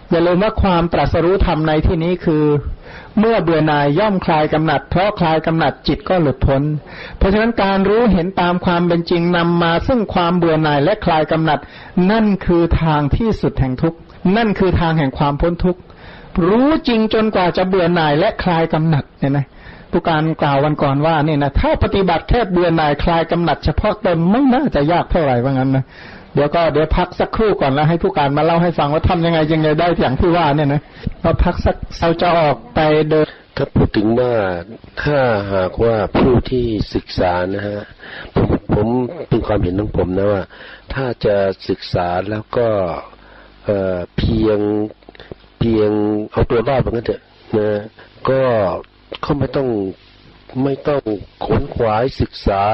อย่าลืมว่าความตรัสรู้ธรรมในที่นี้คือเมื่อเบื่อหน่ายย่อมคลายกำหนัดเพราะคลายกำหนัดจิตก็หลุดพ้นเพราะฉะนั้นการรู้เห็นตามความเป็นจริงนำมาซึ่งความเบื่อหน่ายและคลายกำหนัดนั่นคือทางที่สุดแห่งทุกข์นั่นคือทางแห่งความพ้นทุกข์รู้จริงจนกว่าจะเบื่อหน่ายและคลายกำหนัดเนี่ยนะผู้การกล่าววันก่อนว่าเนี่ยนะถ้าปฏิบัติแค่เบื่อหน่ายคลายกำหนัดเฉพาะตนไม่น่าจะยากเท่าไหร่ว่างั้นนะเดี๋ยวพักสักครู่ก่อนแล้วให้ผู้การมาเล่าให้ฟังว่าทำยังไงได้อย่างที่ว่าเนี่ยนะเราพักสักเราจะออกไปเดินถ้าพูดถึงว่าถ้าหากว่าผู้ที่ศึกษานะฮะผมเป็นความเห็นของผมนะว่าถ้าจะศึกษาแล้วก็เพียงเอาตัวรอดเหมือนกันเถอะนะก็ไม่ต้องขนขวายศึกษา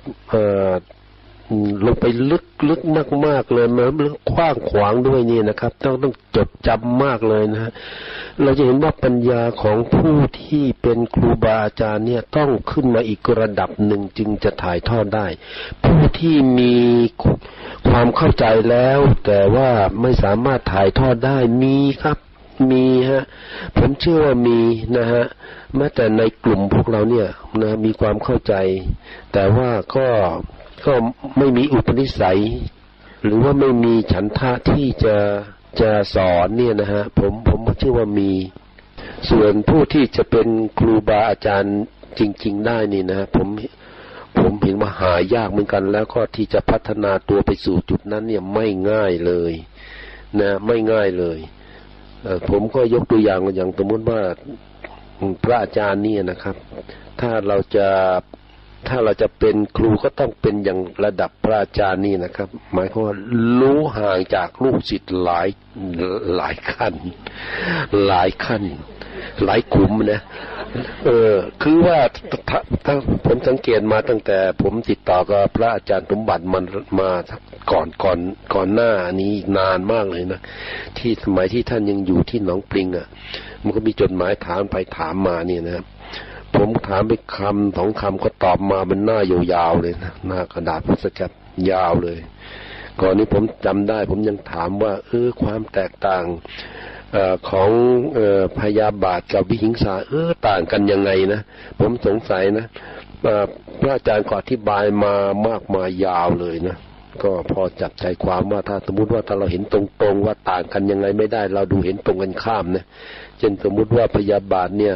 ลงไปลึกมากเลยมันลึกกว้างขวางด้วยนี่นะครับต้องจดจำมากเลยนะฮะเราจะเห็นว่าปัญญาของผู้ที่เป็นครูบาอาจารย์เนี่ยต้องขึ้นมาอีกระดับหนึ่งจึงจะถ่ายทอดได้ผู้ที่มีความเข้าใจแล้วแต่ว่าไม่สามารถถ่ายทอดได้มีครับมีฮะผมเชื่อว่ามีนะฮะแม้แต่ในกลุ่มพวกเราเนี่ยนะมีความเข้าใจแต่ว่าก็ไม่มีอุปนิสัยหรือว่าไม่มีฉันทะที่จะสอนเนี่ยนะฮะผมเชื่อว่ามีส่วนผู้ที่จะเป็นครูบาอาจารย์จริงๆได้นี่นะผมเห็นว่าหายากเหมือนกันแล้วก็ที่จะพัฒนาตัวไปสู่จุดนั้นเนี่ยไม่ง่ายเลยนะไม่ง่ายเลยผมก็ยกตัวอย่างสมมติว่าพระอาจารย์นี่นะครับถ้าเราจะเป็นครูก็ต้องเป็นอย่างระดับพระอาจารย์นี่นะครับหมายความว่ารู้ห่างจากลูกศิษย์หลายขั้นหลายขุมนะคือว่าถ้าผมสังเกตมาตั้งแต่ผมติดต่อกับพระอาจารย์สมบัติมันมาก่อนหน้านี้นานมากเลยนะที่สมัยที่ท่านยังอยู่ที่หนองปริงอ่ะมันก็มีจดหมายถามไปถามมาเนี่ยนะผมถามไปคำสองคำก็ตอบมาเป็นหน้ายาวๆเลยนะหน้ากระดาษพลาสติกยาวเลยก่อนนี้ผมจำได้ผมยังถามว่าความแตกต่างของพยาบาทกับวิหิงสาต่างกันยังไงนะผมสงสัยนะพระอาจารย์ก็อธิบายมามากมายยาวเลยนะก็พอจับใจความว่าถ้าสมมุติว่าถ้าเราเห็นตรงๆว่าต่างกันยังไงไม่ได้เราดูเห็นตรงกันข้ามนะเช่นสมมุติว่าพยาบาทเนี่ย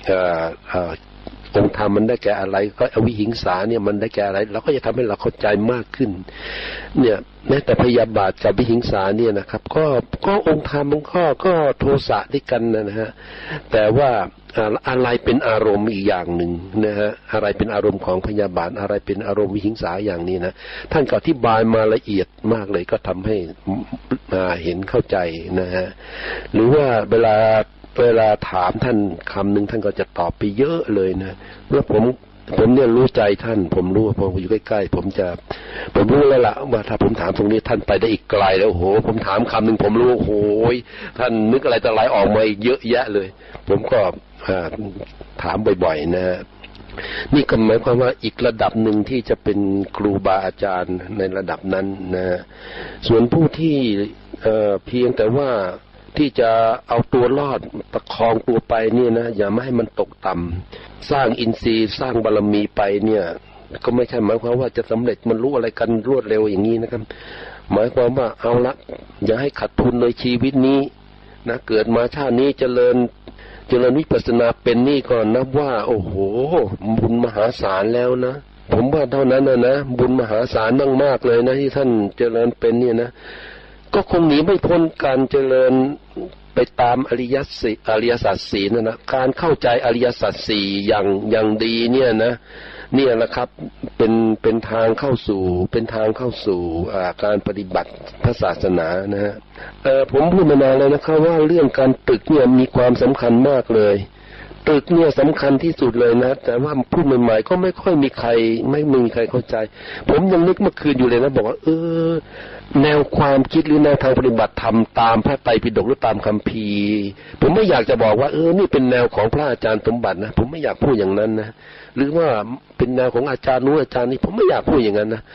องค์ธรรมมันได้แก่อะไรก็อวิหิงสาเนี่ยมันได้แก่อะไรเราก็จะทำให้เราเข้าใจมากขึ้นเนี่ยแม้แต่พยาบาทกับวิหิงสาเนี่ยนะครับก็องค์ธรรมมันก็โทสะด้วยกันนะฮะแต่ว่าอะไรเป็นอารมณ์อีกอย่างหนึ่งนะฮะอะไรเป็นอารมณ์ของพยาบาทอะไรเป็นอารมณ์วิหิงสาอย่างนี้นะท่านก็อธิบายมาละเอียดมากเลยก็ทำให้เห็นเข้าใจนะฮะหรือว่าเวลาถามท่านคำหนึ่งท่านก็จะตอบไปเยอะเลยนะเมื่อผมเนี่ยรู้ใจท่านผมรู้ว่าผมอยู่ใกล้ๆผมรู้แล้วล่ะว่าถ้าผมถามตรงนี้ท่านไปได้อีกไกลแล้วโอ้โหผมถามคำหนึ่งผมรู้โอ้โหท่านนึกอะไรต่ออะไรออกมาอีกเยอะแยะเลยผมก็ถามบ่อยๆนะนี่ก็หมายความว่าอีกระดับหนึ่งที่จะเป็นครูบาอาจารย์ในระดับนั้นนะส่วนผู้ที่เพียงแต่ว่าที่จะเอาตัวรอดประคองตัวไปเนี่ยนะอย่าไม่ให้มันตกต่ำสร้างอินทรีย์สร้างบารมีไปเนี่ยก็ไม่ใช่หมายความว่าจะสำเร็จมันรู้อะไรกันรวดเร็วอย่างนี้นะครับหมายความว่าเอาละอย่าให้ขาดทุนในชีวิตนี้นะเกิดมาชาตินี้เจริญวิปัสสนาเป็นนี่ก่อนนับว่าโอ้โหบุญมหาศาลแล้วนะผมว่าเท่านั้นนะบุญมหาศาลมากๆเลยนะที่ท่านเจริญเป็นเนี่ยนะก็คงหนีไม่พ้นการเจริญไปตามอริยสัจสี่นั่นนะการเข้าใจอริยสัจสี่อย่างดีเนี่ยนะเนี่ยแหละครับเป็นทางเข้าสู่การปฏิบัติพระศาสนานะฮะผมพูดมานานแล้วนะครับว่าเรื่องการตึกเนี่ยมีความสำคัญมากเลยตึกเนี่ยสำคัญที่สุดเลยนะแต่ว่าพูดใหม่ๆก็ไม่ค่อยมีใครเข้าใจผมยังนึกเมื่อคืนอยู่เลยนะบอกว่าแนวความคิดหรือแนวทางปฏิบัติธรรมตามพระไตรปิฎกหรือตามคัมภีร์ผมไม่อยากจะบอกว่านี่เป็นแนวของพระอาจารย์สมบัตินะผมไม่อยากพูดอย่างนั้นนะหรือว่าเป็นแนวของอาจารย์นู้นอาจารย์นี้ผมไม่อยากพูดอย่างนั้นนะ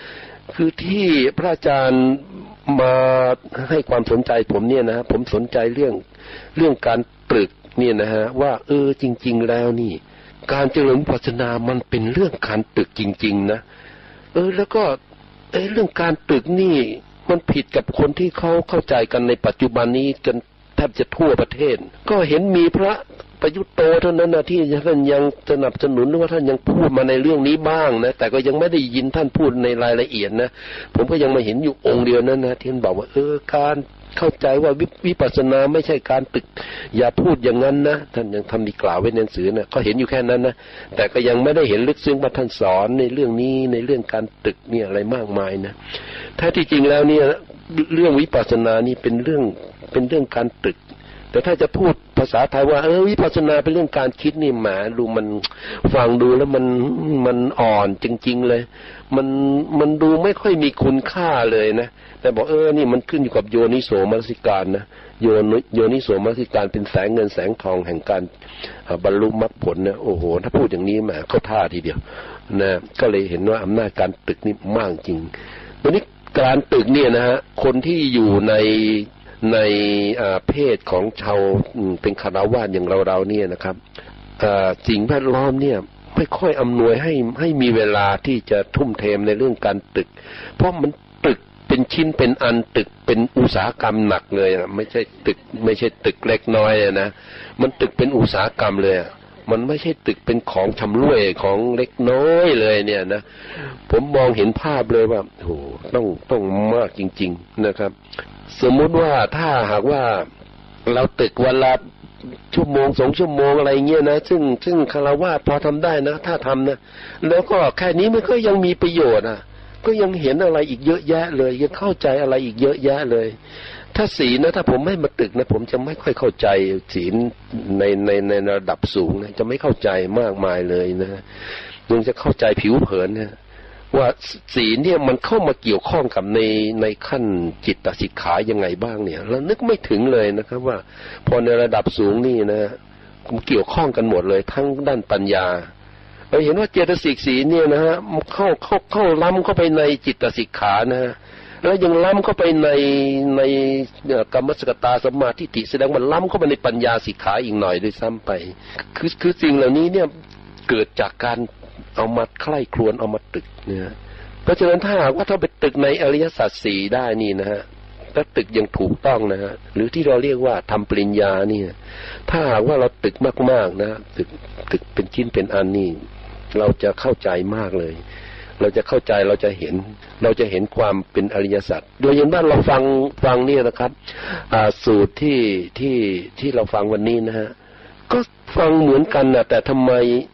คือที่พระอาจารย์มาให้ความสนใจผมเนี่ยนะผมสนใจเรื่องการตรึกเนี่ยนะฮะว่าจริงๆแล้วนี่การเจริญวิปัสสนามันเป็นเรื่องการตรึกจริงๆนะแล้วก็เรื่องการตรึกนี่มันผิดกับคนที่เขาเข้าใจกันในปัจจุบันนี้กันแทบจะทั่วประเทศก็เห็นมีพระประยุตโตเท่านั้นนะที่ท่านยังสนับสนุนว่าท่านยังพูดมาในเรื่องนี้บ้างนะแต่ก็ยังไม่ได้ยินท่านพูดในรายละเอียดนะผมก็ยังมาเห็นอยู่องค์เดียวนั้นนะที่ท่านบอกว่าการเข้าใจว่าวิปัสสนาไม่ใช่การตึกอย่าพูดอย่างนั้นนะท่านยังทำดีกล่าวไว้ในหนังสือนะก็เห็นอยู่แค่นั้นนะแต่ก็ยังไม่ได้เห็นลึกซึ้งว่าท่านสอนในเรื่องนี้ในเรื่องการตึกเนี่ยอะไรมากมายนะแท้ที่จริงแล้วเนี่ยเรื่องวิปัสสนานี่เป็นเรื่องการตึกแต่ถ้าจะพูดภาษาไทยว่าวิปัสสนาเป็นเรื่องการคิดนี่หมาดูมันฟังดูแล้วมันอ่อนจริงๆเลยมันดูไม่ค่อยมีคุณค่าเลยนะแต่บอกนี่มันขึ้นอยู่กับโยนิโสมนสิการนะโยนิโสมนสิการเป็นแสงเงินแสงทองแห่งการบรรลุมรรคผลนะโอ้โหถ้าพูดอย่างนี้มาเข้าท่าทีเดียวนะก็เลยเห็นว่าอำนาจการตึกนี่มากจริงวันนี้การตึกเนี่ยนะฮะคนที่อยู่ในเพศของชาวเป็นคฤหัสถ์อย่างเราเนี่ยนะครับสิ่งแวดล้อมเนี่ยไม่ค่อยอำนวยให้มีเวลาที่จะทุ่มเทในเรื่องการตึกเพราะมันตึกเป็นชิ้นเป็นอันตึกเป็นอุตสาหกรรมหนักเลยนะไม่ใช่ตึกเล็กน้อยนะมันตึกเป็นอุตสาหกรรมเลยมันไม่ใช่ตึกเป็นของชำร่วยของเล็กน้อยเลยเนี่ยนะผมมองเห็นภาพเลยว่าโหต้องมากจริงๆนะครับสมมุติว่าถ้าหากว่าเราตึกวันละชั่วโมง2 ชั่วโมงอะไรเงี้ยนะซึ่งคฤหัสถ์พอทำได้นะถ้าทำนะแล้วก็แค่นี้มันก็ยังมีประโยชน์ก็ยังเห็นอะไรอีกเยอะแยะเลยยังเข้าใจอะไรอีกเยอะแยะเลยถ้าศีลนะถ้าผมไม่มาตึกนะผมจะไม่ค่อยเข้าใจศีลในระดับสูงนะจะไม่เข้าใจมากมายเลยนะยังจะเข้าใจผิวเผินนะว่าศีลเนี่ยมันเข้ามาเกี่ยวข้องกับในขั้นจิตสิกขายังไงบ้างเนี่ยเรานึกไม่ถึงเลยนะครับว่าพอในระดับสูงนี่นะมันเกี่ยวข้องกันหมดเลยทั้งด้านปัญญาเราเห็นว่าเจตสิกศีลเนี่ยนะฮะเข้าล้ำเข้าไปในจิตสิกขานะฮะแล้วยังล้ำเข้าไปในกรรมสกตาสัมมาทิฏฐิแสดงว่าล้ำเข้าไปในปัญญาสิกขาอีกหน่อยด้วยซ้ำไปคือสิ่งเหล่านี้เนี่ยเกิดจากการเอามาใคร่ครวญเอามาตึกเนี่ยเพราะฉะนั้นถ้าหากว่าถ้าไปตึกในอริยสัจสี่ได้นี่นะฮะถ้าตึกอย่างถูกต้องนะฮะหรือที่เราเรียกว่าทำปริญญานี่ถ้าหากว่าเราตึกมากๆนะตึกเป็นชิ้นเป็นอันนี่เราจะเข้าใจมากเลยเราจะเข้าใจเราจะเห็นความเป็นอริยสัจโดยเฉพาะเราฟังเนี่ยนะครับสูตรที่เราฟังวันนี้นะฮะก็ฟังเหมือนกันนะแต่ทำไม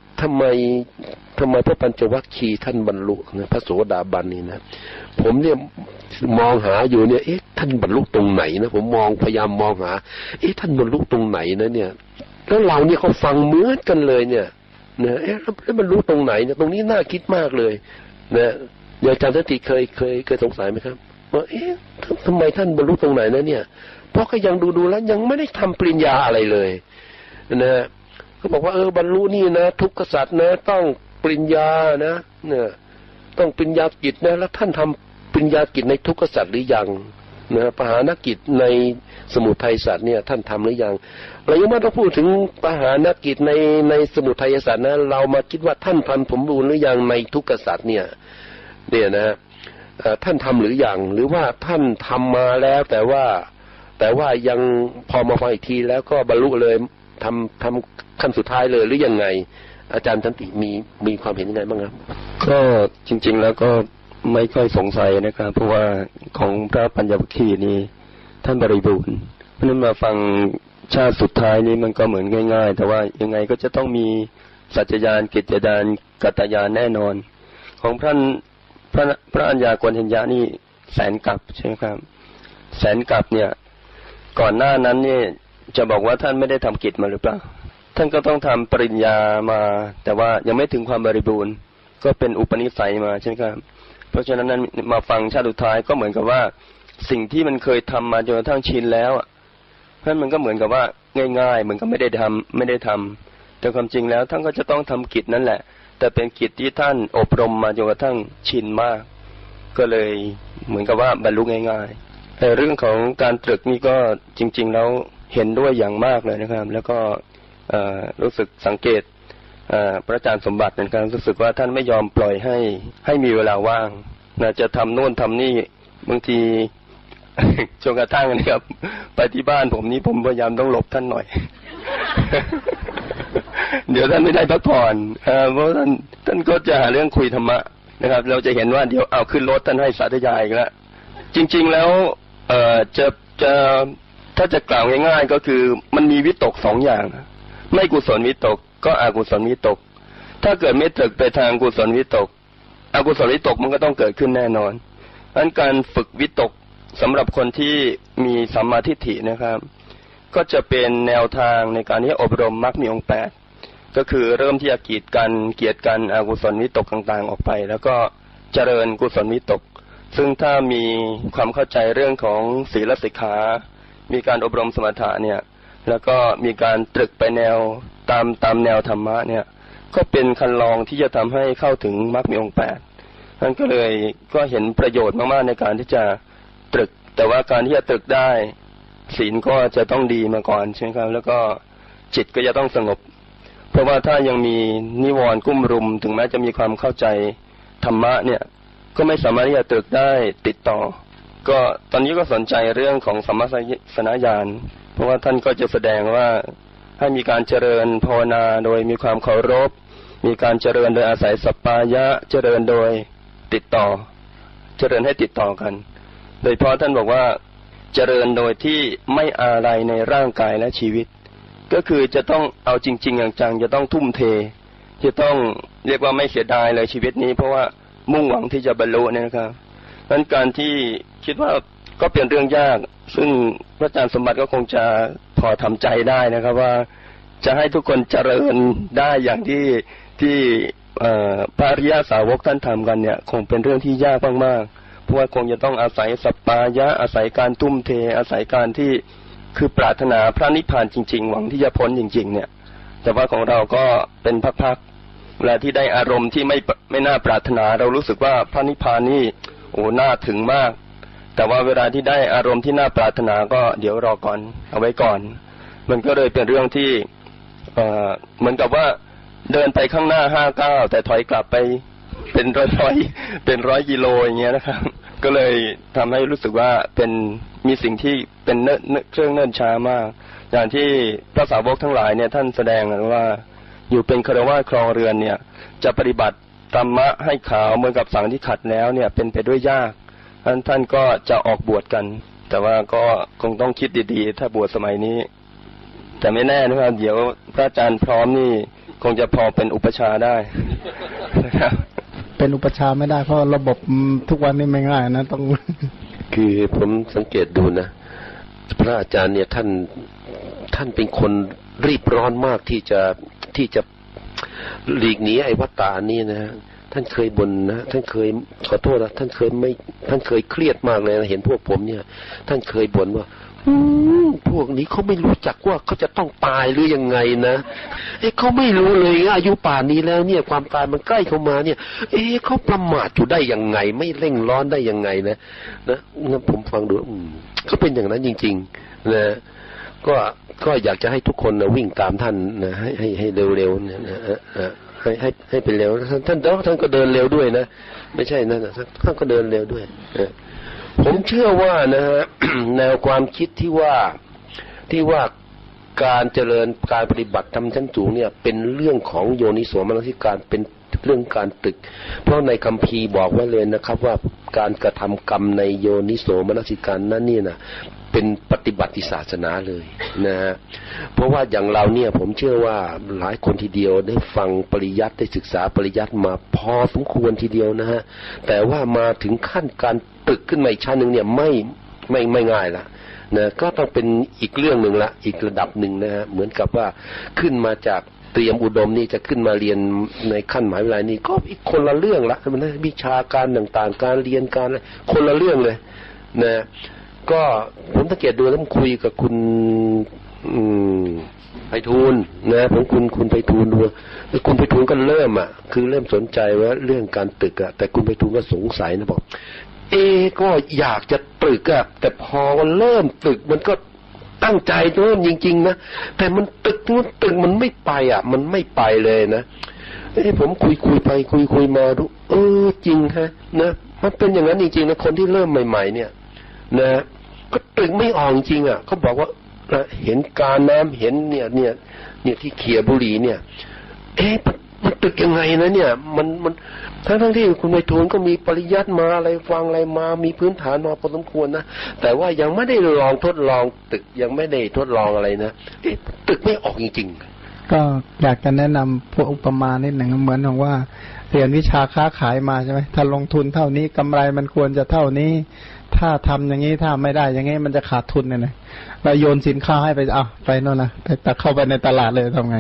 พระปัญจวัคคีย์ท่านบรรลุนะพระโสดาบันนี่นะผมเนี่ยมองหาอยู่เนี่ยท่านบรรลุตรงไหนนะผมพยายามมองหาท่านบรรลุตรงไหนนะเนี่ยแล้วเราเนี่ยเขาฟังเหมือนกันเลยเนี่ยนะแล้วบรรลุตรงไหนเนี่ยตรงนี้น่าคิดมากเลยนะอย่างอาจารย์สันติเคยสงสัยไหมครับว่าทำไมท่านบรรลุตรงไหนนะเนี่ยเพราะก็ยังดูแล้วยังไม่ได้ทำปริญญาอะไรเลยนะเขาบอกว่าบรรลุนี่นะทุกขสัจนะต้องปริญญานะเนี่ยต้องปริญญากิจนะแล้วท่านทำปริญญากิจในทุกขสัจหรือยังนะปหานกิจในสมุทัยสัจเนี่ยท่านทำหรือยังเรายังไม่ต้องพูดถึงปหานกิจในสมุทัยสัจนะเรามาคิดว่าท่านทำสมบูรณ์หรือยังในทุกขสัจเนี่ยนะท่านทำหรือยังหรือว่าท่านทำมาแล้วแต่ว่ายังพอมาฟังอีกทีแล้วก็บรรลุเลยทำขั้นสุดท้ายเลยหรือยังไงอาจารย์สันติมีความเห็นยังไงบ้างครับก็จริงๆแล้วก็ไม่ค่อยสงสัยนะครับเพราะว่าของพระปัญญวัคคีย์นี้ท่านบริบูรณ์เพราะนั้นมาฟังชาติสุดท้ายนี้มันก็เหมือนง่ายๆแต่ว่ายังไงก็จะต้องมีสัจจญาณกิจญาณกัตตญาณแน่นอนของพระอัญญาโกณฑัญญะนี่แสนกัปใช่ไหมครับแสนกัปเนี่ยก่อนหน้านั้นเนี่ยจะบอกว่าท่านไม่ได้ทำกิจมาหรือเปล่าท่านก็ต้องทำปริญญามาแต่ว่ายังไม่ถึงความบริบูรณ์ก็เป็นอุปนิสัยมาใช่ไหมครับเพราะฉะนั้นมาฟังชาติสุดท้ายก็เหมือนกับว่าสิ่งที่มันเคยทำมาจนกระทั่งชินแล้วเพราะมันก็เหมือนกับว่าง่ายๆเหมือนกับไม่ได้ทำแต่ความจริงแล้วท่านก็จะต้องทำกิจนั่นแหละแต่เป็นกิจที่ท่านอบรมมาจนกระทั่งชินมากก็เลยเหมือนกับว่าบรรลุง่ายๆแต่เรื่องของการตรึกนี่ก็จริงๆแล้วเห็นด้วยอย่างมากเลยนะครับแล้วก็รู้สึกสังเกตพระอาจารย์สมบัตินะครับรู้สึกว่าท่านไม่ยอมปล่อยให้มีเวลาว่างจะทำโน่นทำนี่บางที จนกระทั่งนะครับไปที่บ้านผมนี่ผมพยายามต้องหลบท่านหน่อย เดี๋ยวท่านไม่ได้พักผ่อนเพราะท่านก็จะหาเรื่องคุยธรรมะนะครับเราจะเห็นว่าเดี๋ยวเอาขึ้นรถท่านให้สาธยายอีกแล้วจริงๆแล้วจะถ้าจะกล่าวง่ายๆก็คือมันมีวิตกสองอย่างไม่กุศลวิตกก็อกุศลวิตกถ้าเกิดไม่ตรึกไปทางกุศลวิตกอกุศลวิตกมันก็ต้องเกิดขึ้นแน่นอนดังนั้นการฝึกวิตกสำหรับคนที่มีสัมมาทิฏฐินะครับก็จะเป็นแนวทางในการที่อบรมมรรคมีองค์8ก็คือเริ่มที่จะเกียรติกันอกุศลวิตกต่างๆออกไปแล้วก็เจริญกุศลวิตกซึ่งถ้ามีความเข้าใจเรื่องของศีลสิกขามีการอบรมสมถะเนี่ยแล้วก็มีการตรึกไปแนวตามแนวธรรมะเนี่ยก็เป็นคันลองที่จะทำให้เข้าถึงมรรคมีองค์8นั่นก็เลยก็เห็นประโยชน์มากๆในการที่จะตรึกแต่ว่าการที่จะตรึกได้ศีลก็จะต้องดีมาก่อนใช่ไหมครับแล้วก็จิตก็จะต้องสงบเพราะว่าถ้ายังมีนิวรณ์กุ้มรุมถึงแม้จะมีความเข้าใจธรรมะเนี่ยก็ไม่สามารถที่จะตรึกได้ติดต่อก็ตอนนี้ก็สนใจเรื่องของสัมมาสัญญาณเพราะว่าท่านก็จะแสดงว่าให้มีการเจริญภาวนาโดยมีความเคารพมีการเจริญโดยอาศัยสัปปายะเจริญโดยติดต่อเจริญให้ติดต่อกันโดยเพราะท่านบอกว่าเจริญโดยที่ไม่อาลัยในร่างกายและชีวิตก็คือจะต้องเอาจริงๆอย่างจังจะต้องทุ่มเทจะต้องเรียกว่าไม่เสียดายเลยชีวิตนี้เพราะว่ามุ่งหวังที่จะบรรลุนะครับดังนั้นการที่คิดว่าก็เป็นเรื่องยากซึ่งพระอาจารย์สมบัติก็คงจะพอทำใจได้นะครับว่าจะให้ทุกคนเจริญได้อย่างที่พระอริยสาวกท่านทำกันเนี่ยคงเป็นเรื่องที่ยากมากๆเพราะว่าคงจะต้องอาศัยสัปปายะอาศัยการทุ่มเทอาศัยการที่คือปรารถนาพระนิพพานจริงๆหวังที่จะพ้นจริงๆเนี่ยแต่ว่าของเราก็เป็นพักๆเวลาที่ได้อารมณ์ที่ไม่น่าปรารถนาเรารู้สึกว่าพระนิพพานนี่โอ้น่าถึงมากแต่ว่าเวลาที่ได้อารมณ์ที่น่าปรารถนาก็เดี๋ยวรอก่อนเอาไว้ก่อนมันก็เลยเป็นเรื่องที่เหมือนกับว่าเดินไปข้างหน้า5 ก้าวแต่ถอยกลับไปเป็นร้อยกิโลอย่างเงี้ยนะครับก็เลยทำให้รู้สึกว่ามีสิ่งที่เป็นเครื่องเนิ่นช้ามากอย่างที่พระสาวกทั้งหลายเนี่ยท่านแสดงว่าอยู่เป็นฆราวาสครองเรือนเนี่ยจะปฏิบัติธรรมะให้ขาวเหมือนกับสังที่ขัดแล้วเนี่ยเป็นไปด้วยยากท่านก็จะออกบวชกันแต่ว่าก็คงต้องคิดดีๆถ้าบวชสมัยนี้แต่ไม่แน่นะครับเดี๋ยวพระอาจารย์พร้อมนี่คงจะพอเป็นอุปชาได้นะครับเป็นอุปชาไม่ได้เพราะระบบทุกวันนี้ไม่ง่ายนะต้องคือผมสังเกตดูนะพระอาจารย์เนี่ยท่านเป็นคนรีบร้อนมากที่จะหลีกหนีไอ้วัฏฏะนี้นะท่านเคยบ่นนะท่านเคยขอโทษนะท่านเคยเครียดมากเลยนะเห็นพวกผมเนี่ยท่านเคยบ่นว่าพวกนี้เขาไม่รู้จักว่าเขาจะต้องตายหรือยังไงนะเขาไม่รู้เลยอายุป่านนี้แล้วเนี่ยความตายมันใกล้เข้ามาเนี่ยเขาประมาทอยู่ได้ยังไงไม่เร่งร้อนได้ยังไงนะผมฟังดูเขาเป็นอย่างนั้นจริงๆนะก็อยากจะให้ทุกคนนะวิ่งตามท่านนะให้เร็วๆนะให้เป็นเร็วท่านก็เดินเร็วด้วยนะไม่ใช่นั่นนะท่านก็เดินเร็วด้วยผมเชื่อว่านะฮะ แนวความคิดที่ว่าการเจริญการปฏิบัติธรรมชั้นสูงเนี่ยเป็นเรื่องของโยนิโสมนสิการเป็นเรื่องการตรึกเพราะในคัมภีร์บอกไว้เลยนะครับว่าการกระทำกรรมในโยนิโสมนสิการนั้นนี่นะเป็นปฏิบัติศาสนาเลยนะฮะเพราะว่าอย่างเราเนี่ยผมเชื่อว่าหลายคนทีเดียวได้ฟังปริยัติได้ศึกษาปริยัติมาพอสมควรทีเดียวนะฮะแต่ว่ามาถึงขั้นการตึกขึ้นมาอีกชั้นนึงเนี่ยไม่ง่ายละนะก็ต้องเป็นอีกเรื่องนึงละอีกระดับนึงนะฮะเหมือนกับว่าขึ้นมาจากเตรียมอุดมนี่จะขึ้นมาเรียนในขั้นหมหาวิทยาลัยนี่ก็อีกคนละเรื่องละมันนะวิชาการต่างๆการเรียนการคนละเรื่องเลยนะก็ผมสังเกตดูแล้วคุยกับคุณไพฑูรย์นะผมคุณไพฑูรย์ดูคุณไพฑูรย์ก็เริ่มคือเริ่มสนใจว่าเรื่องการตึกแต่คุณไพฑูรย์ก็สงสัยนะบอกก็อยากจะตึกแต่พอเริ่มตึกมันก็ตั้งใจเริ่มจริงๆนะแต่มันตึกมันไม่ไปมันไม่ไปเลยนะผมคุยไปคุยมาดูจริงฮะนะมันเป็นอย่างนั้นจริงๆนะคนที่เริ่มใหม่ๆเนี่ยนะก็ตึกไม่ออกจริงเขาบอกว่าเห็นการน้ำเห็นเนี่ยที่เขี่ยบุหรี่เนี่ยมันตึกยังไงนะเนี่ยมันทั้งที่คุณไพฑูรย์ก็มีปริยัติมาอะไรฟังอะไรมามีพื้นฐานมาพอสมควรนะแต่ว่ายังไม่ได้ลองทดลองตึกยังไม่ได้ทดลองอะไรนะตึกไม่ออกจริงๆก็อยากจะแนะนำพวกอุปมานิดหนึ่งเหมือนกับว่าเรียนวิชาค้าขายมาใช่ไหมถ้าลงทุนเท่านี้กำไรมันควรจะเท่านี้ถ้าทำอย่างนี้ถ้าไม่ได้อย่างนี้มันจะขาดทุนเนี่ยเราโยนสินค้าให้ไปไปโน่นนะไปตักเข้าไปในตลาดเลยทำไง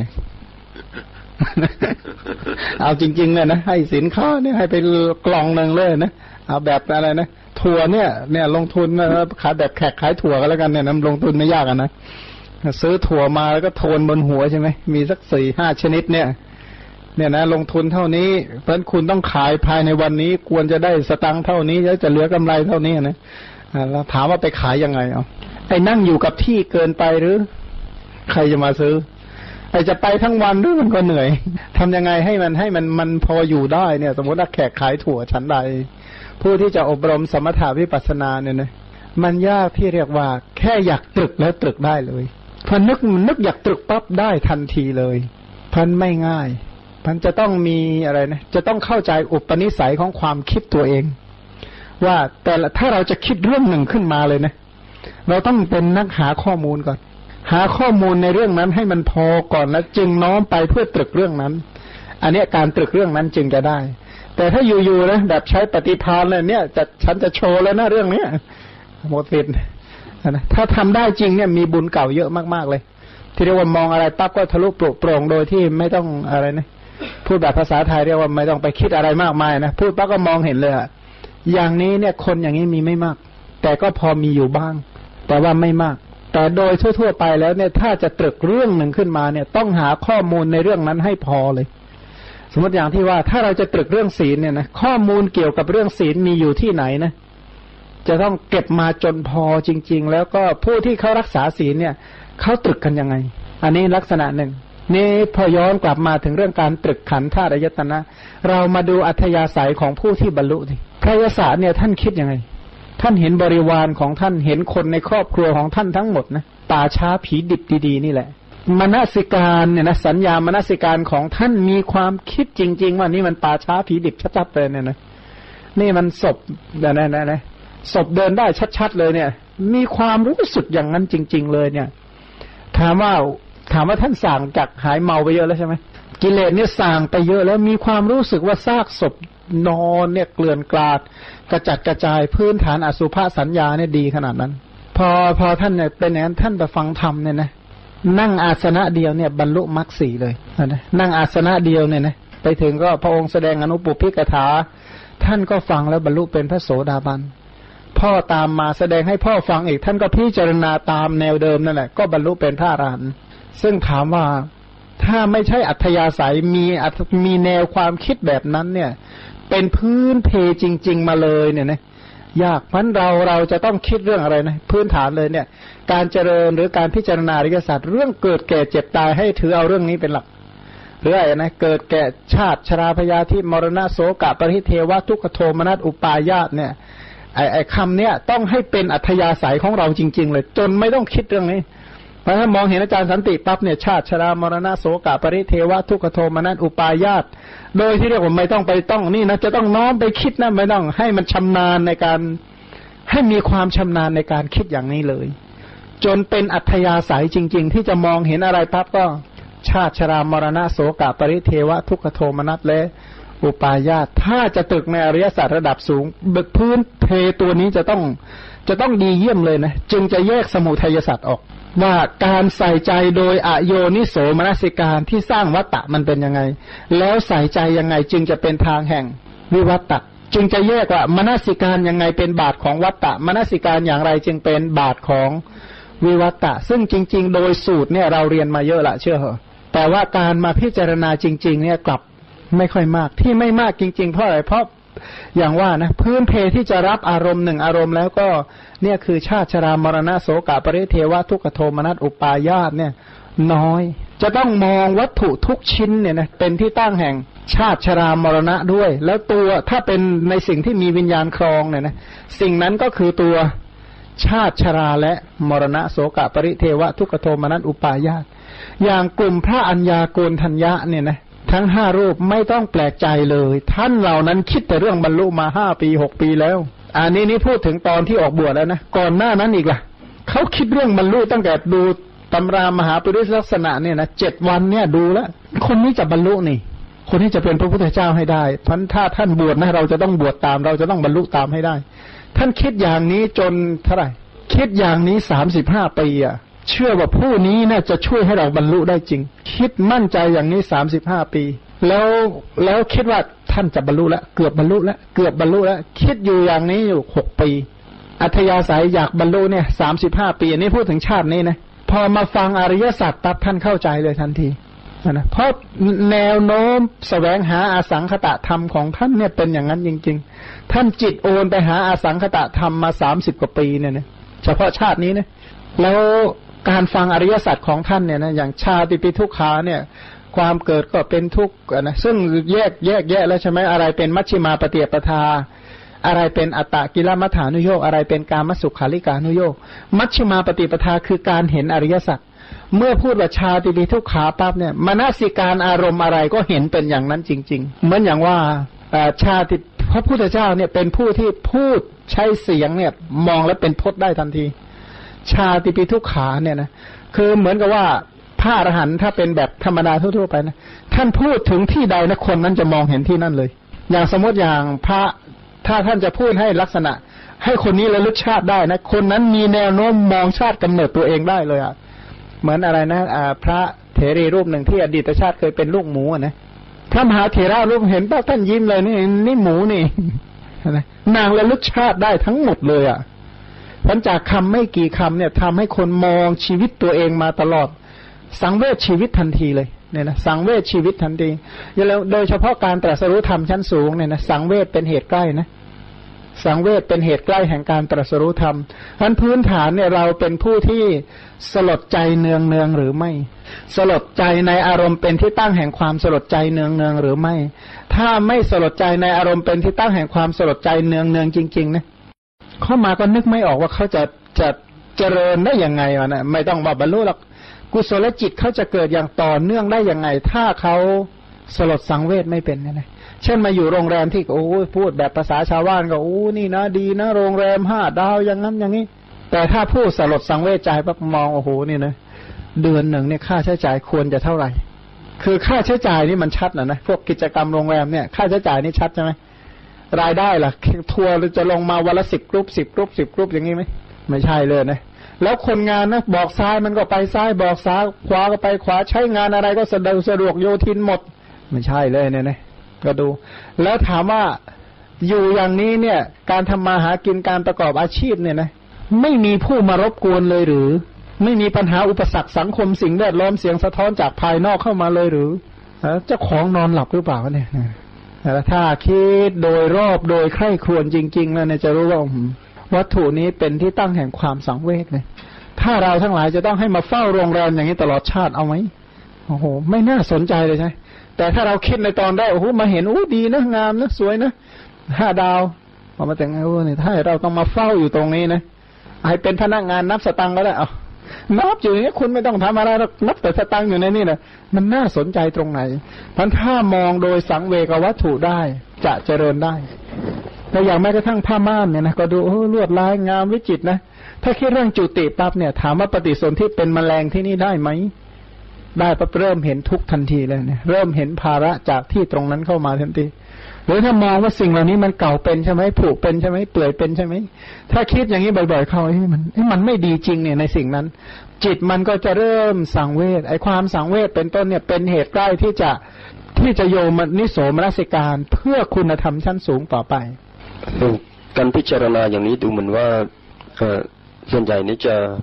เอาจริงๆเนี่ยนะให้สินค้าเนี่ยให้ไปกล่องนึงเลยนะเอาแบบอะไรนะถั่วเนี่ยลงทุนขายแบบแขกขายถั่วก็แล้วกันเนี่ยลงทุนไม่ยากนะซื้อถั่วมาแล้วก็โทนบนหัวใช่ไหมมีสัก 4-5 ชนิดเนี่ยนะลงทุนเท่านี้เพราะคุณต้องขายภายในวันนี้ควรจะได้สตังค์เท่านี้แล้วจะเหลือกำไรเท่านี้นะแล้วถามว่าไปขายยังไงไอ้นั่งอยู่กับที่เกินไปหรือใครจะมาซื้อไอ้จะไปทั้งวันด้วยมันก็เหนื่อยทำยังไงให้มันพออยู่ได้เนี่ยสมมติว่าแขกขายถั่วชั้นใดผู้ที่จะอบรมสมถะวิปัสสนาเนี่ยนะมันยากที่เรียกว่าแค่อยากตรึกแล้วตรึกได้เลยพอนึกอยากตรึกปั๊บได้ทันทีเลยพันไม่ง่ายพันจะต้องมีอะไรนะจะต้องเข้าใจอุปนิสัยของความคิดตัวเองว่าแต่ละถ้าเราจะคิดเรื่องหนึ่งขึ้นมาเลยนะเราต้องเป็นนักหาข้อมูลก่อนหาข้อมูลในเรื่องนั้นให้มันพอก่อนแล้วจึงน้อมไปเพื่อตรึกเรื่องนั้นอันนี้การตรึกเรื่องนั้นจึงจะได้แต่ถ้าอยู่ๆนะแบบใช้ปฏิภาณเลยเนี่ยฉันจะโชว์แล้วนะเรื่องนี้หมดสิทธิ์นะถ้าทำได้จริงเนี่ยมีบุญเก่าเยอะมากๆเลยที่เรียกว่ามองอะไรปั๊บก็ทะลุปลุกโปร่งโดยที่ไม่ต้องอะไรนะพูดแบบภาษาไทยเรียกว่าไม่ต้องไปคิดอะไรมากมายนะพูดปั๊บก็มองเห็นเลยอย่างนี้เนี่ยคนอย่างนี้มีไม่มากแต่ก็พอมีอยู่บ้างแต่ว่าไม่มากแต่โดยทั่วๆไปแล้วเนี่ยถ้าจะตรึกเรื่องหนึ่งขึ้นมาเนี่ยต้องหาข้อมูลในเรื่องนั้นให้พอเลยสมมติอย่างที่ว่าถ้าเราจะตรึกเรื่องศีลเนี่ยนะข้อมูลเกี่ยวกับเรื่องศีลมีอยู่ที่ไหนนะจะต้องเก็บมาจนพอจริงๆแล้วก็ผู้ที่เขารักษาศีลเนี่ยเขาตรึกกันยังไงอันนี้ลักษณะหนึ่งนี่พอย้อนกลับมาถึงเรื่องการตรึกขันธ์ธาตุอายตนะเรามาดูอัธยาศัยของผู้ที่บรรลุดิพระยศเนี่ยท่านคิดยังไงท่านเห็นบริวารของท่านเห็นคนในครอบครัวของท่านทั้งหมดนะป่าช้าผีดิบดีๆนี่แหละมนสิการเนี่ยนะสัญญามนสิการของท่านมีความคิดจริงๆว่านี่มันป่าช้าผีดิบชัดๆเลยเนี่ยนะนี่มันศพนะศพเดินได้ชัดๆเลยเนี่ยมีความรู้สึกอย่างนั้นจริงๆเลยเนี่ยถามว่าท่านสั่งจากหายเมาไปเยอะแล้วใช่ไหมกิเลสเนี่ยสั่งไปเยอะแล้วมีความรู้สึกว่าซากศพนอนเนี่ยเกลื่อนกลาดกระจัดกระจายพื้นฐานอสุภสัญญาเนี่ยดีขนาดนั้นพอท่านเนี่ยเป็นอย่างนั้นท่านไปฟังธรรมเนี่ยนะนั่งอาสนะเดียวเนี่ยบรรลุมรรคสี่เลยนะนั่งอาสนะเดียวเนี่ยนะไปถึงก็พระองค์แสดงอนุปุพพิกถาท่านก็ฟังแล้วบรรลุเป็นพระโสดาบันพ่อตามมาแสดงให้พ่อฟังอีกท่านก็พิจารณาตามแนวเดิมนั่นแหละก็บรรลุเป็นพระอรหันต์ซึ่งถามว่าถ้าไม่ใช่อัธยาศัยมีแนวความคิดแบบนั้นเนี่ยเป็นพื้นเพจริงๆมาเลยเนี่ยนะยากเพราะเราจะต้องคิดเรื่องอะไรนะพื้นฐานเลยเนี่ยการเจริญหรือการพิจารณาอริยสัจเรื่องเกิดแก่เจ็บตายให้ถือเอาเรื่องนี้เป็นหลักหรืออะไรนะเกิดแก่ชาติชราพยาธิมรณะโสกปริเทวะทุกขโทมนัสอุปาญาตเนี่ยไอ้คำเนี้ยต้องให้เป็นอัธยาศัยของเราจริงๆเลยจนไม่ต้องคิดเรื่องนี้เพราะถ้ามองเห็นอาจารย์สันติปั๊บเนี่ยชาติชรามรณะโสกปริเทวะทุกขโทมนัสอุปาญาตโดยที่เรียกว่าไม่ต้องไปต้องนี่นะจะต้องน้อมไปคิดนะไม่ต้องให้มันชำนาญในการให้มีความชำนาญในการคิดอย่างนี้เลยจนเป็นอัธยาศัยจริงๆที่จะมองเห็นอะไรปั๊บก็ชาติชรามรณะโสกปริเทวะทุกขโทมนัสและอุปาญาตถ้าจะตึกในอริยสัจระดับสูงบึกพื้นเพตัวนี้จะต้องดีเยี่ยมเลยนะจึงจะแยกสมุทัยสัจออกว่าการใส่ใจโดยอโยนิโสมนสิการที่สร้างวัตตะมันเป็นยังไงแล้วใส่ใจยังไงจึงจะเป็นทางแห่งวิวัตตะจึงจะแยกว่ามนสิการยังไงเป็นบาทของวัตตะมนสิการอย่างไรจึงเป็นบาทของวิวัตตะซึ่งจริงๆโดยสูตรเนี่ยเราเรียนมาเยอะละเชื่อเหรอแต่ว่าการมาพิจารณาจริงๆเนี่ยกลับไม่ค่อยมากที่ไม่มากจริงๆเพราะอะไรเพราะอย่างว่านะพื้นเพที่จะรับอารมณ์หนึ่งอารมณ์แล้วก็เนี่ยคือชาติชรามรณะโสกปริเทวทุกขโทมนัสอุปาญาตเนี่ยน้อยจะต้องมองวัตถุทุกชิ้นเนี่ยนะเป็นที่ตั้งแห่งชาติชรามรณะด้วยแล้วตัวถ้าเป็นในสิ่งที่มีวิญญาณครองเนี่ยนะสิ่งนั้นก็คือตัวชาติชราและมรณะโสกปริเทวทุกขโทมนัสอุปาญาตอย่างกลุ่มพระอัญญาโกณฑัญญะเนี่ยนะทั้ง5รูปไม่ต้องแปลกใจเลยท่านเหล่านั้นคิดแต่เรื่องบรรลุมา5 ปี 6 ปีแล้วอันนี้พูดถึงตอนที่ออกบวชแล้วนะก่อนหน้านั้นอีกล่ะเขาคิดเรื่องบรรลุตั้งแต่ดูตำรามหาปริศลักษณะเนี่ยนะ7 วันเนี่ยดูแล้วคนนี้จะบรรลุนี่คนนี้จะเป็นพระพุทธเจ้าให้ได้เพราะถ้าท่านบวชนะเราจะต้องบวชตามเราจะต้องบรรลุตามให้ได้ท่านคิดอย่างนี้จนเท่าไหร่คิดอย่างนี้35 ปีอ่ะเชื่อว่าผู้นี้น่าจะช่วยให้เราบรรลุได้จริงคิดมั่นใจอย่างนี้35 ปีแล้วคิดว่าท่านจะบรรลุแล้วเกือบบรรลุแล้วคิดอยู่อย่างนี้อยู่6 ปีอัธยาศัยอยากบรรลุเนี่ย35 ปีอันนี้พูดถึงชาตินี้นะพอมาฟังอริยสัจปั๊บท่านเข้าใจเลยทันทีนะเพราะแนวโน้มแสวงหาอสังคตธรรมของท่านเนี่ยเป็นอย่างนั้นจริงๆท่านจิตโอนไปหาอสังคตธรรมมา30 กว่าปีเนี่ยนะเฉพาะชาตินี้นะแล้วการฟังอริยสัจของท่านเนี่ยนะอย่างชาติปิทุกขาเนี่ยความเกิดก็เป็นทุกข์นะซึ่งแยกแล้วใช่ไหมอะไรเป็นมัชฌิมาปฏิปทาอะไรเป็นอัตตกิลมัฏฐานุโยคอะไรเป็นกามสุขาริกานุโยคมัชฌิมาปฏิปทาคือการเห็นอริยสัจเมื่อพูดว่าชาติปิทุกขาปั๊บเนี่ยมนสิการอารมณ์อะไรก็เห็นเป็นอย่างนั้นจริงๆเหมือนอย่างว่าชาติพระพุทธเจ้าเนี่ยเป็นผู้ที่พูดใช้เสียงเนี่ยมองแล้วเป็นพจน์ได้ทันทีชาติปิทุกขาเนี่ยนะคือเหมือนกับว่าพระอรหันต์ถ้าเป็นแบบธรรมดาทั่วๆไปนะท่านพูดถึงที่ใดนะคนนั้นจะมองเห็นที่นั่นเลยอย่างสมมติอย่างพระถ้าท่านจะพูดให้ลักษณะให้คนนี้ระลึกชาติได้นะคนนั้นมีแนวโน้มมองชาติกำเนิดตัวเองได้เลยอ่ะเหมือนอะไรนะพระเถรีรูปหนึ่งที่อดีตชาติเคยเป็นลูกหมูนะพระมหาเถระรูปเห็นป่ะท่านยิ้มเลยนี่หมูนี่นะนางระลึกชาติได้ทั้งหมดเลยอ่ะผลจากคำไม่กี่คำเนี่ยทำให้คนมองชีวิตตัวเองมาตลอดสังเวชชีวิตทันทีเลยเนี่ยนะสังเวชชีวิตทันทีแล้วโดยเฉพาะการตรัสรู้ธรรมชั้นสูงเนี่ยนะสังเวชเป็นเหตุใกล้นะสังเวชเป็นเหตุใกล้แห่งการตรัสรู้ธรรมเพราะพื้นฐานเนี่ยเราเป็นผู้ที่สลดใจเนืองหรือไม่สลดใจในอารมณ์เป็นที่ตั้งแห่งความสลดใจเนืองหรือไม่ถ้าไม่สลดใจในอารมณ์เป็นที่ตั้งแห่งความสลดใจเนืองจริงๆนะเข้ามาก็นึกไม่ออกว่าเขาจะเจริญได้ยังไงวะนะไม่ต้องบรรลุหรอกกุศลจิตเขาจะเกิดอย่างต่อเนื่องได้ยังไงถ้าเขาสลดสังเวชไม่เป็นนะเช่นมาอยู่โรงแรมที่โอ้พูดแบบภาษาชาวบ้านก็โอ้นี่นะดีนะโรงแรม5 ดาวอย่างนั้นอย่างนี้แต่ถ้าพูดสลดสังเวชใจปั๊บมองโอ้โหนี่นะเดือนหนึ่งเนี่ยค่าใช้จ่ายควรจะเท่าไหร่คือค่าใช้จ่ายนี่มันชัดนะพวกกิจกรรมโรงแรมเนี่ยค่าใช้จ่ายนี่ชัดใช่ไหมรายได้ล่ะทัวร์จะลงมาวันละ10 กรุ๊ปอย่างนี้ไหมไม่ใช่เลยนะแล้วคนงานนะบอกซ้ายมันก็ไปซ้ายบอกซ้ายขวาก็ไปขวาใช้งานอะไรก็สะดวกโยทินหมดไม่ใช่เลยเนี่ยนะก็ดูแล้วถามว่าอยู่อย่างนี้เนี่ยการทำมาหากินการประกอบอาชีพเนี่ยนะไม่มีผู้มารบกวนเลยหรือไม่มีปัญหาอุปสรรคสังคมสิ่งแวดล้อมเสียงสะท้อนจากภายนอกเข้ามาเลยหรือเจ้าของนอนหลับหรือเปล่าเนี่ยถ้าคิดโดยรอบโดยใคร่ครวญจริงๆแล้วเนี่ยจะรู้ว่าวัตถุนี้เป็นที่ตั้งแห่งความสังเวชเลยถ้าเราทั้งหลายจะต้องให้มาเฝ้าโรงแรมอย่างนี้ตลอดชาติเอาไหมโอ้โหไม่น่าสนใจเลยใช่แต่ถ้าเราคิดในตอนได้โอ้โหมาเห็นโอ้ดีนะงามนะสวยนะ5 ดาวพอมาแต่งโอ้เนี่ยถ้าเราต้องมาเฝ้าอยู่ตรงนี้นะให้เป็นพนักงานนับสตังค์ก็ได้เอานับอยู่อย่างนี้คุณไม่ต้องทำอะไรหรอกนับแต่สตังค์อยู่ในนี่นะมันน่าสนใจตรงไหนเพราะถ้ามองโดยสังเวกวัตถุได้จะเจริญได้แต่อย่างแม้กระทั่งผ้าม่านเนี่ยนะก็ดูลวดลายงามวิจิตรนะถ้าคิดเรื่องจุติปั๊บเนี่ยถามว่าปฏิสนธิเป็นแมลงที่นี่ได้ไหมได้ปั๊บเริ่มเห็นทุกทันทีเลยเนี่ยเริ่มเห็นภาระจากที่ตรงนั้นเข้ามาทันทีหรือถ้ามองว่าสิ่งเหล่านี้มันเก่าเป็นใช่ไหมผุเป็นใช่ไหมเปื่อยเป็นใช่ไหมถ้าคิดอย่างนี้บ่อยๆเข้ามันไม่ดีจริงเนี่ยในสิ่งนั้นจิตมันก็จะเริ่มสังเวชไอ้ความสังเวชเป็นต้นเนี่ยเป็นเหตุใกล้ที่จะโยมนิโสมนสิการเพื่อคุณธรรมชั้นสูงต่อไปการพิจารณาอย่างนี้ดูเหมือนว่าส่วนใหญ่นี้จะไป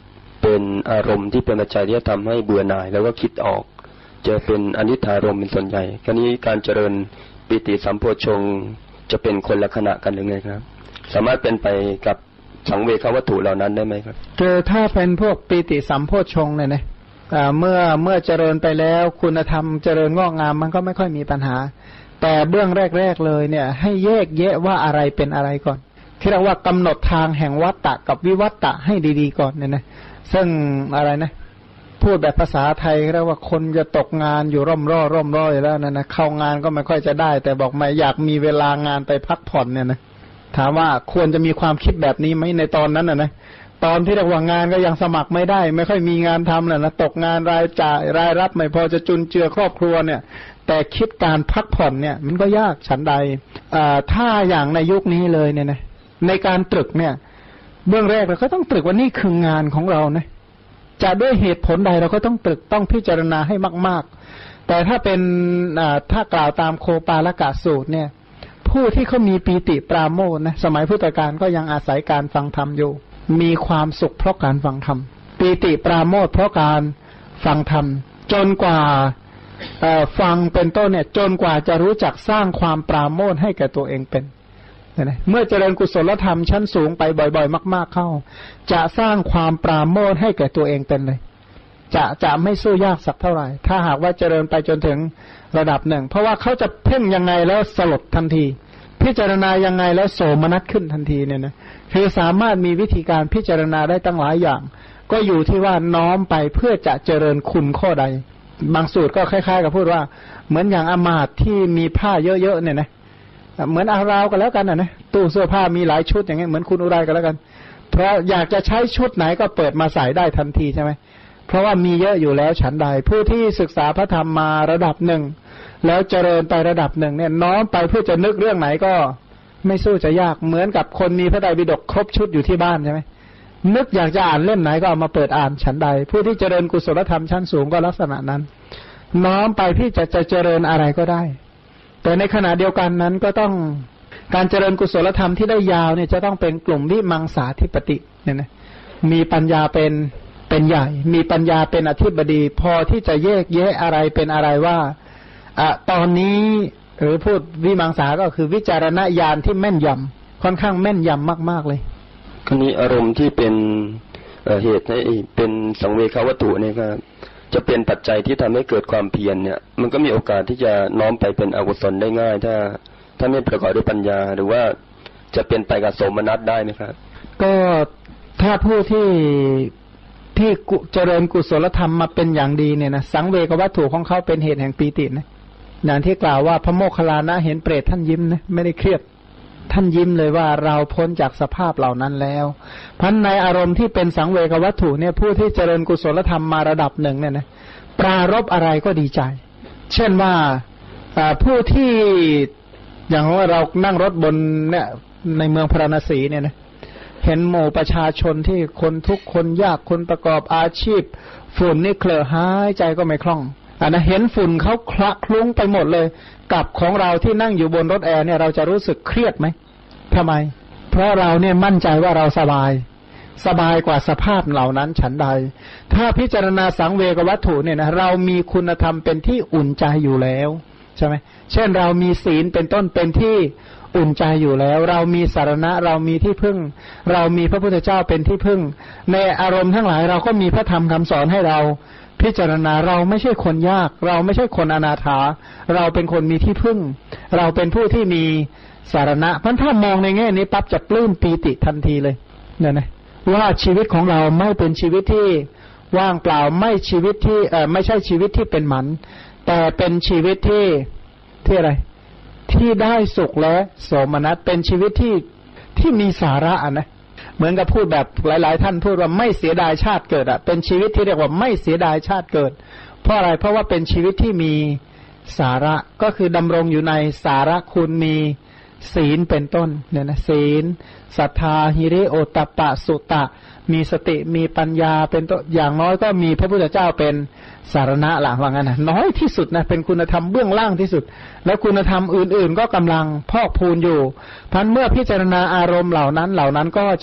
เป็นอารมณ์ที่เป็นปัจจัยที่จะทำให้เบื่อหน่ายแล้วก็คิดออกจะเป็นอนิจจารมณ์เป็นส่วนใหญ่คราวนี้การเจริญปิติสัมโพชฌงค์จะเป็นคนละขณะกันหรือไงครับสามารถเป็นไปกับสังเวชวัตถุเหล่านั้นได้ไหมครับคือถ้าเป็นพวกปิติสัมโพชฌงค์เนี่ยนะเมื่อเจริญไปแล้วคุณธรรมเจริญงอกงามมันก็ไม่ค่อยมีปัญหาแต่เบื้องแรกๆเลยเนี่ยให้แยกแยะว่าอะไรเป็นอะไรก่อนที่เรียกว่ากำหนดทางแห่งวัฏฏะกับวิวัฏฏะให้ดีๆก่อนเนี่ยนะซึ่งอะไรนะพูดแบบภาษาไทยเรียกว่าคนจะตกงานอยู่ร่อมร่อยแล้วนะเข้างานก็ไม่ค่อยจะได้แต่บอกไม่อยากมีเวลางานไปพักผ่อนเนี่ยนะถามว่าควรจะมีความคิดแบบนี้ไหมในตอนนั้นนะตอนที่เรียกว่างานก็ยังสมัครไม่ได้ไม่ค่อยมีงานทำแหละนะตกงานรายจ่ายรายรับไม่พอจะจุนเจือครอบครัวเนี่ยแต่คิดการพักผ่อนเนี่ยมันก็ยากฉันใดถ้าอย่างในยุคนี้เลยเนี่ยนะในการตรึกเนี่ยเบื้องแรกเราก็ต้องตรึกว่านี่คืองานของเรานะจะด้วยเหตุผลใดเราก็ต้องตรึกต้องพิจารณาให้มากๆแต่ถ้าเป็นถ้ากล่าวตามโคปาลกะสูตรเนี่ยผู้ที่เขามีปีติปราโมทย์นะสมัยพุทธกาลก็ยังอาศัยการฟังธรรมอยู่มีความสุขเพราะการฟังธรรมปีติปราโมทย์เพราะการฟังธรรมจนกว่าฟังเป็นต้นเนี่ยจนกว่าจะรู้จักสร้างความปราโมทย์ให้แก่ตัวเองเป็นเมื่อเจริญกุศลธรรมชั้นสูงไปบ่อยๆมากๆเข้าจะสร้างความปราโมทย์ให้แก่ตัวเองเป็นเลยจะไม่สู้ยากสักเท่าไหร่ถ้าหากว่าเจริญไปจนถึงระดับหนึ่งเพราะว่าเขาจะเพ่งยังไงแล้วสลดทันทีพิจารณายังไงแล้วโสมนัสขึ้นทันทีเนี่ยนะคือสามารถมีวิธีการพิจารณาได้ตั้งหลายอย่างก็อยู่ที่ว่าน้อมไปเพื่อจะเจริญคุณข้อใดบางสูตรก็คล้ายๆกับพูดว่าเหมือนอย่างอมาตย์ที่มีผ้าเยอะๆเนี่ยนะเหมือนอาราวกันแล้วกันนะตู้เสื้อผ้ามีหลายชุดอย่างเงี้ยเหมือนคุณอุไรกันแล้วกันเพราะอยากจะใช้ชุดไหนก็เปิดมาใส่ได้ทันทีใช่ไหมเพราะว่ามีเยอะอยู่แล้วฉันใดผู้ที่ศึกษาพระธรรมมาระดับหนึ่งแล้วเจริญไประดับหนึ่งเนี่ยน้อมไปเพื่อจะนึกเรื่องไหนก็ไม่สู้จะยากเหมือนกับคนมีพระไตรปิฎกครบชุดอยู่ที่บ้านใช่ไหมนึกอยากจะอ่านเล่มไหนก็เอามาเปิดอ่านฉันใดผู้ที่เจริญกุศลธรรมชั้นสูงก็ลักษณะนั้นน้อมไปที่จะเจริญอะไรก็ได้แต่ในขณะเดียวกันนั้นก็ต้องการเจริญกุศลธรรมที่ได้ยาวเนี่ยจะต้องเป็นกลุ่มวิมังสาธิปติเนี่ยนะมีปัญญาเป็นใหญ่มีปัญญาเป็นอธิบดีพอที่จะแยกแยะอะไรเป็นอะไรว่าตอนนี้หรือพูดวิมังสาก็คือวิจารณญาณที่แม่นยำค่อนข้างแม่นยำมากๆเลยคราวนี้อารมณ์ที่เป็นเหตุให้เป็นสังเวชวัตถุเนี่ยครับจะเป็นปัจจัยที่ทำให้เกิดความเพียรเนี่ยมันก็มีโอกาสที่จะน้อมไปเป็นอกุศลได้ง่ายถ้าไม่ประกอบด้วยปัญญาหรือว่าจะเป็นไปกับโสมนัสได้ไหมครับก็ถ้าผู้ที่เจริญกุศลธรรมมาเป็นอย่างดีเนี่ยนะสังเวชวัตถุของเขาเป็นเหตุแห่งปีตินะอย่างที่กล่าวว่าพระโมคคัลลานะเห็นเปรตท่านยิ้มนะไม่ได้เครียดท่านยิ้มเลยว่าเราพ้นจากสภาพเหล่านั้นแล้วพันในอารมณ์ที่เป็นสังเวชวัตถุเนี่ยผู้ที่เจริญกุศลธรรมมาระดับหนึ่งเนี่ยนะปรารภอะไรก็ดีใจเช่นว่าผู้ที่อย่างว่าเรานั่งรถบนเนี่ยในเมืองพาราณสีเนี่ยนะเห็นหมู่ประชาชนที่คนทุกคนยากคนประกอบอาชีพฝุ่นนี่เคลอะหายใจก็ไม่คล่องนะเห็นฝุ่นเขาคละคลุ้งไปหมดเลยกับของเราที่นั่งอยู่บนรถแอร์เนี่ยเราจะรู้สึกเครียดไหมทำไมเพราะเราเนี่ยมั่นใจว่าเราสบายกว่าสภาพเหล่านั้นฉันใดถ้าพิจารณาสังเวชวัตถุเนี่ยนะเรามีคุณธรรมเป็นที่อุ่นใจอยู่แล้วใช่ไหมเช่นเรามีศีลเป็นต้นเป็นที่อุ่นใจอยู่แล้วเรามีสารณะเรามีที่พึ่งเรามีพระพุทธเจ้าเป็นที่พึ่งในอารมณ์ทั้งหลายเราก็มีพระธรรมคำสอนให้เราพิจารณาเราไม่ใช่คนยากเราไม่ใช่คนอนาถาเราเป็นคนมีที่พึ่งเราเป็นผู้ที่มีสารณะเพราะถ้ามองในแง่นี้ปั๊บจะปลื้มปีติทันทีเลยเนี่ยนะว่าชีวิตของเราไม่เป็นชีวิตที่ว่างเปล่าไม่ชีวิตที่ไม่ใช่ชีวิตที่เป็นหมันแต่เป็นชีวิตที่อะไรที่ได้สุขและโสมนัสเป็นชีวิตที่มีสาระนะเหมือนกับพูดแบบหลายๆท่านพูดว่าไม่เสียดายชาติเกิดเป็นชีวิตที่เรียกว่าไม่เสียดายชาติเกิดเพราะอะไรเพราะว่าเป็นชีวิตที่มีสาระก็คือดำรงอยู่ในสาระคุณมีศีลเป็นต้นเนี่ยนะศีลศรัทธาหิริโอตตัปปะสุตะมีสติมีปัญญาเป็นต้นอย่างน้อยก็มีพระพุทธเจ้าเป็นสารณะล่ะว่างั้นนะน้อยที่สุดนะเป็นคุณธรรมเบื้องล่างที่สุดแล้วคุณธรรมอื่นๆก็กำลังพอกพูนอยู่พันเมื่อพิจารณาอารมณ์เหล่านั้นก็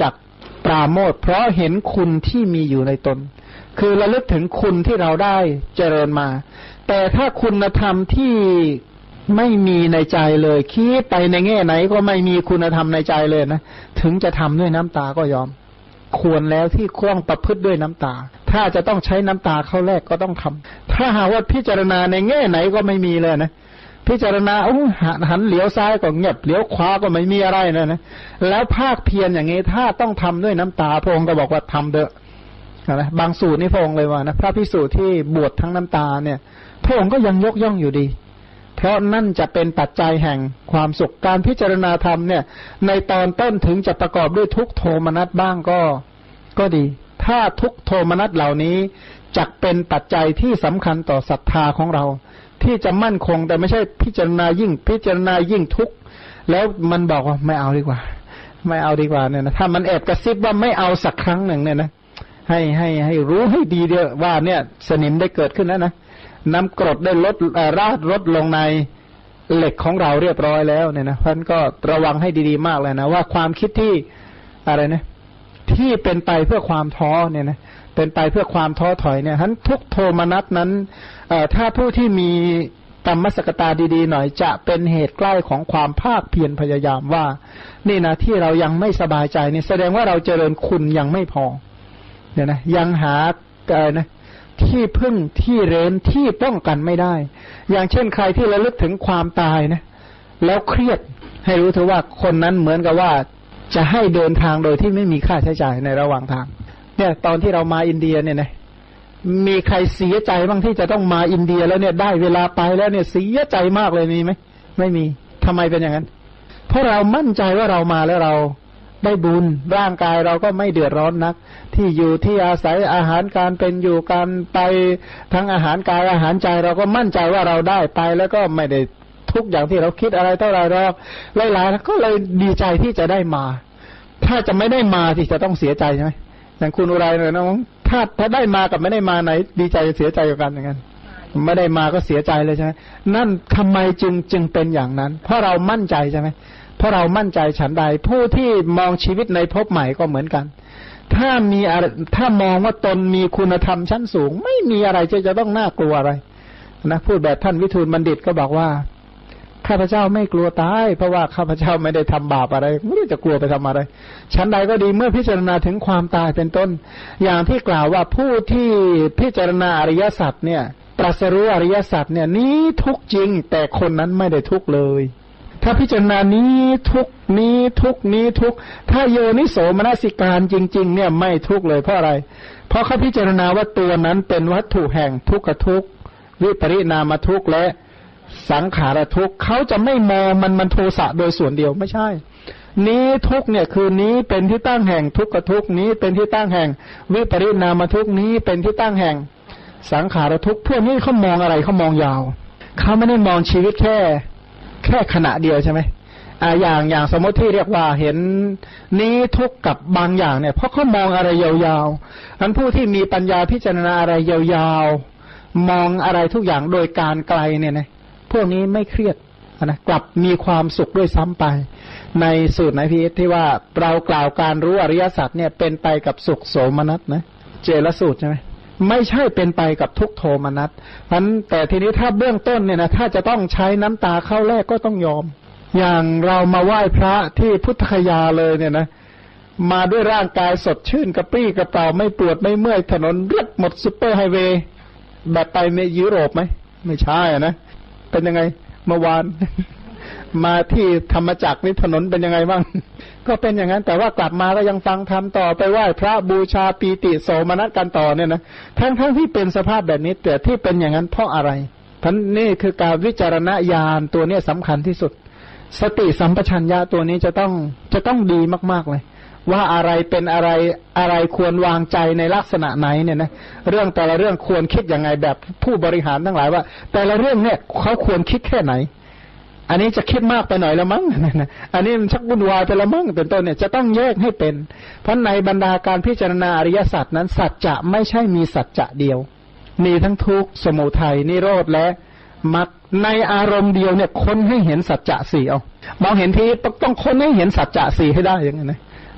ปราโมทย์เพราะเห็นคุณที่มีอยู่ในตนคือระลึกถึงคุณที่เราได้เจริญมาแต่ถ้าคุณธรรมที่ไม่มีในใจเลยคิดไปในแง่ไหนก็ไม่มีคุณธรรมในใจเลยนะถึงจะทำด้วยน้ำตาก็ยอมควรแล้วที่คล่องประพฤติด้วยน้ำตาถ้าจะต้องใช้น้ำตาเข้าแลกก็ต้องทำถ้าหากว่าพิจารณาในแง่ไหนก็ไม่มีเลยนะพิจารณาหันเหลียวซ้ายก็เงียบเหลียวขวาก็ไม่มีอะไรนะแล้วภาคเพียรอย่างนี้ถ้าต้องทำด้วยน้ำตาพระองค์ก็บอกว่าทำเถอะนะบางสูตรนี่พระองค์เลยว่านะพระภิกษุที่บวชทั้งน้ำตาเนี่ยพระองค์ก็ยังยกย่องอยู่ดีเพราะนั่นจะเป็นปัจจัยแห่งความสุขการพิจารณาธรรมเนี่ยในตอนต้นถึงจะประกอบด้วยทุกโทมนัสบ้างก็ดีถ้าทุกโทมนัสเหล่านี้จักเป็นปัจจัยที่สำคัญต่อศรัทธาของเราที่จะมั่นคงแต่ไม่ใช่พิจารณายิ่งทุกข์แล้วมันบอกว่าไม่เอาดีกว่าเนี่ยนะถ้ามันแอบกระซิบว่าไม่เอาสักครั้งหนึ่งเนี่ยนะให้รู้ให้ดีเดียวว่าเนี่ยสนิมได้เกิดขึ้นแล้วนะน้ำกรดได้ราดลดลงในเหล็กของเราเรียบร้อยแล้วเนี่ยนะเพราะฉะนั้นก็ระวังให้ดีๆมากเลยนะว่าความคิดที่อะไรนะที่เป็นไปเพื่อความท้อเนี่ยนะเป็นไปเพื่อความท้อถอยเนี่ยทั้นทุกโทมนัสนั้นถ้าผู้ที่มีกรรมสกตาดีๆหน่อยจะเป็นเหตุใกล้ของความภาคเพียรพยายามว่านี่นะที่เรายังไม่สบายใจนี่แสดงว่าเราเจริญคุณยังไม่พอเนี่ยนะยังหานะที่พึ่งที่เร้นที่ป้องกันไม่ได้อย่างเช่นใครที่ระลึกถึงความตายนะแล้วเครียดให้รู้เถอะว่าคนนั้นเหมือนกับว่าจะให้เดินทางโดยที่ไม่มีค่าใช้จ่ายในระหว่างทางเนี่ยตอนที่เรามาอินเดียเนี่ยนะมีใครเสียใจบ้างที่จะต้องมาอินเดียแล้วเนี่ยได้เวลาไปแล้วเนี่ยเสียใจมากเลยมีไหมไม่มีทำไมเป็นอย่างนั้นเพราะเรามั่นใจว่าเรามาแล้วเราได้บุญร่างกายเราก็ไม่เดือดร้อนนักที่อยู่ที่อาศัยอาหารการเป็นอยู่การไปทั้งอาหารกายอาหารใจเราก็มั่นใจว่าเราได้ไปแล้วก็ไม่ได้ทุกอย่างที่เราคิดอะไรเท่าไรหรอกหลายๆก็เลยดีใจที่จะได้มาถ้าจะไม่ได้มาที่จะต้องเสียใจใช่ไหมอย่างคุณอุไรเลยน้องถ้าได้มากับไม่ได้มาไหนดีใจเสียใจกันอย่างนั้นไม่ได้มาก็เสียใจเลยใช่ไหมนั่นทำไมจึงเป็นอย่างนั้นเพราะเรามั่นใจใช่ไหมเพราะเรามั่นใจฉันใดผู้ที่มองชีวิตในภพใหม่ก็เหมือนกันถ้ามองว่าตนมีคุณธรรมชั้นสูงไม่มีอะไรจะต้องน่ากลัวอะไรนะพูดแบบท่านวิทูลบัณฑิตก็บอกว่าข้าพเจ้าไม่กลัวตายเพราะว่าข้าพเจ้าไม่ได้ทำบาปอะไรไม่รู้จะกลัวไปทำอะไรชั้นใดก็ดีเมื่อพิจารณาถึงความตายเป็นต้นอย่างที่กล่าวว่าผู้ที่พิจารณาอริยสัจเนี่ยตรัสรู้อริยสัจเนี่ยนี้ทุกจริงแต่คนนั้นไม่ได้ทุกเลยถ้าพิจารณานี้ทุกถ้าโยนิโสมนสิการจริงๆเนี่ยไม่ทุกเลยเพราะอะไรเพราะเขาพิจารณาว่าตัวนั้นเป็นวัตถุแห่งทุกขทุกข์วิปริณามทุกข์และสังขารทุกข์เขาจะไม่มองมันโทสะโดยส่วนเดียวไม่ใช่นี้ทุกเนี่ยคือนี้เป็นที่ตั้งแห่งทุกขทุกข์นี้เป็นที่ตั้งแห่งวิปริณามทุกข์นี้เป็นที่ตั้งแห่งสังขารทุกข์พวกนี้เขามองอะไรเขามองยาวเขาไม่ได้มองชีวิตแค่ขณะเดียวใช่ไหมอย่างสมมติที่เรียกว่าเห็นนี้ทุกข์กับบางอย่างเนี่ยเพราะเขามองอะไรยาวๆนั้นผู้ที่มีปัญญาพิจารณาอะไรยาวๆมองอะไรทุกอย่างโดยการไกลเนี่ยนะพวกนี้ไม่เครียดนะกลับมีความสุขด้วยซ้ำไปในสูตรไหนพี่ที่ว่าเรากล่าวการรู้อริยสัจเนี่ยเป็นไปกับสุขโสมนัสนะเจรสูตรใช่ไหมไม่ใช่เป็นไปกับทุกโทมนัสเพราะแต่ทีนี้ถ้าเบื้องต้นเนี่ยนะถ้าจะต้องใช้น้ำตาเข้าแรกก็ต้องยอมอย่างเรามาไหว้พระที่พุทธคยาเลยเนี่ยนะมาด้วยร่างกายสดชื่นกระปรี้กระเปร่าไม่ปวดไม่เมื่อยถนนเรียบหมดซุปเปอร์ไฮเวย์แบบไปในยุโรปไหมไม่ใช่นะเป็นยังไงเมื่อวาน มาที่ธรรมจักรนี่ถนนเป็นยังไงบ้าง ก็เป็นอย่างนั้นแต่ว่ากลับมาก็ยังฟังธรรมต่อไปไหว้พระบูชาปีติโสมนัสกันต่อเนี่ยนะทั้งที่เป็นสภาพแบบนี้แต่ที่เป็นอย่างนั้นเพราะอะไรเพราะนี่คือการวิจารณญาณตัวนี้สำคัญที่สุดสติสัมปชัญญะตัวนี้จะต้องดีมากๆเลยว่าอะไรเป็นอะไรควรวางใจในลักษณะไหนเนี่ยนะเรื่องแต่ละเรื่องควรคิดยังไงแบบผู้บริหารทั้งหลายว่าแต่ละเรื่องเนี่ยเขาควรคิดแค่ไหนอันนี้จะคิดมากไปหน่อยแล้วมั้งอันนี้มันชักวุ่นวายไปแล้วมั้งเป็นต้นเนี่ยจะต้องแยกให้เป็นเพราะในบรรดาการพิจารณาอริยสัจนั้นสัจจะไม่ใช่มีสัจจะเดียวมีทั้งทุกข์สมุทัยนิโรธและมรรคในอารมณ์เดียวเนี่ยค้นให้เห็นสัจจะสี่เอามองเห็นทีต้องค้นให้เห็นสัจจะสี่ให้ได้อย่างนั้นนะ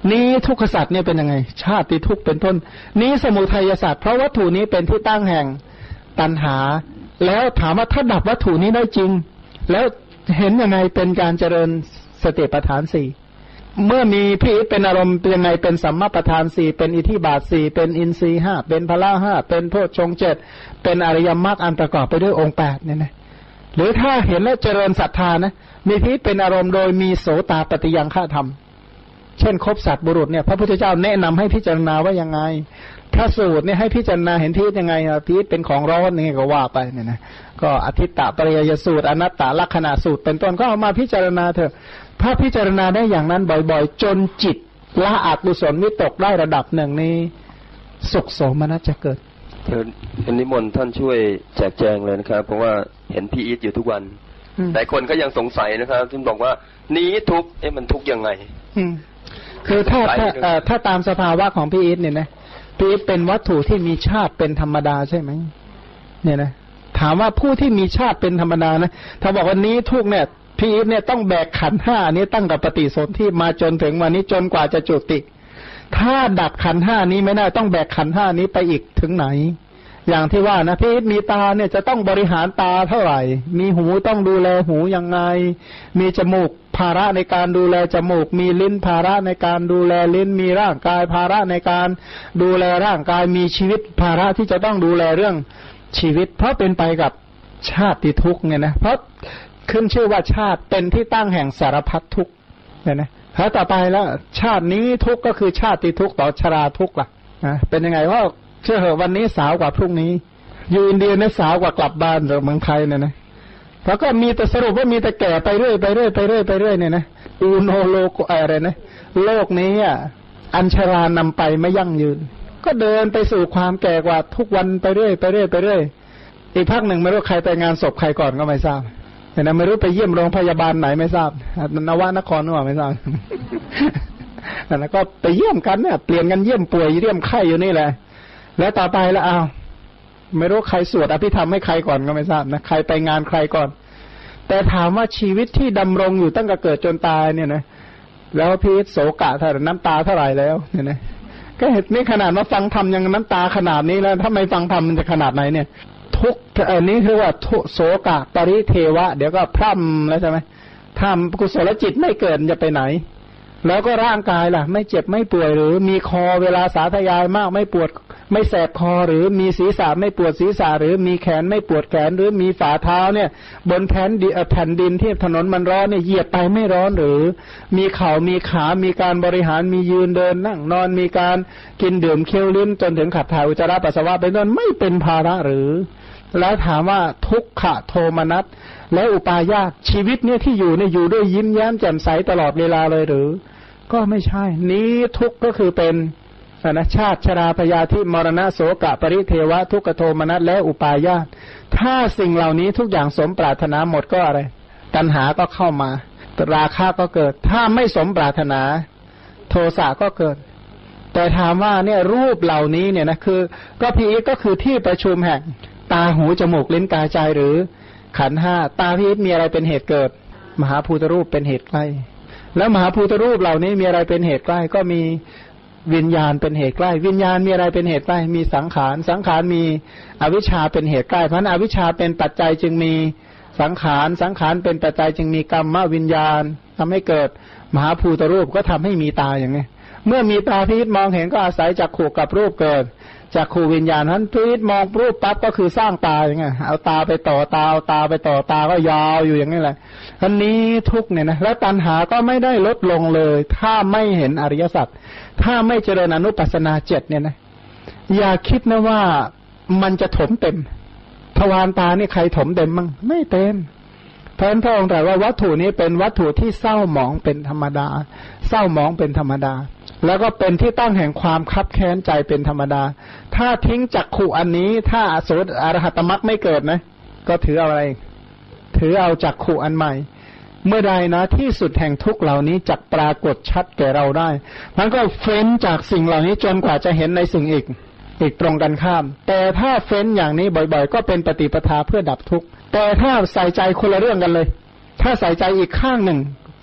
นี้ทุกขสัตว์เนี่ยเป็นยังไงชาติทุกข์เป็นต้นนี้สมุทัยสัตว์เพราะวัตถุนี้เป็นที่ตั้งแห่งตัณหาแล้วถามว่าถ้าดับวัตถุนี้ได้จริงแล้วเห็นยังไงเป็นการเจริญสติปัฏฐานสี่เมื่อมีพิอิทเป็นอารมณ์ยังไงเป็นสัมมาปัฏฐานสี่เป็นอิทธิบาทสี่เป็นอินทรีย์ห้าเป็นพละห้าเป็นโพชฌงค์เจ็ดเป็นอริยมรรคอันประกอบไปด้วยองค์แปดเนี่ยนะหรือถ้าเห็นแล้วเจริญศรัทธานะมีพิอิทเป็นอารมณ์โดยมีโสตาปฏิยังฆธรรมเช่นคบสัตว์บุรุษเนี่ยพระพุทธเจ้าแนะนำให้พิจารณาว่ายังไงพระสูตรเนี่ยให้พิจารณาเห็นพิอิทยังไงพิอิทเป็นของร้อนนี่ก็ว่าไปเนี่ยนะก็อธิตตปริยสูตรอนัตตลักขณะสูตรเป็นต้นก็เอามาพิจารณาเถอะถ้าพิจารณาได้อย่างนั้นบ่อยๆจนจิตละอกุศลวิตกได้ระดับหนึ่งนี้สุขโสมนัสจะเกิดนิมนต์ท่านช่วยแจกแจงเลยนะครับเพราะว่าเห็นพีอีทอยู่ทุกวันแต่คนก็ยังสงสัยนะครับที่บอกว่านี้ทุกมันทุกยังไงคือถ้าตามสภาวะของพีอีทเนี่ยนะพีอีทเป็นวัตถุที่มีชาติเป็นธรรมดาใช่ไหมเนี่ยนะถามว่าผู้ที่มีชาติเป็นธรรมดานะถ้าบอกว่านี้ทุกเนี่ยพีอีทเนี่ยต้องแบกขันธ์ห้านี้ตั้งกับปฏิสนธิมาจนถึงวันนี้จนกว่าจะจุติถ้าดับขันธ์ห้านี้ไม่ได้ต้องแบกขันธ์ห้านี้ไปอีกถึงไหนอย่างที่ว่านะพีอีทมีตาเนี่ยจะต้องบริหารตาเท่าไหร่มีหูต้องดูแลหูยังไงมีจมูกภาระในการดูแลจมูกมีลิ้นภาระในการดูแลลิ้นมีร่างกายภาระในการดูแลร่างกายมีชีวิตภาระที่จะต้องดูแลเรื่องชีวิตเพราะเป็นไปกับชาติทุกข์เนี่ยนะเพราะขึ้นชื่อว่าชาติเป็นที่ตั้งแห่งสารพัดทุกข์เนี่ยนะแล้วต่อไปแล้วชาตินี้ทุกข์ก็คือชาติทุกข์ต่อชราทุกข์ล่ะเป็นยังไงว่าเชื่อเหอะวันนี้สาวกว่าพรุ่งนี้อยู่อินเดียเนี่ยสาวกว่ากลับบ้านจากเมืองไทยเนี่ยนะแล้วก็มีแต่สรุปว่ามีแต่แก่ไปเรื่อยไปเรื่อยไปเรื่อยไปเรื่อยเนี่ยนะอูโนโลกอะไรนะโลกนี้อัญชรานำไปไม่ยั่งยืนก็เดินไปสู่ความแก่กว่าทุกวันไปเรื่อยไปเรื่อยไปเรื่อยอีกพักหนึ่งไม่รู้ใครไปงานศพใครก่อนก็ไม่ทราบแต่นะไม่รู้ไปเยี่ยมโรงพยาบาลไหนไม่ทราบนวนครหรือเปล่าไม่ทราบแล้วก็ไปเยี่ยมกันเนี่ยเปลี่ยนกันเยี่ยมป่วยเยี่ยมไข้อยู่นี่แหละแล้วต่อไปแล้วไม่รู้ใครสวดอภิธรรมให้ใครก่อนก็ไม่ทราบนะใครไปงานใครก่อนแต่ถามว่าชีวิตที่ดำรงอยู่ตั้งแต่เกิดจนตายเนี่ยนะแล้วพีชโศกะเท่าน้ำตาเท่าไหร่แล้วเนี่ยนะก็เห็นนี่ขนาดว่าฟังธรรมยังน้ำตาขนาดนี้แล้วถ้าไม่ฟังธรรมมันจะขนาดไหนเนี่ยทุกอันนี้คือว่าโศกะปริเทวะเดี๋ยวก็พร่ำแล้วใช่ไหมทำกุศลจิตไม่เกิดจะไปไหนแล้วก็ร่างกายล่ะไม่เจ็บไม่ป่วยหรือมีคอเวลาสาธยายมากไม่ปวดไม่แสบคอหรือมีศีรษะไม่ปวดศีรษะหรือมีแขนไม่ปวดแขนหรือมีฝ่าเท้าเนี่ยบนแผ่นดินที่ถนนมันร้อนเนี่ยเหยียบไปไม่ร้อนหรือมีเข่ามีขามีการบริหารมียืนเดินนั่งนอนมีการกินดื่มเคี้ยวลิ้มจนถึงขับถ่ายอุจจาระปัสสาวะเป็นต้นไม่เป็นภาระหรือแล้วถามว่าทุกขโทมนัสและอุปาญาตชีวิตเนี่ยที่อยู่เนี่ยอยู่ด้วยยิ้มแย้มแจ่มใสตลอดเวลาเลยหรือก็ไม่ใช่นี้ทุกข์ก็คือเป็นชาติชราพยาธิมรณะโสกะปริเทวะทุกขโทมนัสและอุปาญาตถ้าสิ่งเหล่านี้ทุกอย่างสมปรารถนาหมดก็อะไรตัณหาก็เข้ามาราคะก็เกิดถ้าไม่สมปรารถนาโทสะก็เกิดแต่ถามว่าเนี่ยรูปเหล่านี้เนี่ยนะคือก็พีก็คือที่ประชุมแห่งตาหูจมูกลิ้นกายใจหรือขันธ์ห้าตาพีมีอะไรเป็นเหตุเกิดมหาภูตรูปเป็นเหตุใกล้แล้วมหาภูตรูปเหล่านี้มีอะไรเป็นเหตุใกล้ก็มีวิญญาณเป็นเหตุใกล้วิญญาณมีอะไรเป็นเหตุใกล้มีสังขารสังขารมีอวิชชาเป็นเหตุใกล้เพราะนั้นอวิชชาเป็นปัจจัยจึงมีสังขารสังขารเป็นปัจจัยจึงมีกรรมวิญญาณทำให้เกิดมหาภูตรูปก็ทำให้มีตาอย่างนี้เมื่อมีตาพิษมองเห็นก็อาศัยจักขุกับรูปเกิดจักขูวิญญาณนั้นพิษมองรูปปั๊บก็คือสร้างตาอย่างเงี้ยเอาตาไปต่อตาเอาตาไปต่อตาก็ยาวอยู่อย่างนี้แหละอันนี้ทุกเนี่ยนะแล้วตัณหาก็ไม่ได้ลดลงเลยถ้าไม่เห็นอริยสัจถ้าไม่เจริญอนุปัสสนาเจ็ดเนี่ยนะอย่าคิดนะว่ามันจะถมเต็มทวารตานี่ใครถมเต็มมั่งไม่เต็มเพราะฉะนั้นพระองค์ตรัสว่าวัตถุนี้เป็นวัตถุที่เศร้าหมองเป็นธรรมดาเศร้าหมองเป็นธรรมดาแล้วก็เป็นที่ตั้งแห่งความคับแค้นใจเป็นธรรมดาถ้าทิ้งจักขุอันนี้ถ้าโสดอรหัตมรรคไม่เกิดนะก็ถือเอาอะไรถือเอาจักขุอันใหม่เมื่อใดนะที่สุดแห่งทุกเหล่านี้จักปรากฏชัดแก่เราได้มันก็เฟ้นจากสิ่งเหล่านี้จนกว่าจะเห็นในสิ่งอีกตรงกันข้ามแต่ถ้าเฟ้นอย่างนี้บ่อยๆก็เป็นปฏิปทาเพื่อดับทุกข์แต่ถ้าใส่ใจคนละเรื่องกันเลยถ้าใส่ใจอีกข้างหนึ่งท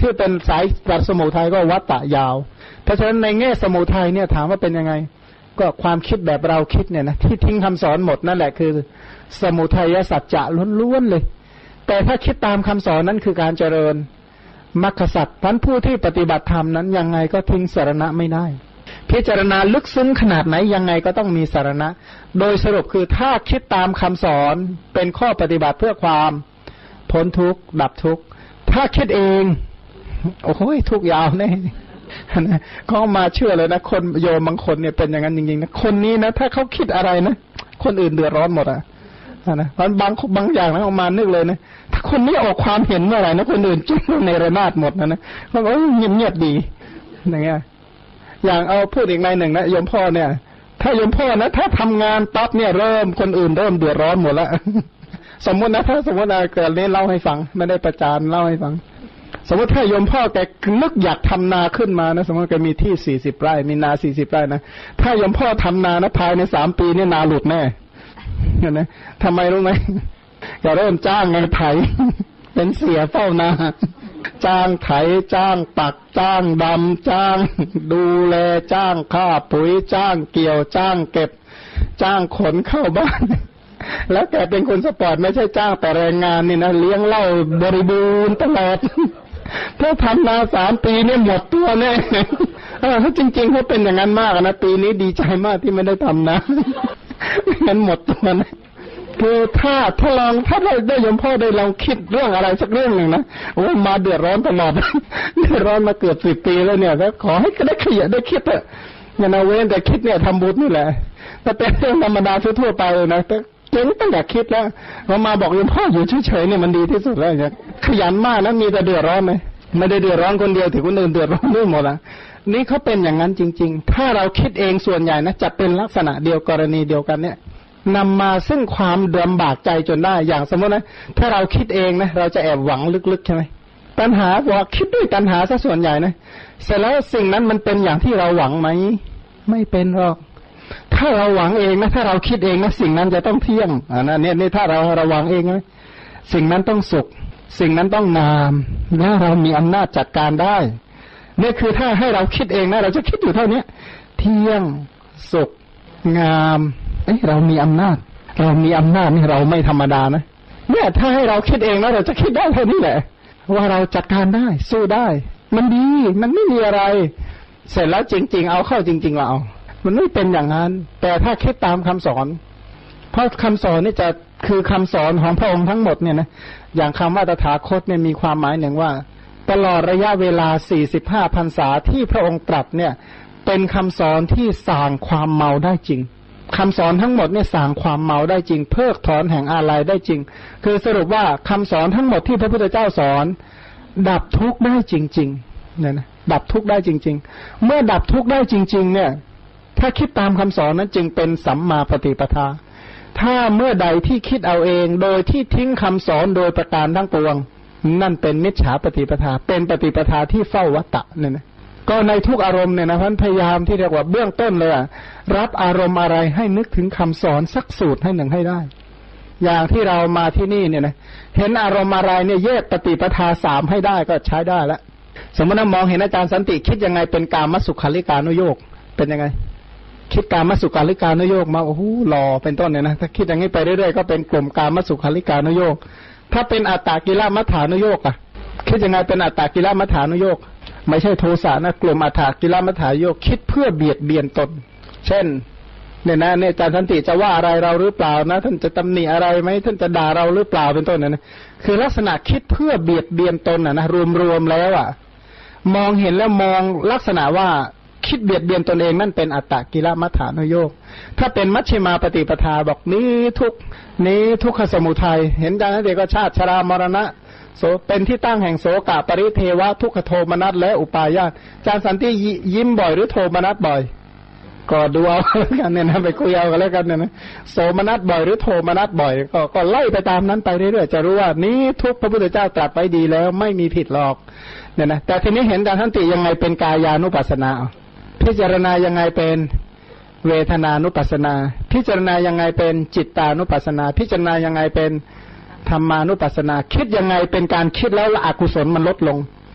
ที่เป็นสายแบบสมุทัยก็วัฏฏะยาวเพราะฉะนั้นในแง่สมุทัยเนี่ยถามว่าเป็นยังไงก็ความคิดแบบเราคิดเนี่ยนะที่ทิ้งคำสอนหมดนั่นแหละคือสมุทัยสัจจะล้วนๆเลยแต่ถ้าคิดตามคำสอนนั้นคือการเจริญมรรคสัจพันผู้ที่ปฏิบัติธรรมนั้นยังไงก็ทิ้งสรณะไม่ได้พิจารณาลึกซึ้งขนาดไหนยังไงก็ต้องมีสรณะโดยสรุปคือถ้าคิดตามคำสอนเป็นข้อปฏิบัติเพื่อความพ้นทุกข์ดับทุกข์ถ้าคิดเองโอ้ยทุกข์ยาวแน่เขามาเชื่อเลยนะคนโยมบางคนเนี่ยเป็นอย่างนั้นจริงๆนะคนนี้นะถ้าเขาคิดอะไรนะคนอื่นเดือดร้อนหมดอ่ะนะบางอย่างนะออกมานึกเลยนะถ้าคนนี้ออกความเห็นเมื่อไหร่นะคนอื่นจุ่มในระนาดหมดนะเขาบอกเงียบๆดีอย่างเงี้ยอย่างเอาพูดอีกในหนึ่งนะโยมพ่อเนี่ยถ้าโยมพ่อนะถ้าทำงานปั๊บเนี่ยคนอื่นเริ่มเดือดร้อนหมดแล้วสมมตินะถ้าสมมติอะไรเกิดนี้เล่าให้ฟังไม่ได้ประจานเล่าให้ฟังสมมติถ้าโยมพ่อแกนึกอยากทำนาขึ้นมานะสมมติแกมีที่40 ไร่มีนา40 ไร่นะถ้าโยมพ่อทำนานะภายใน3 ปีนี่นาหลุดแน่เห็นไหมทำไมรู้ไหมแกเริ่มจ้างไงไถเป็นเสียเฝ้านาจ้างไถจ้างปักจ้างดำจ้างดูแลจ้างค่าปุ๋ยจ้างเกี่ยวจ้างเก็บจ้างขนเข้าบ้านแล้วแกเป็นคนสปอร์ตไม่ใช่จ้างแต่แรงงานนี่นะเลี้ยงเหล้าบริบูรณ์ตลอดถ้าทำนา3 ปีเนี่ยหมดตัวแน่ถ้าจริงๆเขาเป็นอย่างนั้นมากนะปีนี้ดีใจมากที่ไม่ได้ทำนะไม่งั้นหมดตัวนะคือถ้าเราได้ยมพ่อได้ลองคิดเรื่องอะไรสักเรื่องหนึ่งนะโอ้มาเดือดร้อนตลอดเดือดร้อนมาเกือบ10 ปีแล้วเนี่ยก็ขอให้ได้ขยันได้คิดเถอะอย่าเอาเว้นแต่คิดเนี่ยทำบุญนี่แหละแต่เป็นเรื่องธรรมดาทั่วไปเลยนะเจ๊งตั้งแต่คิดแล้วเรามาบอกโยมพ่ออยู่เฉยๆเนี่ยมันดีที่สุดแล้วเนี่ยขยันมากนะมีแต่เดือดร้อนไหมไม่ได้เดือดร้อนคนเดียวถึงคนอื่นเดือดร้อนด้วยหมดอ่ะนี่เขาเป็นอย่างนั้นจริงๆถ้าเราคิดเองส่วนใหญ่นะจะเป็นลักษณะเดียวกรณีเดียวกันเนี่ยนำมาซึ่งความเดือดบากใจจนได้อย่างสมมตินะถ้าเราคิดเองนะเราจะแอบหวังลึกๆใช่ไหมปัญหาว่าคิดด้วยตัณหาซะส่วนใหญ่นะเสร็จแล้วสิ่งนั้นมันเป็นอย่างที่เราหวังไหมไม่เป็นหรอกถ้าเราหวังเองนะถ้าเราคิดเองนะสิ่งนั้นจะต้องเที่ยงนะเนี่ยถ้าเราหวังเองนะสิ่งนั้นต้องสุขสิ่งนั้นต้องงามและเรามีอำนาจจัดการได้นี่คือถ้าให้เราคิดเองนะเราจะคิดอยู่เท่านี้เที่ยงสุขงามเรามีอำนาจนี่เราไม่ธรรมดานะเนี่ยถ้าให้เราคิดเองนะเราจะคิดได้เท่านี้แหละว่าเราจัดการได้สู้ได้มันดีมันไม่มีอะไรเสร็จแล้วจริงๆเอาเข้าจริงๆเรามันไม่เป็นอย่างนั้นแต่ถ้าคิดตามคำสอนเพราะคำสอนนี่จะคือคำสอนของพระองค์ทั้งหมดเนี่ยนะอย่างคำว่าตถาคตเนี่ยมีความหมายหนึ่งว่าตลอดระยะเวลา45 พรรษาที่พระองค์ตรัสเนี่ยเป็นคำสอนที่ส่างความเมาได้จริงคำสอนทั้งหมดเนี่ยส่างความเมาได้จริงเพิกถอนแห่งอาลัยได้จริงคือสรุปว่าคำสอนทั้งหมดที่พระพุทธเจ้าสอนดับทุกข์ได้จริงๆเนี่ยนะดับทุกข์ได้จริงๆเมื่อดับทุกข์ได้จริงๆเนี่ยถ้าคิดตามคำสอนนั้นจึงเป็นสัมมาปฏิปทาถ้าเมื่อใดที่คิดเอาเองโดยที่ทิ้งคำสอนโดยประการทั้งปวงนั่นเป็นมิจฉาปฏิปทาเป็นปฏิปทาที่เฝ้าวัตตะเนี่ยนะก็ในทุกอารมณ์เนี่ยนะท่านพยายามที่เรียกว่าเบื้องต้นเลยรับอารมณ์อะไรให้นึกถึงคำสอนสักสูตรให้หนึ่งให้ได้อย่างที่เรามาที่นี่เนี่ยนะเห็นอารมณ์อะไรเนี่ยแยกปฏิปทา3ให้ได้ก็ใช้ได้แล้วสมมติว่ามองเห็นอาจารย์สันติคิดยังไงเป็นกามสุขาริกานุโยคเป็นยังไงคิดกามสุขาริกานุโยคมาโอ้โหหล่อเป็นต้นเนี่ยนะถ้าคิดอย่างนี้ไปเรื่อยๆก็เป็นกลุ่มกามสุขาริกานุโยคถ้าเป็นอัตตกิลมัฏฐานุโยคอะคิดยังไงเป็นอัตตกิลมัฏฐานุโยคไม่ใช่โทสะนะกลุ่มอัตตกิลมัฏฐานุโยคคิดเพื่อเบียดเบียนตนเช่นเนี่ยนะเนี่ยอาจารย์สันติจะว่าอะไรเราหรือเปล่านะท่านจะตำหนิอะไรไหมท่านจะด่าเราหรือเปล่าเป็นต้นนะคือลักษณะคิดเพื่อเบียดเบียนตนนะรวมๆแล้วอ่ะมองเห็นแล้วมองลักษณะว่าคิดเบียดเบียนตนเองนั่นเป็นอัตตกิลมัฏฐานุโยคถ้าเป็นมัชฌิมาปฏิปทาบอกนี้ทุกขสมุทัยเห็นอาจารย์สันติก็ชาติชรามรณะเป็นที่ตั้งแห่งโสกะปริเทวะทุกขโทมนัสและอุปาญาตอาจารย์สันติยิ้มบ่อยหรือโทมนัสบ่อยก็ดูเอาแล้วกันเนี่ยนะไปคุยเอากันแล้วกันเนี่ยนะโสมนัสบ่อยหรือโทมนัสบ่อยก็ไล่ไปตามนั้นไปเรื่อยๆจะรู้ว่านี้ทุกพระพุทธเจ้าตรัสไว้ดีแล้วไม่มีผิดหรอกเนี่ยนะแต่ทีนี้เห็นอาจารย์สันติยังไงเป็นกายานุปัสสนาพิจารณายังไงเป็นเวทนานุปัสสนาพิจารณายังไงเป็นจิตตานุปัสสนาพิจารณายังไงเป็นธรรมานุปัสสนาคิดยังไงเป็นการคิดแล้วอกุศลมันลดลงคิด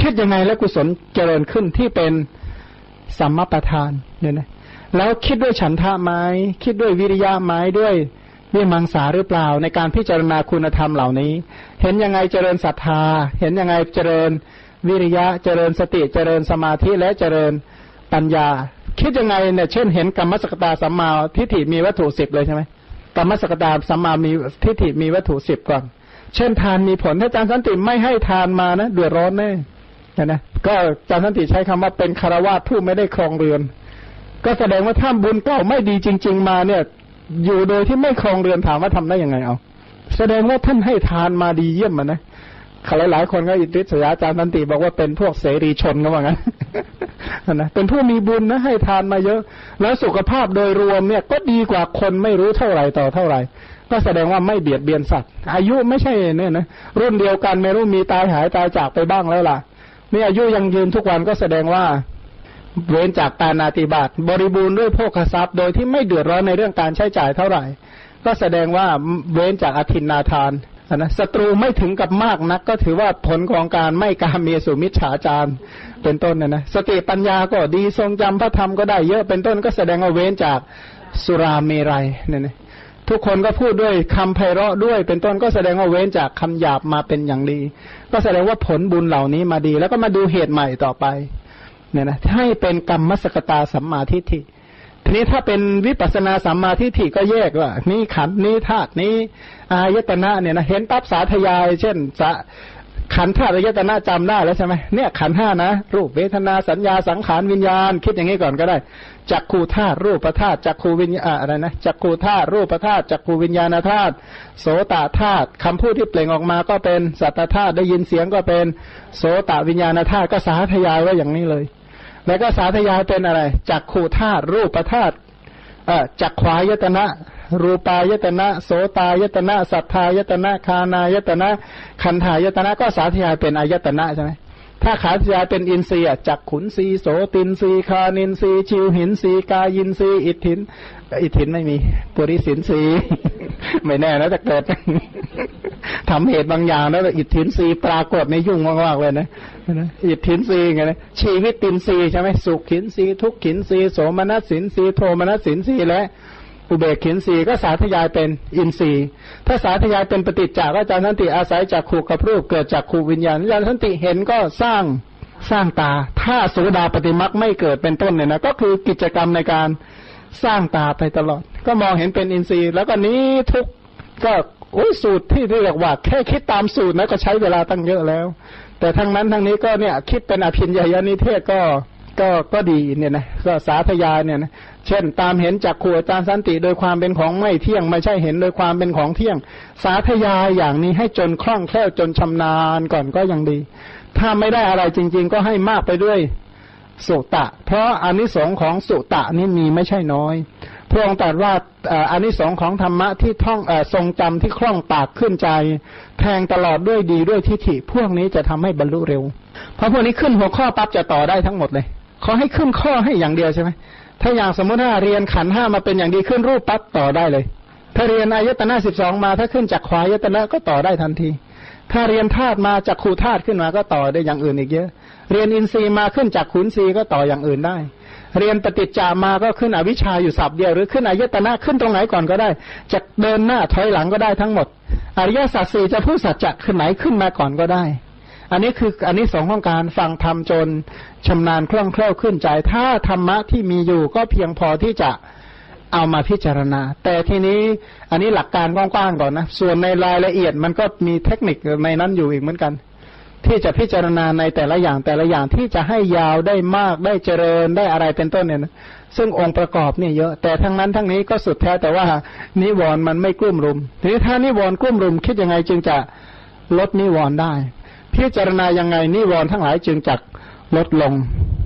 คิดยังไงแล้วกุศลเจริญขึ้นที่เป็นสัมมาประธานเนี่ยนะแล้วคิดด้วยฉันทะไหมคิดด้วยวิริยะไหมด้วยวิมังสาหรือเปล่าในการพิจารณาคุณธรรมเหล่านี้เห็นยังไงเจริญศรัทธาเห็นยังไงเจริญวิริยะเจริญสติเจริญสมาธิและเจริญปัญญาคิดยังไงเนี่ยเช่นเห็นกรรมสกตาสัมมาทิฏฐิมีวัตถุ10เลยใช่ไหมกรรมสกตาสัมมามีทิฏฐิมีวัตถุ10ก่อนเช่นทานมีผลถ้าอาจารย์สันติไม่ให้ทานมานะเดือดร้อนแน่นะก็อาจารย์สันติใช้คำว่าเป็นคฤหัสถ์ผู้ไม่ได้ครองเรือนก็แสดงว่าถ้าบุญเก่าไม่ดีจริงๆมาเนี่ยอยู่โดยที่ไม่ครองเรือนถามว่าทำได้ยังไงเอาแสดงว่าท่านให้ทานมาดีเยี่ยมนะหลายคนก็อิทธิศยาอาจารย์สันติบอกว่าเป็นพวกเสรีชนก็ว่างั้นนะเป็นผู้มีบุญนะให้ทานมาเยอะแล้วสุขภาพโดยรวมเนี่ยก็ดีกว่าคนไม่รู้เท่าไหร่ต่อเท่าไหร่ก็แสดงว่าไม่เบียดเบียนสัตว์อายุไม่ใช่เนี่ยนะรุ่นเดียวกันไม่รู้มีตายหายตายจากไปบ้างแล้วล่ะนี่อายุยังยืนทุกวันก็แสดงว่าเว้นจากปาณาติบาตบริบูรณ์ด้วยโภคทรัพย์โดยที่ไม่เดือดร้อนในเรื่องการใช้จ่ายเท่าไหร่ก็แสดงว่าเว้นจากอทินนาทานนะศัตรูไม่ถึงกับมากนักก็ถือว่าผลของการไม่กาเมสุมิจฉาจารเป็นต้นนะสติปัญญาก็ดีทรงจำพระธรรมก็ได้เยอะเป็นต้นก็แสดงว่าเว้นจากสุราเมรัยเนี่ยทุกคนก็พูดด้วยคำไพเราะด้วยเป็นต้นก็แสดงว่าเว้นจากคำหยาบมาเป็นอย่างดีก็แสดงว่าผลบุญเหล่านี้มาดีแล้วก็มาดูเหตุใหม่ต่อไปเนี่ยนะให้เป็นกรรมสกตาสัมมาทิฏฐิทีนี้ถ้าเป็นวิปัสสนาสัมมาทิฏฐิก็แยกว่านี่ขันธ์นี้ธาตุนี้อายตนะเนี่ยนะเห็นปั๊บสาธยายเช่นขันธ์ธาตุอายตนะจำได้แล้วใช่ไหมเนี่ยขันธ์5นะรูปเวทนาสัญญาสังขารวิญญาณคิดอย่างนี้ก่อนก็ได้จักขูธาตุรูปธาตุจักขูวิญญาณอะไรนะจักขูธาตุรูปธาตุจักขูวิญญาณธาตุโสตธาตุคำพูดที่เปล่งออกมาก็เป็นสัทธธาตุได้ยินเสียงก็เป็นโสตวิญญาณธาตุก็สาธยายไว้อย่างนี้เลยแล้วก็สาธยายเป็นอะไรจักขูธาตุรูปธาตุจักขวายตนะรูปายตนะโสตายตนะสัทธายตนะคานายตนะคันธายตนะก็สาธยายเป็นอายตนะใช่ไหมถ้าสาธยายเป็นอินทรีย์จักขุนทรีย์โสตินทรีย์คานินทรีย์ชิวหินทรีย์กายินทรีย์อิทธินไม่มีปุริสินทรีย์ไม่แน่นะจะเกิดทำเหตุบางอย่างแล้วอิทธินทรีย์ปรากฏในยุ่งมากๆเลยนะอิทธินทรีย์ไงนะชีวิตตินทรีย์ใช่ไหมสุขขินทรีย์ทุกขินทรีย์โสมนัสสินทรีย์โทมนัสสินทรีย์และอุเบกขินทรีย์ก็สาธยายเป็นอินทรีย์ถ้าสาธยายเป็นปฏิจจ์อาจารย์สันติอาศัยจากขูกับรูปเกิดจากขูวิญญาณอาจารย์สันติเห็นก็สร้างตาถ้าโสดาปัตติมรรคไม่เกิดเป็นต้นเนี่ยนะก็คือกิจกรรมในการสร้างตาไปตลอดก็มองเห็นเป็นอินทรีย์แล้วก็นี้ทุกก็สูตรที่เรียกว่าแค่คิดตามสูตรนะก็ใช้เวลาตั้งเยอะแล้วแต่ทั้งนั้นทั้งนี้ก็เนี่ยคิดเป็นอภิญญานิเทศก็ดีเนี่ยนะก็สาธยายเนี่ยนะเช่นตามเห็นจากครูอาจารย์สันติโดยความเป็นของไม่เที่ยงไม่ใช่เห็นโดยความเป็นของเที่ยงสาธยายอย่างนี้ให้จนคล่องแคล่วจนชำนาญก่อนก็ยังดีถ้าไม่ได้อะไรจริงๆก็ให้มากไปด้วยสุตะเพราะอานิสงส์ของสุตะนี่มีไม่ใช่น้อยพระองค์ตรัสว่าอานิสงส์ของธรรมะที่ท่องทรงจำที่คล่องปากขึ้นใจแทงตลอดด้วยดีด้วยทิฏฐิพวกนี้จะทำให้บรรลุเร็วเพราะพวกนี้ขึ้นหัวข้อปั๊บจะต่อได้ทั้งหมดเลยขอให้ขึ้นข้อให้อย่างเดียวใช่ไหมถ้าอย่างสมมติถ้าเรียนขันธ์5มาเป็นอย่างดีขึ้นรูปปั๊บต่อได้เลยถ้าเรียนอายตนะ12มาถ้าขึ้นจากขวายตนะก็ต่อได้ทันทีถ้าเรียนธาตุมาจากขูธาตุขึ้นมาก็ต่อได้อย่างอื่นอีกเยอะเรียนอินทรีย์มาขึ้นจากขุนทรีย์ก็ต่ออย่างอื่นได้เรียนปฏิจจามาก็ขึ้นอวิชชาอยู่ศัพท์เดียวหรือขึ้นอายตนะขึ้นตรงไหนก่อนก็ได้จะเดินหน้าถอยหลังก็ได้ทั้งหมดอริยสัจ4จะพูดสัจจะขึ้นไหนขึ้นมาก่อนก็ได้อันนี้คืออันนี้สองของการฟังธรรมจนชำนาญคล่องแคล่วขึ้นใจถ้าธรรมะที่มีอยู่ก็เพียงพอที่จะเอามาพิจารณาแต่ทีนี้อันนี้หลักการกว้างๆก่อนนะส่วนในรายละเอียดมันก็มีเทคนิคในนั้นอยู่อีกเหมือนกันที่จะพิจารณาในแต่ละอย่างที่จะให้ยาวได้มากได้เจริญได้อะไรเป็นต้นเนี่ยนะซึ่งองค์ประกอบเนี่ยเยอะแต่ทั้งนั้นทั้งนี้ก็สุดแท้แต่ว่านิวรณ์มันไม่กลุ่มรุมทีนี้ถ้านิวรณ์กลุ่มรุมคิดยังไงจึงจะลดนิวรณ์ได้พิจารณายังไงนิวรณ์ทั้งหลายจึงจักลดลง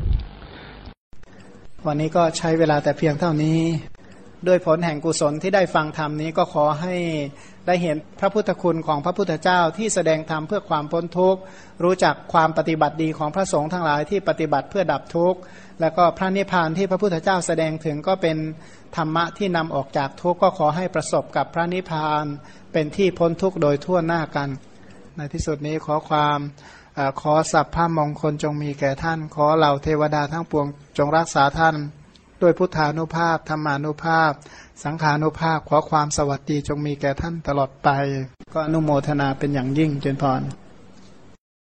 วันนี้ก็ใช้เวลาแต่เพียงเท่านี้ด้วยผลแห่งกุศลที่ได้ฟังธรรมนี้ก็ขอให้ได้เห็นพระพุทธคุณของพระพุทธเจ้าที่แสดงธรรมเพื่อความพ้นทุกข์รู้จักความปฏิบัติดีของพระสงฆ์ทั้งหลายที่ปฏิบัติเพื่อดับทุกข์แล้วก็พระนิพพานที่พระพุทธเจ้าแสดงถึงก็เป็นธรรมะที่นำออกจากทุกข์ก็ขอให้ประสบกับพระนิพพานเป็นที่พ้นทุกข์โดยทั่วหน้ากันในที่สุดนี้ขอความขอสัพพะมงคลจงมีแก่ท่านขอเหล่าเทวดาทั้งปวงจงรักษาท่านด้วยพุทธานุภาพธรรมานุภาพสังขานุภาพขอความสวัสดีจงมีแก่ท่านตลอดไปก็อนุโมทนาเป็นอย่างยิ่งเจริญพร